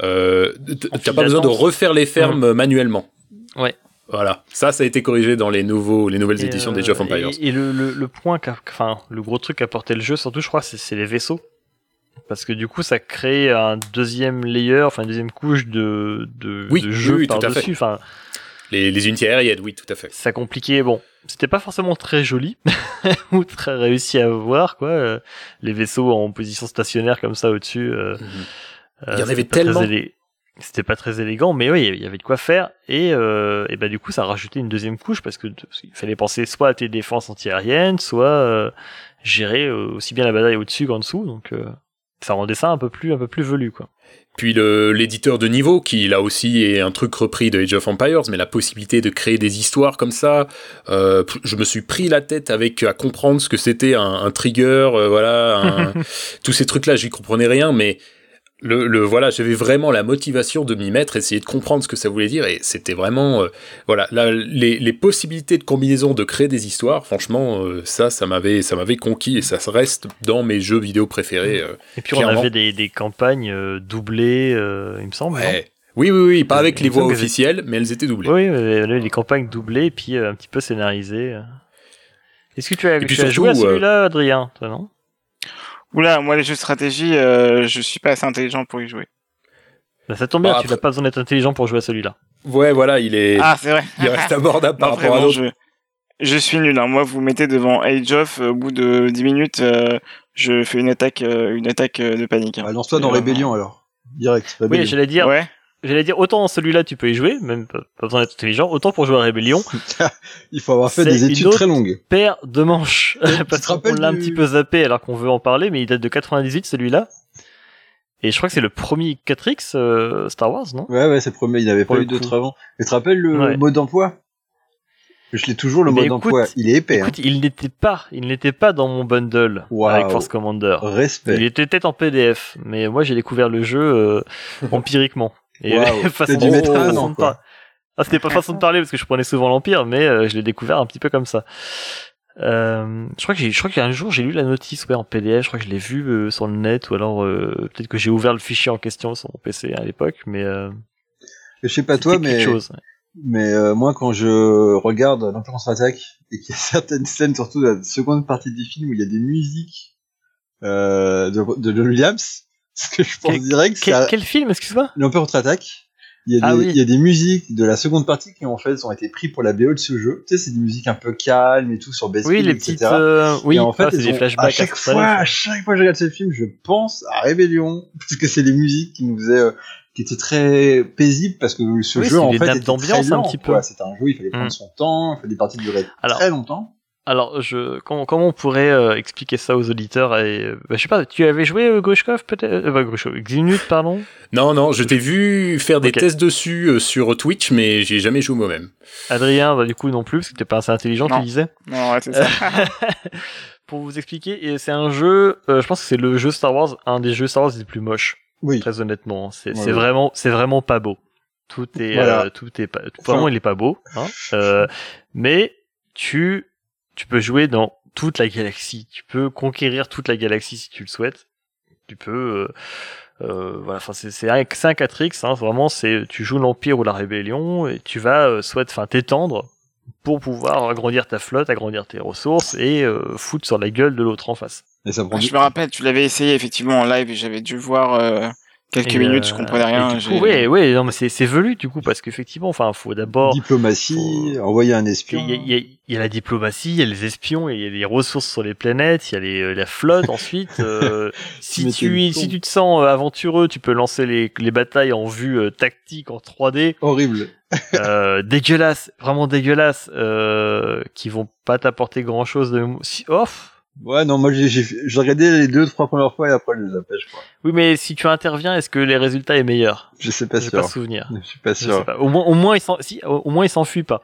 t'as pas besoin de refaire les fermes manuellement. Ouais. Voilà, ça a été corrigé dans les nouvelles éditions d'Age of Empires. Et le point, le gros truc qu'apportait le jeu, surtout, je crois, c'est les vaisseaux. Parce que du coup, ça crée un deuxième layer, enfin une deuxième couche de jeu tout à fait. par-dessus. Enfin, les unités aériennes, oui, tout à fait. ça compliquait. Bon, c'était pas forcément très joli ou très réussi à voir, quoi. Les vaisseaux en position stationnaire comme ça au-dessus. Il y en avait tellement. C'était pas très élégant, mais oui, il y avait de quoi faire. Et du coup, ça a rajouté une deuxième couche parce qu'il fallait penser soit à tes défenses antiaériennes, soit gérer aussi bien la bataille au-dessus qu'en dessous. Donc ça rendait ça un peu plus velu, quoi. Puis l'éditeur de niveau, qui là aussi est un truc repris de Age of Empires, mais la possibilité de créer des histoires comme ça, je me suis pris la tête à comprendre ce que c'était un trigger, tous ces trucs-là, j'y comprenais rien, mais j'avais vraiment la motivation de m'y mettre, essayer de comprendre ce que ça voulait dire, et c'était vraiment, les possibilités de combinaison, de créer des histoires, franchement, ça m'avait conquis, et ça reste dans mes jeux vidéo préférés. Et puis clairement. on avait des campagnes doublées, il me semble. Ouais. Oui, pas avec les voix que officielles, mais elles étaient doublées. Oui, on avait des campagnes doublées, et puis un petit peu scénarisées. Est-ce que tu as surtout, joué à celui-là, Adrien, toi, non? Oula, moi les jeux de stratégie, je suis pas assez intelligent pour y jouer. Bah, ça tombe bien, tu après- n'as pas besoin d'être intelligent pour jouer à celui-là. Ouais, voilà, il C'est vrai. reste abordable par Non, rapport à vraiment, d'autres. je suis nul. Hein. Moi, vous mettez devant Age of, au bout de 10 minutes, je fais une attaque de panique. Hein. Bah, lance-toi dans Vraiment. Rébellion alors. Direct. Oui, Rébellion. j'allais dire, autant dans celui-là tu peux y jouer, même pas besoin d'être intelligent, autant pour jouer à Rébellion, Il faut avoir fait c'est des une études autre- très longues. paire de manches. Tu Parce te qu'on rappelles l'a un du- petit peu zappé alors qu'on veut en parler, mais il date de 98 celui-là. Et je crois que c'est le premier 4X Star Wars, non? Ouais, c'est le premier, il n'y avait Pour pas le eu coup. d'autres avant. Mais tu te rappelles le Ouais. mode d'emploi? Je l'ai toujours le Mais mode écoute, d'emploi. Il est épais. Écoute, il n'était pas dans mon bundle Waouh. avec Force Commander. Respect. Il était peut-être en PDF, mais moi j'ai découvert le jeu empiriquement. Et Waouh. façon, T'as dû mettre un façon an, de quoi. Ah, c'était pas façon de parler parce que je prenais souvent l'Empire, mais je l'ai découvert un petit peu comme ça. Je crois qu'un jour j'ai lu la notice en PDF, je crois que je l'ai vu sur le net, ou alors peut-être que j'ai ouvert le fichier en question sur mon PC à l'époque, mais Je sais pas c'était toi, quelque chose. mais moi quand je regarde l'Empire contre-attaque et qu'il y a certaines scènes, surtout la seconde partie du film où il y a des musiques de John Williams, ce que je pense direct, c'est Quel film, excuse-moi? l'Empire contre-attaque. Il y a des musiques de la seconde partie qui en fait ont été pris pour la BO de ce jeu. Tu sais, c'est des musiques un peu calmes et tout sur Best Oui, Field, les etc. petites, oui, et en fait, c'est des flashbacks. à chaque fois que je regarde ce film, je pense à Rébellion, parce que c'est des musiques qui nous faisaient, qui étaient très paisibles, parce que ce Oui, jeu c'est en des fait nappes était d'ambiance très lent, un petit peu. quoi. C'était un jeu, il fallait prendre son temps, il fallait des parties duraient très longtemps. Alors, comment on pourrait expliquer ça aux auditeurs et, je sais pas, tu avais joué Grushkov peut-être, Grushkov, Xinut, pardon. Non, je t'ai vu faire des Ok. tests dessus sur Twitch, mais j'ai jamais joué moi-même. Adrien, du coup non plus, parce que t'es pas assez intelligent, Non. tu disais. Non, ouais, c'est ça. Pour vous expliquer, et c'est un jeu, je pense que c'est le jeu Star Wars, un des jeux Star Wars les plus moches. Oui. Très honnêtement, c'est Ouais. c'est vraiment pas beau. Tout est Voilà. vraiment il est pas beau, hein. Mais tu peux jouer dans toute la galaxie. Tu peux conquérir toute la galaxie si tu le souhaites. Tu peux voilà, enfin c'est un 4X, hein, vraiment tu joues l'Empire ou la Rébellion et tu vas t'étendre pour pouvoir agrandir ta flotte, agrandir tes ressources et foutre sur la gueule de l'autre en face. Et ça prend Je me rappelle, tu l'avais essayé effectivement en live et j'avais dû voir quelques minutes, je comprenais rien. Et du coup, ouais, non, mais c'est velu du coup parce qu'effectivement, enfin, faut d'abord diplomatie, envoyer un espion. Il y a la diplomatie, il y a les espions, il y a les ressources sur les planètes, il y a la flotte ensuite. Si tu te sens aventureux, tu peux lancer les batailles en vue tactique en 3D. Horrible. Dégueulasse, vraiment dégueulasse, qui vont pas t'apporter grand chose de off. Ouais, non, moi j'ai regardé les 2-3 premières fois et après je les appelle, je crois. Oui, mais si tu interviens, est-ce que les résultats est meilleur? Je sais pas J'ai sûr. pas souvenir. Je suis pas sûr. Au moins au moins il s'enfuit pas.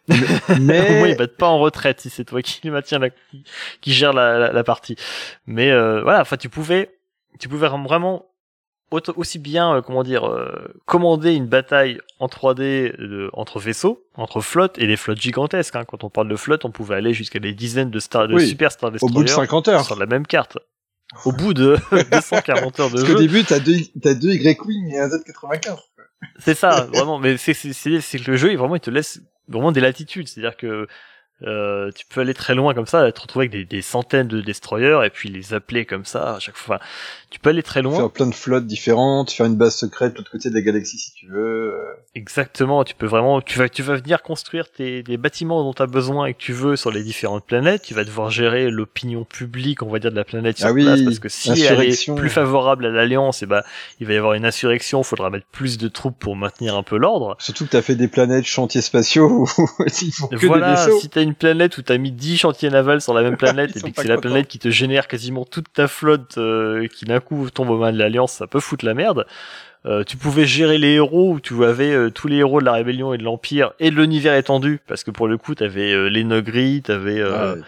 Mais au moins il va pas en retraite si c'est toi qui maintient qui gère la partie. Mais voilà, enfin tu pouvais vraiment aussi bien commander une bataille en 3D entre vaisseaux, entre flottes et des flottes gigantesques, hein. Quand on parle de flotte, on pouvait aller jusqu'à des dizaines de Super Star Destroyer au bout de 50 heures sur la même carte. Au bout de 240 heures de Parce jeu. qu'au début, t'as deux Y-Wing et un Z95. C'est ça, vraiment, mais c'est que le jeu, il te laisse vraiment des latitudes, c'est-à-dire que tu peux aller très loin comme ça, te retrouver avec des centaines de destroyers et puis les appeler comme ça à chaque fois. Enfin, tu peux aller très loin. Faire plein de flottes différentes, faire une base secrète de l'autre côté de la galaxie si tu veux. Exactement, tu vas venir construire des bâtiments dont tu as besoin et que tu veux sur les différentes planètes. Tu vas devoir gérer l'opinion publique, on va dire, de la planète sur place, parce que si elle est plus favorable à l'Alliance, il va y avoir une insurrection, il faudra mettre plus de troupes pour maintenir un peu l'ordre. Surtout que t'as fait des planètes chantiers spatiaux où il faut que des vaisseaux. Si t'as une planète où t'as mis 10 chantiers navals sur la même planète et puis que c'est la planète qui te génère quasiment toute ta flotte qui d'un coup tombe aux mains de l'Alliance, ça peut foutre la merde. Tu pouvais gérer les héros où tu avais tous les héros de la Rébellion et de l'Empire et de l'univers étendu, parce que pour le coup t'avais les Nogri, t'avais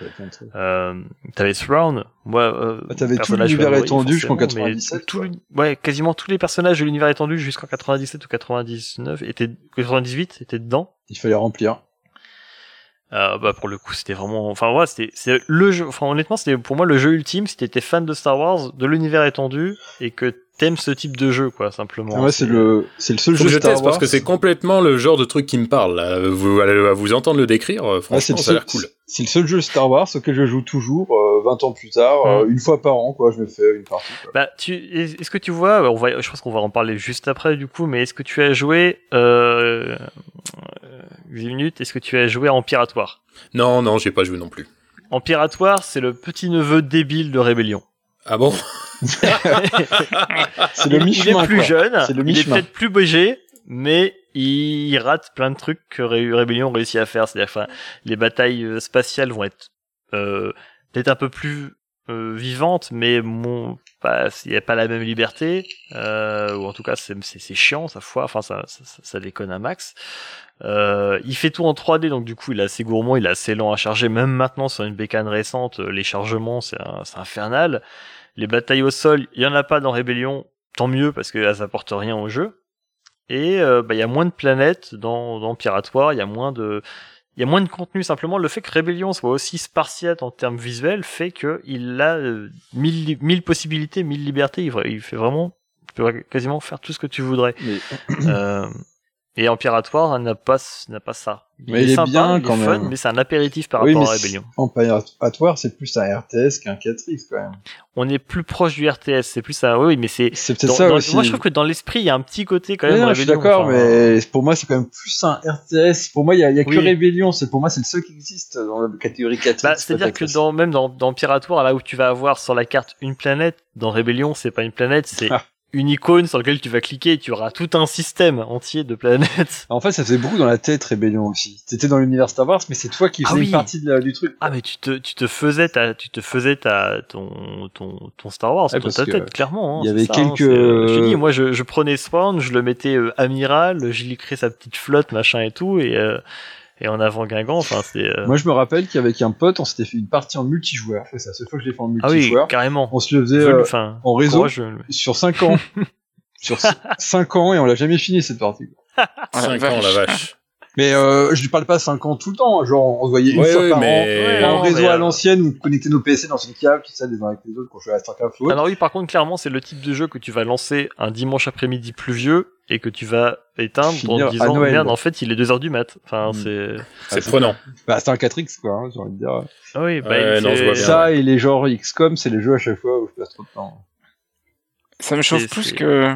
Thrawn. Moi, t'avais tout l'univers étendu jusqu'en 97. Quasiment tous les personnages de l'univers étendu jusqu'en 97 ou 98 étaient dedans. Il fallait remplir. Pour le coup c'était vraiment, c'est le jeu, honnêtement c'était pour moi le jeu ultime si t'étais fan de Star Wars, de l'univers étendu et que t'aimes ce type de jeu, quoi, simplement. Ah ouais, c'est le seul jeu Star Wars. Parce que c'est complètement le genre de truc qui me parle, là. Vous allez vous entendre le décrire, franchement, ça a l'air cool. C'est le seul jeu Star Wars auquel je joue toujours, 20 ans plus tard, une fois par an, quoi, je me fais une partie, quoi. Est-ce que tu vois, je pense qu'on va en parler juste après, du coup, mais est-ce que tu as joué, 10 minutes, est-ce que tu as joué à Empiratoire? Non, j'ai pas joué non plus. Empiratoire, c'est le petit-neveu débile de Rébellion. Ah bon? C'est le mi-chemin, il est plus quoi. jeune, il est mi-chemin. peut-être plus BG, mais il rate plein de trucs que Rébellion réussit à faire. C'est-à-dire, les batailles spatiales vont être peut-être un peu plus vivante, mais il y a pas la même liberté, ou en tout cas c'est chiant, ça déconne à max. Il fait tout en 3D, donc du coup il est assez gourmand, il est assez lent à charger, même maintenant sur une bécane récente, les chargements c'est infernal. Les batailles au sol, il y en a pas dans Rebellion, tant mieux parce qu'elles apportent rien au jeu. Et il y a moins de planètes dans Piratoire, il y a moins de contenu. Simplement le fait que Rebellion soit aussi spartiate en termes visuels fait que il a 1000 possibilités, 1000 libertés. Il fait vraiment, tu peux quasiment faire tout ce que tu voudrais. Et en Piratoire, n'a pas ça. Mais il est sympa, bien il est quand fun, même. mais c'est un apéritif par rapport à Rebellion. En Piratoire, c'est plus un RTS qu'un 4X quand même. On est plus proche du RTS, c'est plus ça. Oui, mais c'est peut-être ça aussi. Moi, je trouve que dans l'esprit, il y a un petit côté quand même. Non, Rebellion, je suis d'accord, mais pour moi, c'est quand même plus un RTS. Pour moi, il y a que Rebellion. Pour moi, c'est le seul qui existe dans la catégorie 4X. C'est-à-dire que même dans Piratoire, là où tu vas avoir sur la carte une planète, dans Rebellion, c'est pas une planète, c'est une icône sur laquelle tu vas cliquer et tu auras tout un système entier de planètes. En fait, ça faisait beaucoup dans la tête, Rebellion aussi. T'étais dans l'univers Star Wars, mais c'est toi qui faisais une partie du truc. Ah, mais tu te faisais ton Star Wars dans ta tête, clairement. Il y avait quelques... je te dis, moi, je prenais Spawn, je le mettais amiral, je lui créais sa petite flotte, machin et tout, et en avant Guingamp, Moi, je me rappelle qu'avec un pote, on s'était fait une partie en multijoueur. C'est la seule fois que je l'ai fait en multijoueur. Ah oui, carrément. On se le faisait en réseau sur 5 ans. Sur 5 ans, et on l'a jamais fini, cette partie. 5 ans, la vache. Mais je lui parle pas 5 ans tout le temps, genre on se voyait une fois par an, en réseau à l'ancienne, où on connectait nos PC dans une câble, tout ça, les uns avec les autres, quand je jouais à StarCraft. Alors oui, par contre, clairement, c'est le type de jeu que tu vas lancer un dimanche après-midi pluvieux, et que tu vas éteindre en disant, merde, en fait, il est 2h du mat. C'est prenant. C'est un 4X, quoi, j'ai envie de dire. Ah oui, non, je vois bien. Ça, et les genres XCOM, c'est les jeux à chaque fois où je passe trop de temps. Ça me chauffe plus que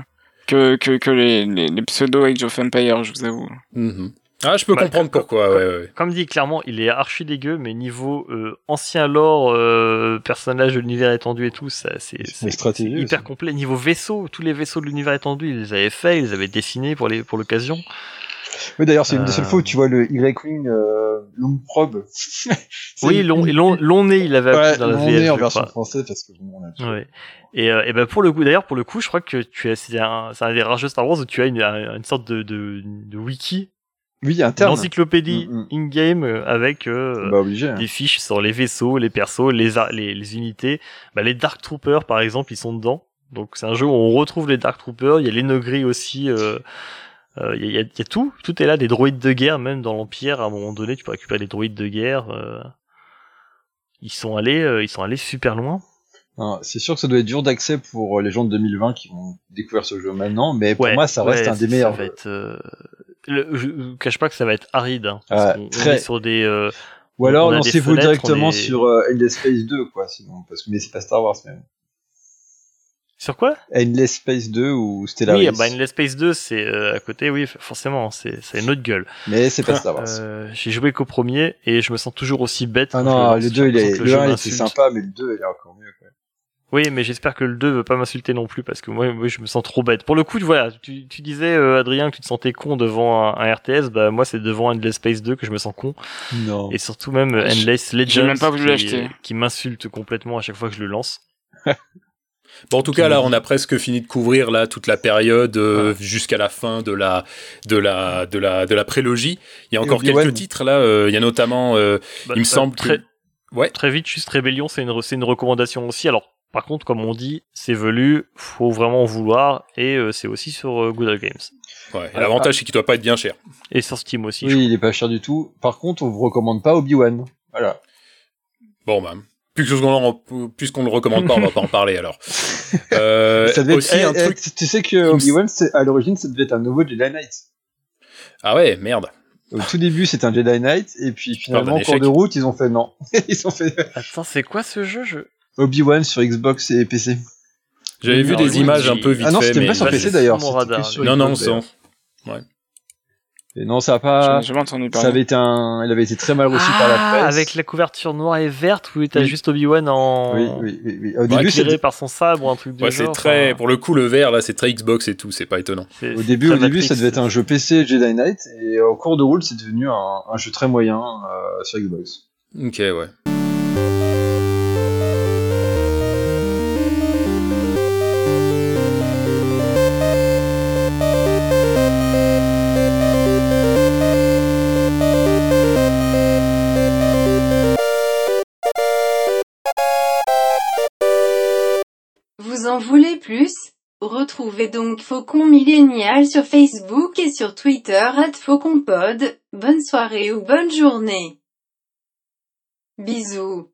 les pseudo Age of Empires, je vous avoue. Ah, je peux comprendre pourquoi, Comme dit, clairement, il est archi dégueu, mais niveau ancien lore, personnage de l'univers étendu et tout, c'est hyper aussi. complet. Niveau vaisseau, tous les vaisseaux de l'univers étendu, ils les avaient faits, ils les avaient dessinés pour l'occasion. Oui, d'ailleurs, c'est une des seules fois où tu vois le Y-Wing long probe. Oui, long nez, il avait appris dans la VF, en version française, parce que bon, on a ouais. Et ben pour le coup, je crois que c'est un des rares jeux Star Wars où tu as une sorte de wiki. Oui, interne. Une encyclopédie in-game avec des fiches sur les vaisseaux, les persos, les unités. Les Dark Troopers, par exemple, ils sont dedans. Donc c'est un jeu où on retrouve les Dark Troopers. Il y a les Noghri aussi. Il y a tout est là, des droïdes de guerre, même dans l'Empire. À un moment donné, tu peux récupérer des droïdes de guerre. Ils sont allés super loin. C'est sûr que ça doit être dur d'accès pour les gens de 2020 qui vont découvrir ce jeu maintenant, mais pour moi, ça reste un des meilleurs. Je cache pas que ça va être aride. On est sur des. Ou alors lancez-vous directement sur Endless Space 2, quoi, sinon, mais c'est pas Star Wars même. Sur quoi? Endless Space 2 ou Stellaris. Oui, Endless Space 2, c'est à côté, oui, forcément, c'est une autre gueule. Mais c'est pas Star Wars. J'ai joué qu'au premier et je me sens toujours aussi bête. Ah non, le 2, le 1 était sympa, mais le 2, il est encore mieux, quoi. Oui, mais j'espère que le 2 veut pas m'insulter non plus parce que moi je me sens trop bête. Pour le coup, voilà, tu disais Adrien que tu te sentais con devant un RTS, moi c'est devant Endless Space 2 que je me sens con. Non. Et surtout même Endless Legends j'ai même pas voulu l'acheter. Qui m'insulte complètement à chaque fois que je le lance. Bon, en tout cas, là, on a presque fini de couvrir là toute la période jusqu'à la fin de la prélogie. Il y a encore quelques titres là. Il y a notamment, il me semble très vite, juste Rebellion, c'est une recommandation aussi. Alors, par contre, comme on dit, c'est velu, faut vraiment en vouloir, et c'est aussi sur Good Old Games. Ouais. Et l'avantage, c'est qu'il doit pas être bien cher. Et sur Steam aussi. Oui, il est pas cher du tout. Par contre, on vous recommande pas Obi-Wan. Voilà. Bon, puisqu'on le recommande pas, on va pas en parler alors. Ça devait aussi un truc. Tu sais que Obi-Wan, à l'origine, ça devait être un nouveau Jedi Knight. Ah ouais, merde. Au tout début, c'était un Jedi Knight, et puis finalement, en cours de route, ils ont fait non. Attends, c'est quoi ce jeu? Obi-Wan sur Xbox et PC. J'avais vu des images un peu vite fait. Ah non, c'était pas sur PC d'ailleurs. Non, sans. Ouais. Et non, ça a pas. J'ai jamais entendu parler. Ça avait été il avait été très mal reçu par la presse. Avec la couverture noire et verte où t'as juste Obi-Wan en. Oui. Au début, éclairé par son sabre ou un truc du genre. C'est très. Pour le coup, le vert là, c'est très Xbox et tout. C'est pas étonnant. Au début, ça devait être un jeu PC Jedi Knight, et au cours de route, c'est devenu un jeu très moyen sur Xbox. Ok, ouais. Vous en voulez plus? Retrouvez donc Faucon Millénial sur Facebook et sur Twitter @FauconPod. Bonne soirée ou bonne journée. Bisous.